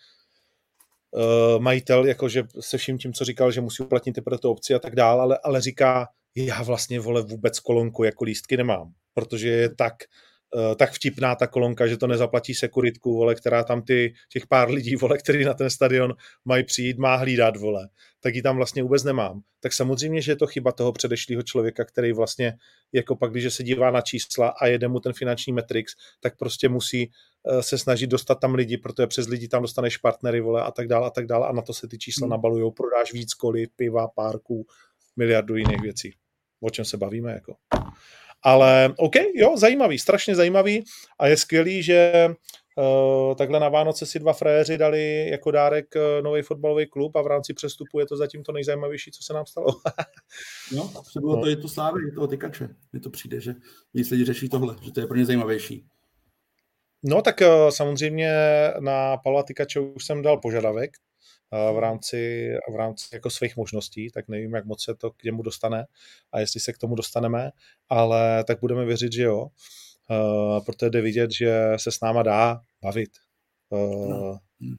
Speaker 5: majitel, jakože se vším tím, co říkal, že musí uplatnit teprve tu opci a tak dál, ale říká, já vlastně, vole, vůbec kolonku jako lístky nemám, protože je tak vtipná ta kolonka, že to nezaplatí sekuritku, vole, která tam těch pár lidí, vole, který na ten stadion mají přijít, má hlídat, vole, tak ji tam vlastně vůbec nemám. Tak samozřejmě, že je to chyba toho předešlého člověka, který vlastně, jako pak, když se dívá na čísla a jede mu ten finanční matrix, tak prostě musí se snažit dostat tam lidi, protože přes lidi tam dostaneš partnery, vole, a tak dále a na to se ty čísla nabalujou, prodáš víc koly, piva, párků, miliardu jiných věcí. O čem se bavíme, jako. Ale OK, jo, zajímavý, strašně zajímavý a je skvělý, že takhle na Vánoce si 2 frajeři dali jako dárek nový fotbalový klub a v rámci přestupu je to zatím to nejzajímavější, co se nám stalo.
Speaker 2: No, to bylo to i to Slávy, toho Tykače. Mně to přijde, že víc lidi řeší tohle, že to je pro ně zajímavější.
Speaker 5: No tak samozřejmě na Pavla Tykače už jsem dal požadavek v rámci jako svých možností, tak nevím, jak moc se to k němu dostane a jestli se k tomu dostaneme, ale tak budeme věřit, že jo. Protože jde vidět, že se s náma dá bavit.
Speaker 2: No.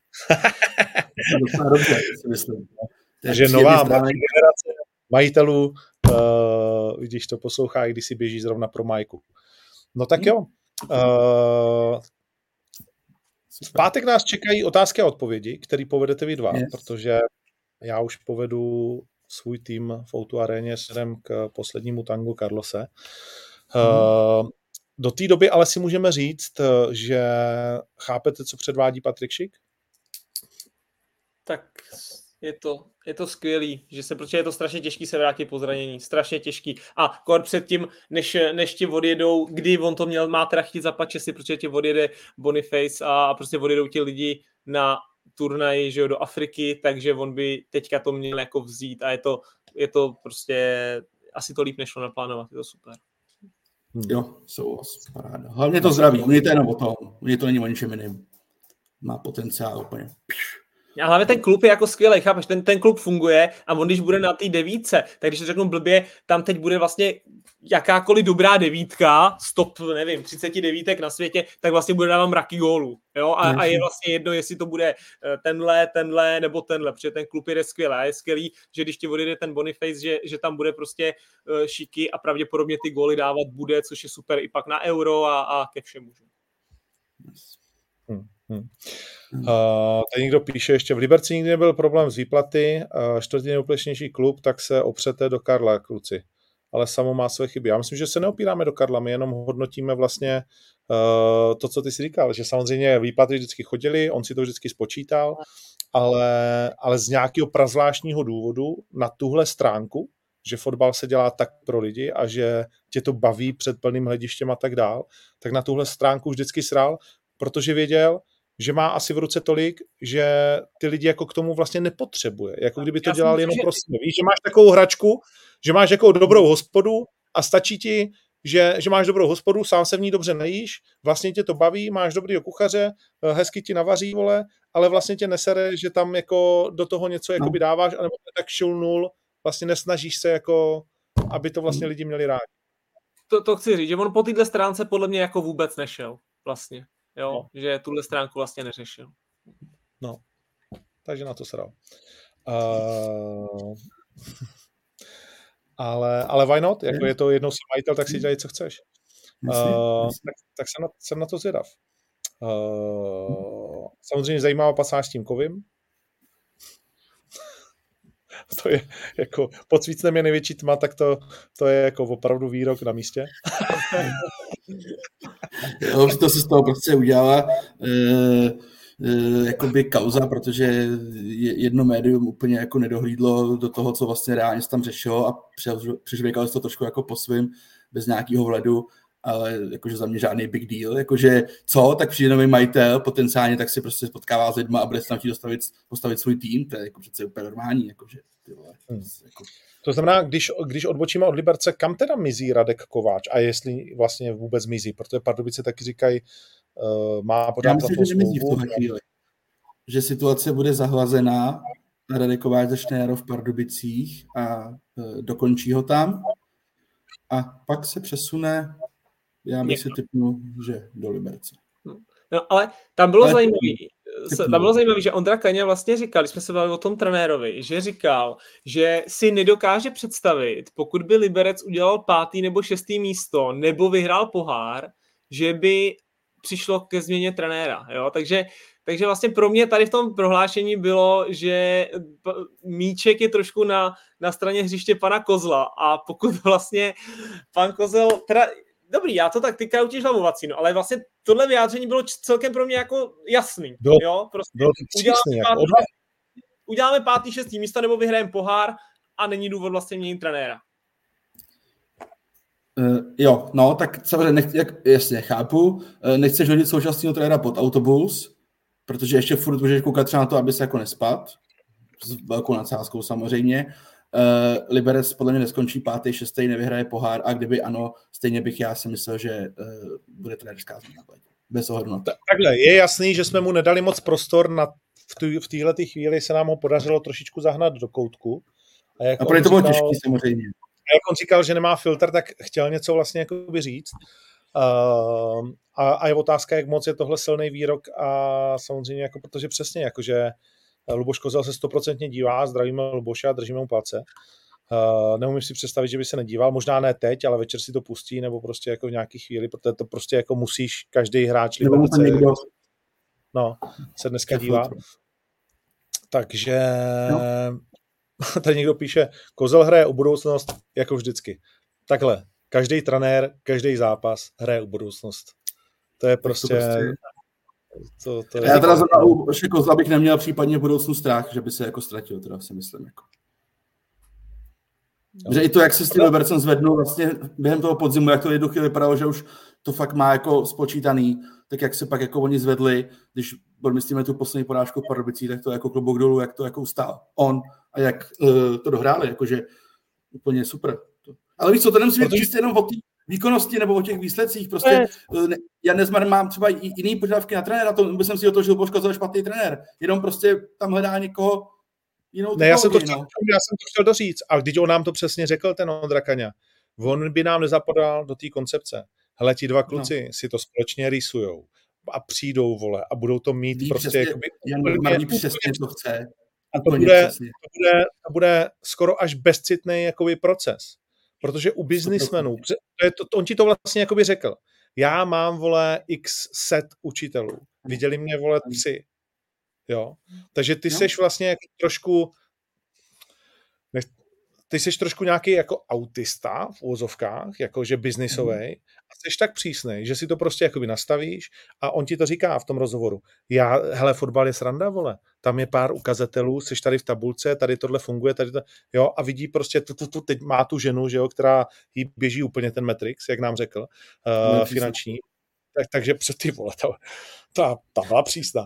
Speaker 2: Dobře, si myslím.
Speaker 5: Takže nová generace majitelů, když to poslouchá, když si běží zrovna pro Majku. No tak jo. V pátek nás čekají otázky a odpovědi, které povedete vy 2, protože já už povedu svůj tým v O2 aréně směrem k poslednímu tangu Carlose. Do té doby ale si můžeme říct, že chápete, co předvádí Patrik Schick?
Speaker 3: Tak je to skvělý, protože je to strašně těžký se vrátit po zranění, strašně těžký. A kor předtím, než ti odjedou, kdy on to má teda chtít zapat Česi, protože ti odjede Boniface a prostě odjedou ti lidi na turnaj, že jo, do Afriky, takže on by teďka to měl jako vzít a je to prostě asi to líp nešlo naplánovat, je to super.
Speaker 2: Jo, paráda. Hlavně to zdraví, u něj to je jenom o tom, u něj to není o ničem jiným. Má potenciál úplně.
Speaker 3: A hlavně ten klub je jako skvělý, chápeš, ten klub funguje a on když bude na té 9, tak když to řeknu blbě, tam teď bude vlastně jakákoliv dobrá 9, stop, nevím, 39 na světě, tak vlastně bude dávat mraky gólů, jo, a je vlastně jedno, jestli to bude tenhle, nebo tenhle, protože ten klub jde skvěle a je skvělý, že když ti odjede ten Boniface, že tam bude prostě Šiky a pravděpodobně ty góly dávat bude, což je super i pak na Euro a ke všemu.
Speaker 5: Tady někdo píše ještě, v Liberci nikdy nebyl problém s výplaty, čtvrtý nejúspěšnější klub, tak se opřete do Karla, kluci. Ale samo má své chyby. Já myslím, že se neopíráme do Karla, my jenom hodnotíme vlastně to, co ty jsi říkal, že samozřejmě výplaty vždycky chodily, on si to vždycky spočítal, ale z nějakého prazvláštního důvodu na tuhle stránku, že fotbal se dělá tak pro lidi a že tě to baví před plným hledištěm a tak dál, tak na tuhle stránku vždycky sral, protože věděl, že má asi v ruce tolik, že ty lidi jako k tomu vlastně nepotřebuje. Jako kdyby to dělal jenom pro sebe. Víš, že máš takovou hračku, že máš jako dobrou hospodu a stačí ti, že máš dobrou hospodu, sám se v ní dobře nejíš, vlastně tě to baví, máš dobrýho kuchaře, hezky ti navaří, vole, ale vlastně tě nesere, že tam jako do toho něco jakoby dáváš, anebo tak šulnul, vlastně nesnažíš se jako, aby to vlastně lidi měli rádi.
Speaker 3: To chci říct, že on po této stránce podle mě jako vůbec nešel vlastně. Jo, no. Že tuhle stránku vlastně neřešil.
Speaker 5: No, takže na to se dal. Ale why not? Jako je to jednou si majitel, tak si dělej, co chceš. Tak jsem na to zvědav. Samozřejmě zajímavá pasáž s tím Kovim. To je jako pod svícnem je největší tma, tak to je jako opravdu výrok na místě.
Speaker 2: Jo, to se z toho prostě udělala jakoby kauza, protože jedno médium úplně jako nedohlídlo do toho, co vlastně reálně se tam řešilo a přežvěkalo se to trošku jako po svým, bez nějakého vhledu, ale jakože za mě žádný big deal, jakože co, tak přijde nový majitel, potenciálně tak si prostě potkává s lidma a bude se tam chtít postavit svůj tým, to je jako přece úplně normální, jakože ty vole, jako...
Speaker 5: To znamená, když odbočíme od Liberce, kam teda mizí Radek Kováč a jestli vlastně vůbec mizí, protože Pardubice taky říkají, má podat za to smlouvu.
Speaker 2: Že situace bude zahlazená a Radek Kováč začne jaro v Pardubicích a dokončí ho tam a pak se přesune, já bych si tipnul, že do Liberce.
Speaker 3: No, ale tam bylo zajímavé, že Ondra Kaňa vlastně říkal, když jsme se bavili o tom trenérovi, že říkal, že si nedokáže představit, pokud by Liberec udělal 5. nebo 6. místo, nebo vyhrál pohár, že by přišlo ke změně trenéra. Jo? Takže vlastně pro mě tady v tom prohlášení bylo, že míček je trošku na straně hřiště pana Kozla a pokud vlastně pan Kozel, teda dobrý, já to tak tykají těž hlavovací, no, ale vlastně tohle vyjádření bylo celkem pro mě jako jasný. Jo? Prostě uděláme 5. 6. místo nebo vyhrajeme pohár a není důvod vlastně měnit trenéra.
Speaker 2: Jo, no, tak samozřejmě, jasně, chápu, nechceš hodit současného trenéra pod autobus, protože ještě furt můžeš koukat třeba na to, aby se jako nespad, s velkou nadsázkou samozřejmě. Liberec podle mě neskončí 5., 6., nevyhraje pohár a kdyby ano, stejně bych já si myslel, že bude trenér zkázaný na létě. Bez ohledu na to.
Speaker 5: Takhle, je jasný, že jsme mu nedali moc prostor v této chvíli se nám ho podařilo trošičku zahnat do koutku.
Speaker 2: A pro to bylo těžké samozřejmě.
Speaker 5: A jak on říkal, že nemá filtr, tak chtěl něco vlastně jakoby říct. A je otázka, jak moc je tohle silný výrok a samozřejmě, jako, protože přesně, jakože Luboš Kozel se 100% dívá, zdravíme Luboše a držíme mu palce. Neumím si představit, že by se nedíval, možná ne teď, ale večer si to pustí, nebo prostě jako v nějaký chvíli, protože to prostě jako musíš, každý hráč Liberce, se dneska dívá. Takže tady někdo píše, Kozel hraje o budoucnost jako vždycky. Takhle, každý trenér, každý zápas hraje o budoucnost. To je prostě...
Speaker 2: Já teda zrovna u Kozla bych neměl případně v budoucnu strach, že by se jako ztratil, teda si myslím. Jako. Že i to, jak se s tím Libercem zvednul vlastně během toho podzimu, jak to jednu chvíli vypadalo, že už to fakt má jako spočítaný, tak jak se pak jako oni zvedli, když myslíme tu poslední porážku v Pardubicích, tak to jako klobouk dolů, jak to jako ustál on a jak to dohráli, jakože úplně super. Ale víš co, to nemusí být čistě jenom o té výkonnosti nebo o těch výsledcích, prostě já nezmar mám třeba jiný požadavky na trenéra, to bych si o to, že Luboš Kozel je špatný trenér, jenom prostě tam hledá někoho jinou.
Speaker 5: Ne, já jsem to chtěl doříct, a když on nám to přesně řekl, ten Ondra Kaňa, on by nám nezapadal do té koncepce. Hele, ti dva kluci si to společně rýsujou a přijdou, vole, a budou to mít prostě jakoby...
Speaker 2: Přesně, co chce.
Speaker 5: A to bude skoro až bezcitný jakoby proces. Protože u biznismenů, on ti to vlastně jakoby řekl, já mám, vole, x set učitelů, viděli mě, vole, 3. Jo? Takže ty seš vlastně jako trošku, ty seš trošku nějaký jako autista v uvozovkách, jakože biznisovej, a seš tak přísnej, že si to prostě jakoby nastavíš a on ti to říká v tom rozhovoru. Hele, fotbal je sranda, vole, tam je pár ukazatelů, seš tady v tabulce, tady tohle funguje, tady to, jo, a vidí prostě, teď má tu ženu, že jo, která jí běží úplně ten Matrix, jak nám řekl, finanční. Takže před ty, vole, ta byla přísná.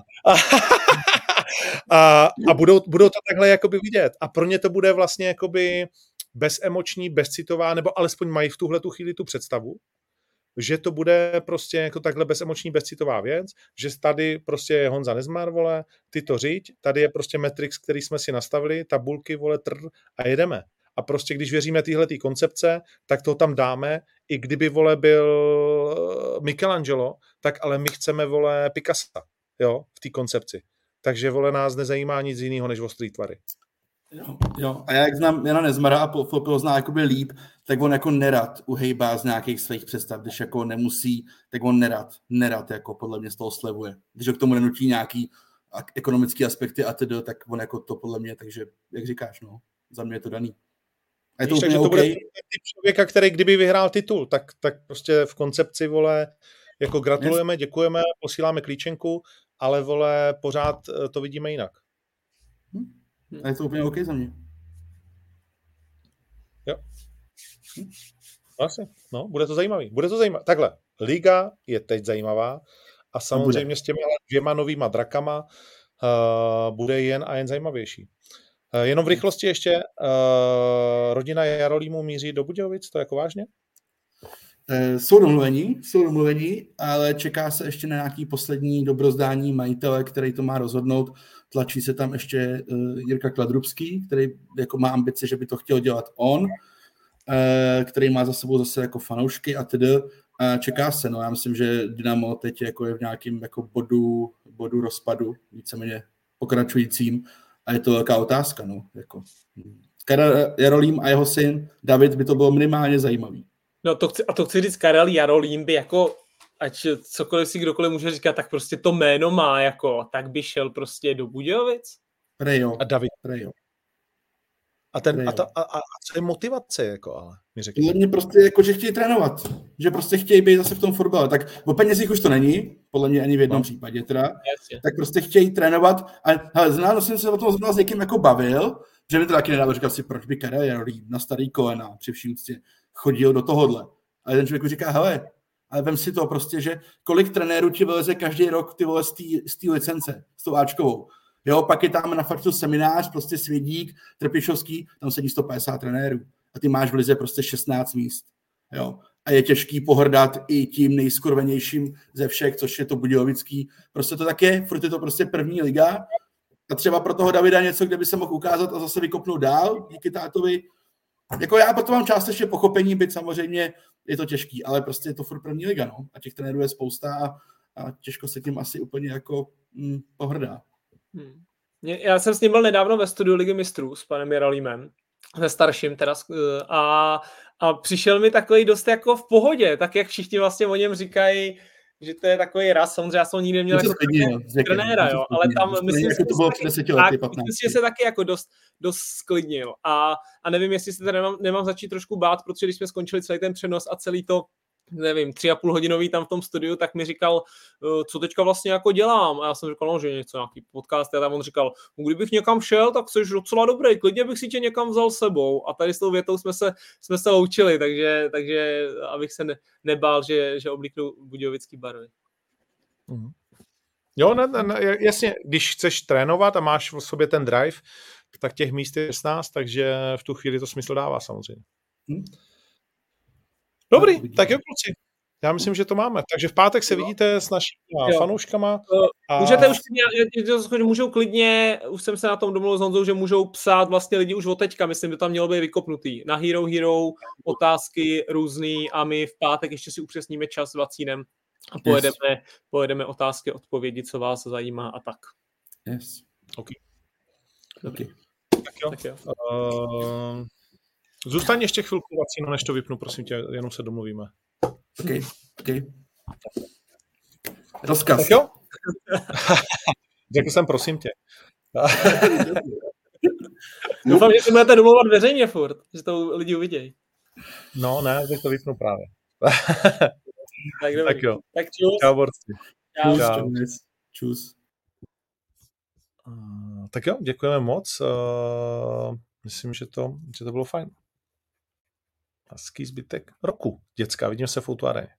Speaker 5: A budou to takhle jakoby vidět. A pro ně to bude vlastně jakoby bezemoční, bezcitová, nebo alespoň mají v tuhletu chvíli tu představu, že to bude prostě jako takhle bezemoční, bezcitová věc, že tady prostě je Honza Nezmar, vole, ty to řiď, tady je prostě Matrix, který jsme si nastavili, tabulky, vole, a jedeme. A prostě když věříme téhletý koncepce, tak to tam dáme, i kdyby, vole, byl Michelangelo, tak ale my chceme, vole, Picassa, jo, v té koncepci. Takže, vole, nás nezajímá nic jiného než ostrý tvary.
Speaker 2: Jo. A já jak znám Jana Nezmara a ho zná jakoby líp, tak on jako nerad uhejbá z nějakých svých představ, když jako nemusí, tak on nerad jako podle mě z toho slevuje. Když ho k tomu nenutí nějaký ekonomický aspekty a tedy, tak on jako to podle mě, takže jak říkáš, no, za mě je to daný. A je to úplně
Speaker 5: to bude typ člověka, který kdyby vyhrál titul, tak prostě v koncepci, vole, jako gratulujeme, děkujeme, posíláme klíčenku, ale, vole, pořád to vidíme jinak.
Speaker 2: A je to úplně OK za mě.
Speaker 5: Jo. Asi. No, bude to zajímavý. Takhle, liga je teď zajímavá a samozřejmě s těmi 2 novýma drakama bude jen a jen zajímavější. Jenom v rychlosti ještě, rodina Jarolímů míří do Budějovic, to jako vážně?
Speaker 2: Jsou domluvení, ale čeká se ještě na nějaký poslední dobrozdání majitele, který to má rozhodnout. Tlačí se tam ještě Jirka Kladrubský, který jako má ambice, že by to chtěl dělat on, který má za sebou zase jako fanoušky a tedy. Čeká se, no já myslím, že Dynamo teď jako je v nějakém jako bodu rozpadu, víceméně pokračujícím a je to velká otázka, no. Jako. Karel Jarolím a jeho syn David by to bylo minimálně zajímavý.
Speaker 3: No to chci říct, Karel Jarolím by jako, ať cokoliv si kdokoliv může říkat, tak prostě to jméno má jako, tak by šel prostě do Budějovic.
Speaker 2: Prejo.
Speaker 5: A David.
Speaker 2: Prejo.
Speaker 5: A co je motivace, jako, ale mi řekni.
Speaker 2: Podle mě prostě jako, že chtějí trénovat, že prostě chtějí být zase v tom fotbale, tak o penězích už to není, podle mě ani v jednom případě teda, tak prostě chtějí trénovat a hele, znamená, jsem se o tom s někým jako bavil, že mi to taky nedává, říkal si, proč by Karel Jarolím na starý kolena při vší úctě chodil do tohohle. Ale ten člověk říká, hele, ale vem si to prostě, že kolik trenérů ti vyleze každý rok ty vole z té licence, s tou Ačkovou. Jo, pak je tam na faktu seminář, prostě Svědík, Trpišovský, tam sedí 150 trenérů. A ty máš v lize prostě 16 míst. Jo. A je těžký pohrdat i tím nejskurvenějším ze všech, což je to Budějovický. Prostě to tak je, furt je to prostě první liga. A třeba pro toho Davida něco, kde by se mohl ukázat a zase vykopnout dál, díky tátovi. Jako já proto mám částečně pochopení, byť samozřejmě je to těžký, ale prostě je to furt první liga, no. A těch trenérů je spousta a těžko se tím asi úplně jako pohrdá.
Speaker 3: Já jsem s ním byl nedávno ve studiu Ligy mistrů s panem Jarolímem, se starším teda, a přišel mi takový dost jako v pohodě, tak jak všichni vlastně o něm říkají, že to je takový raz, samozřejmě já jsem ho nikdy neměl jako trenéra, jo, ale tam myslím, že se taky jako dost sklidnil a nevím, jestli se teda nemám začít trošku bát, protože když jsme skončili celý ten přenos a celý to, nevím, 3,5 hodinový tam v tom studiu, tak mi říkal, co teďka vlastně jako dělám. A já jsem říkal, no, že něco, nějaký podcast. A tam on říkal, kdybych někam šel, tak jsi docela dobrý, klidně bych si tě někam vzal sebou. A tady s tou větou jsme se loučili, takže abych se nebál, že oblíknu budějovický barvy.
Speaker 5: Jo, ne, jasně, když chceš trénovat a máš v sobě ten drive, tak těch míst je 16, takže v tu chvíli to smysl dává samozřejmě. Dobrý, tak jo, kluci. Já myslím, že to máme. Takže v pátek se vidíte s našimi fanouškama.
Speaker 3: Můžete už můžou klidně, už jsem se na tom domluvil s Honzou, že můžou psát vlastně lidi už od teďka, myslím, že tam mělo být vykopnutý. Na Hero, otázky různý a my v pátek ještě si upřesníme čas s Vacínem a pojedeme otázky, odpovědi, co vás zajímá a tak.
Speaker 2: Yes.
Speaker 5: OK.
Speaker 2: Dobrý.
Speaker 5: Tak jo. Zůstaň ještě chvilku, Vacíno, než to vypnu, prosím tě, jenom se domluvíme.
Speaker 2: OK. Rozkaz.
Speaker 5: Tak jo? Řekl jsem, prosím tě.
Speaker 3: Doufám, že si budete domluvat veřejně furt, že to lidi uvidějí.
Speaker 5: No, ne, tak to vypnu právě.
Speaker 3: Tak
Speaker 5: jo.
Speaker 3: Tak čus.
Speaker 5: Čau, borci.
Speaker 2: Čus.
Speaker 5: Tak jo, děkujeme moc. Myslím, že to bylo fajn. Hezký zbytek roku. Děcka, vidíme se v Outu aréně.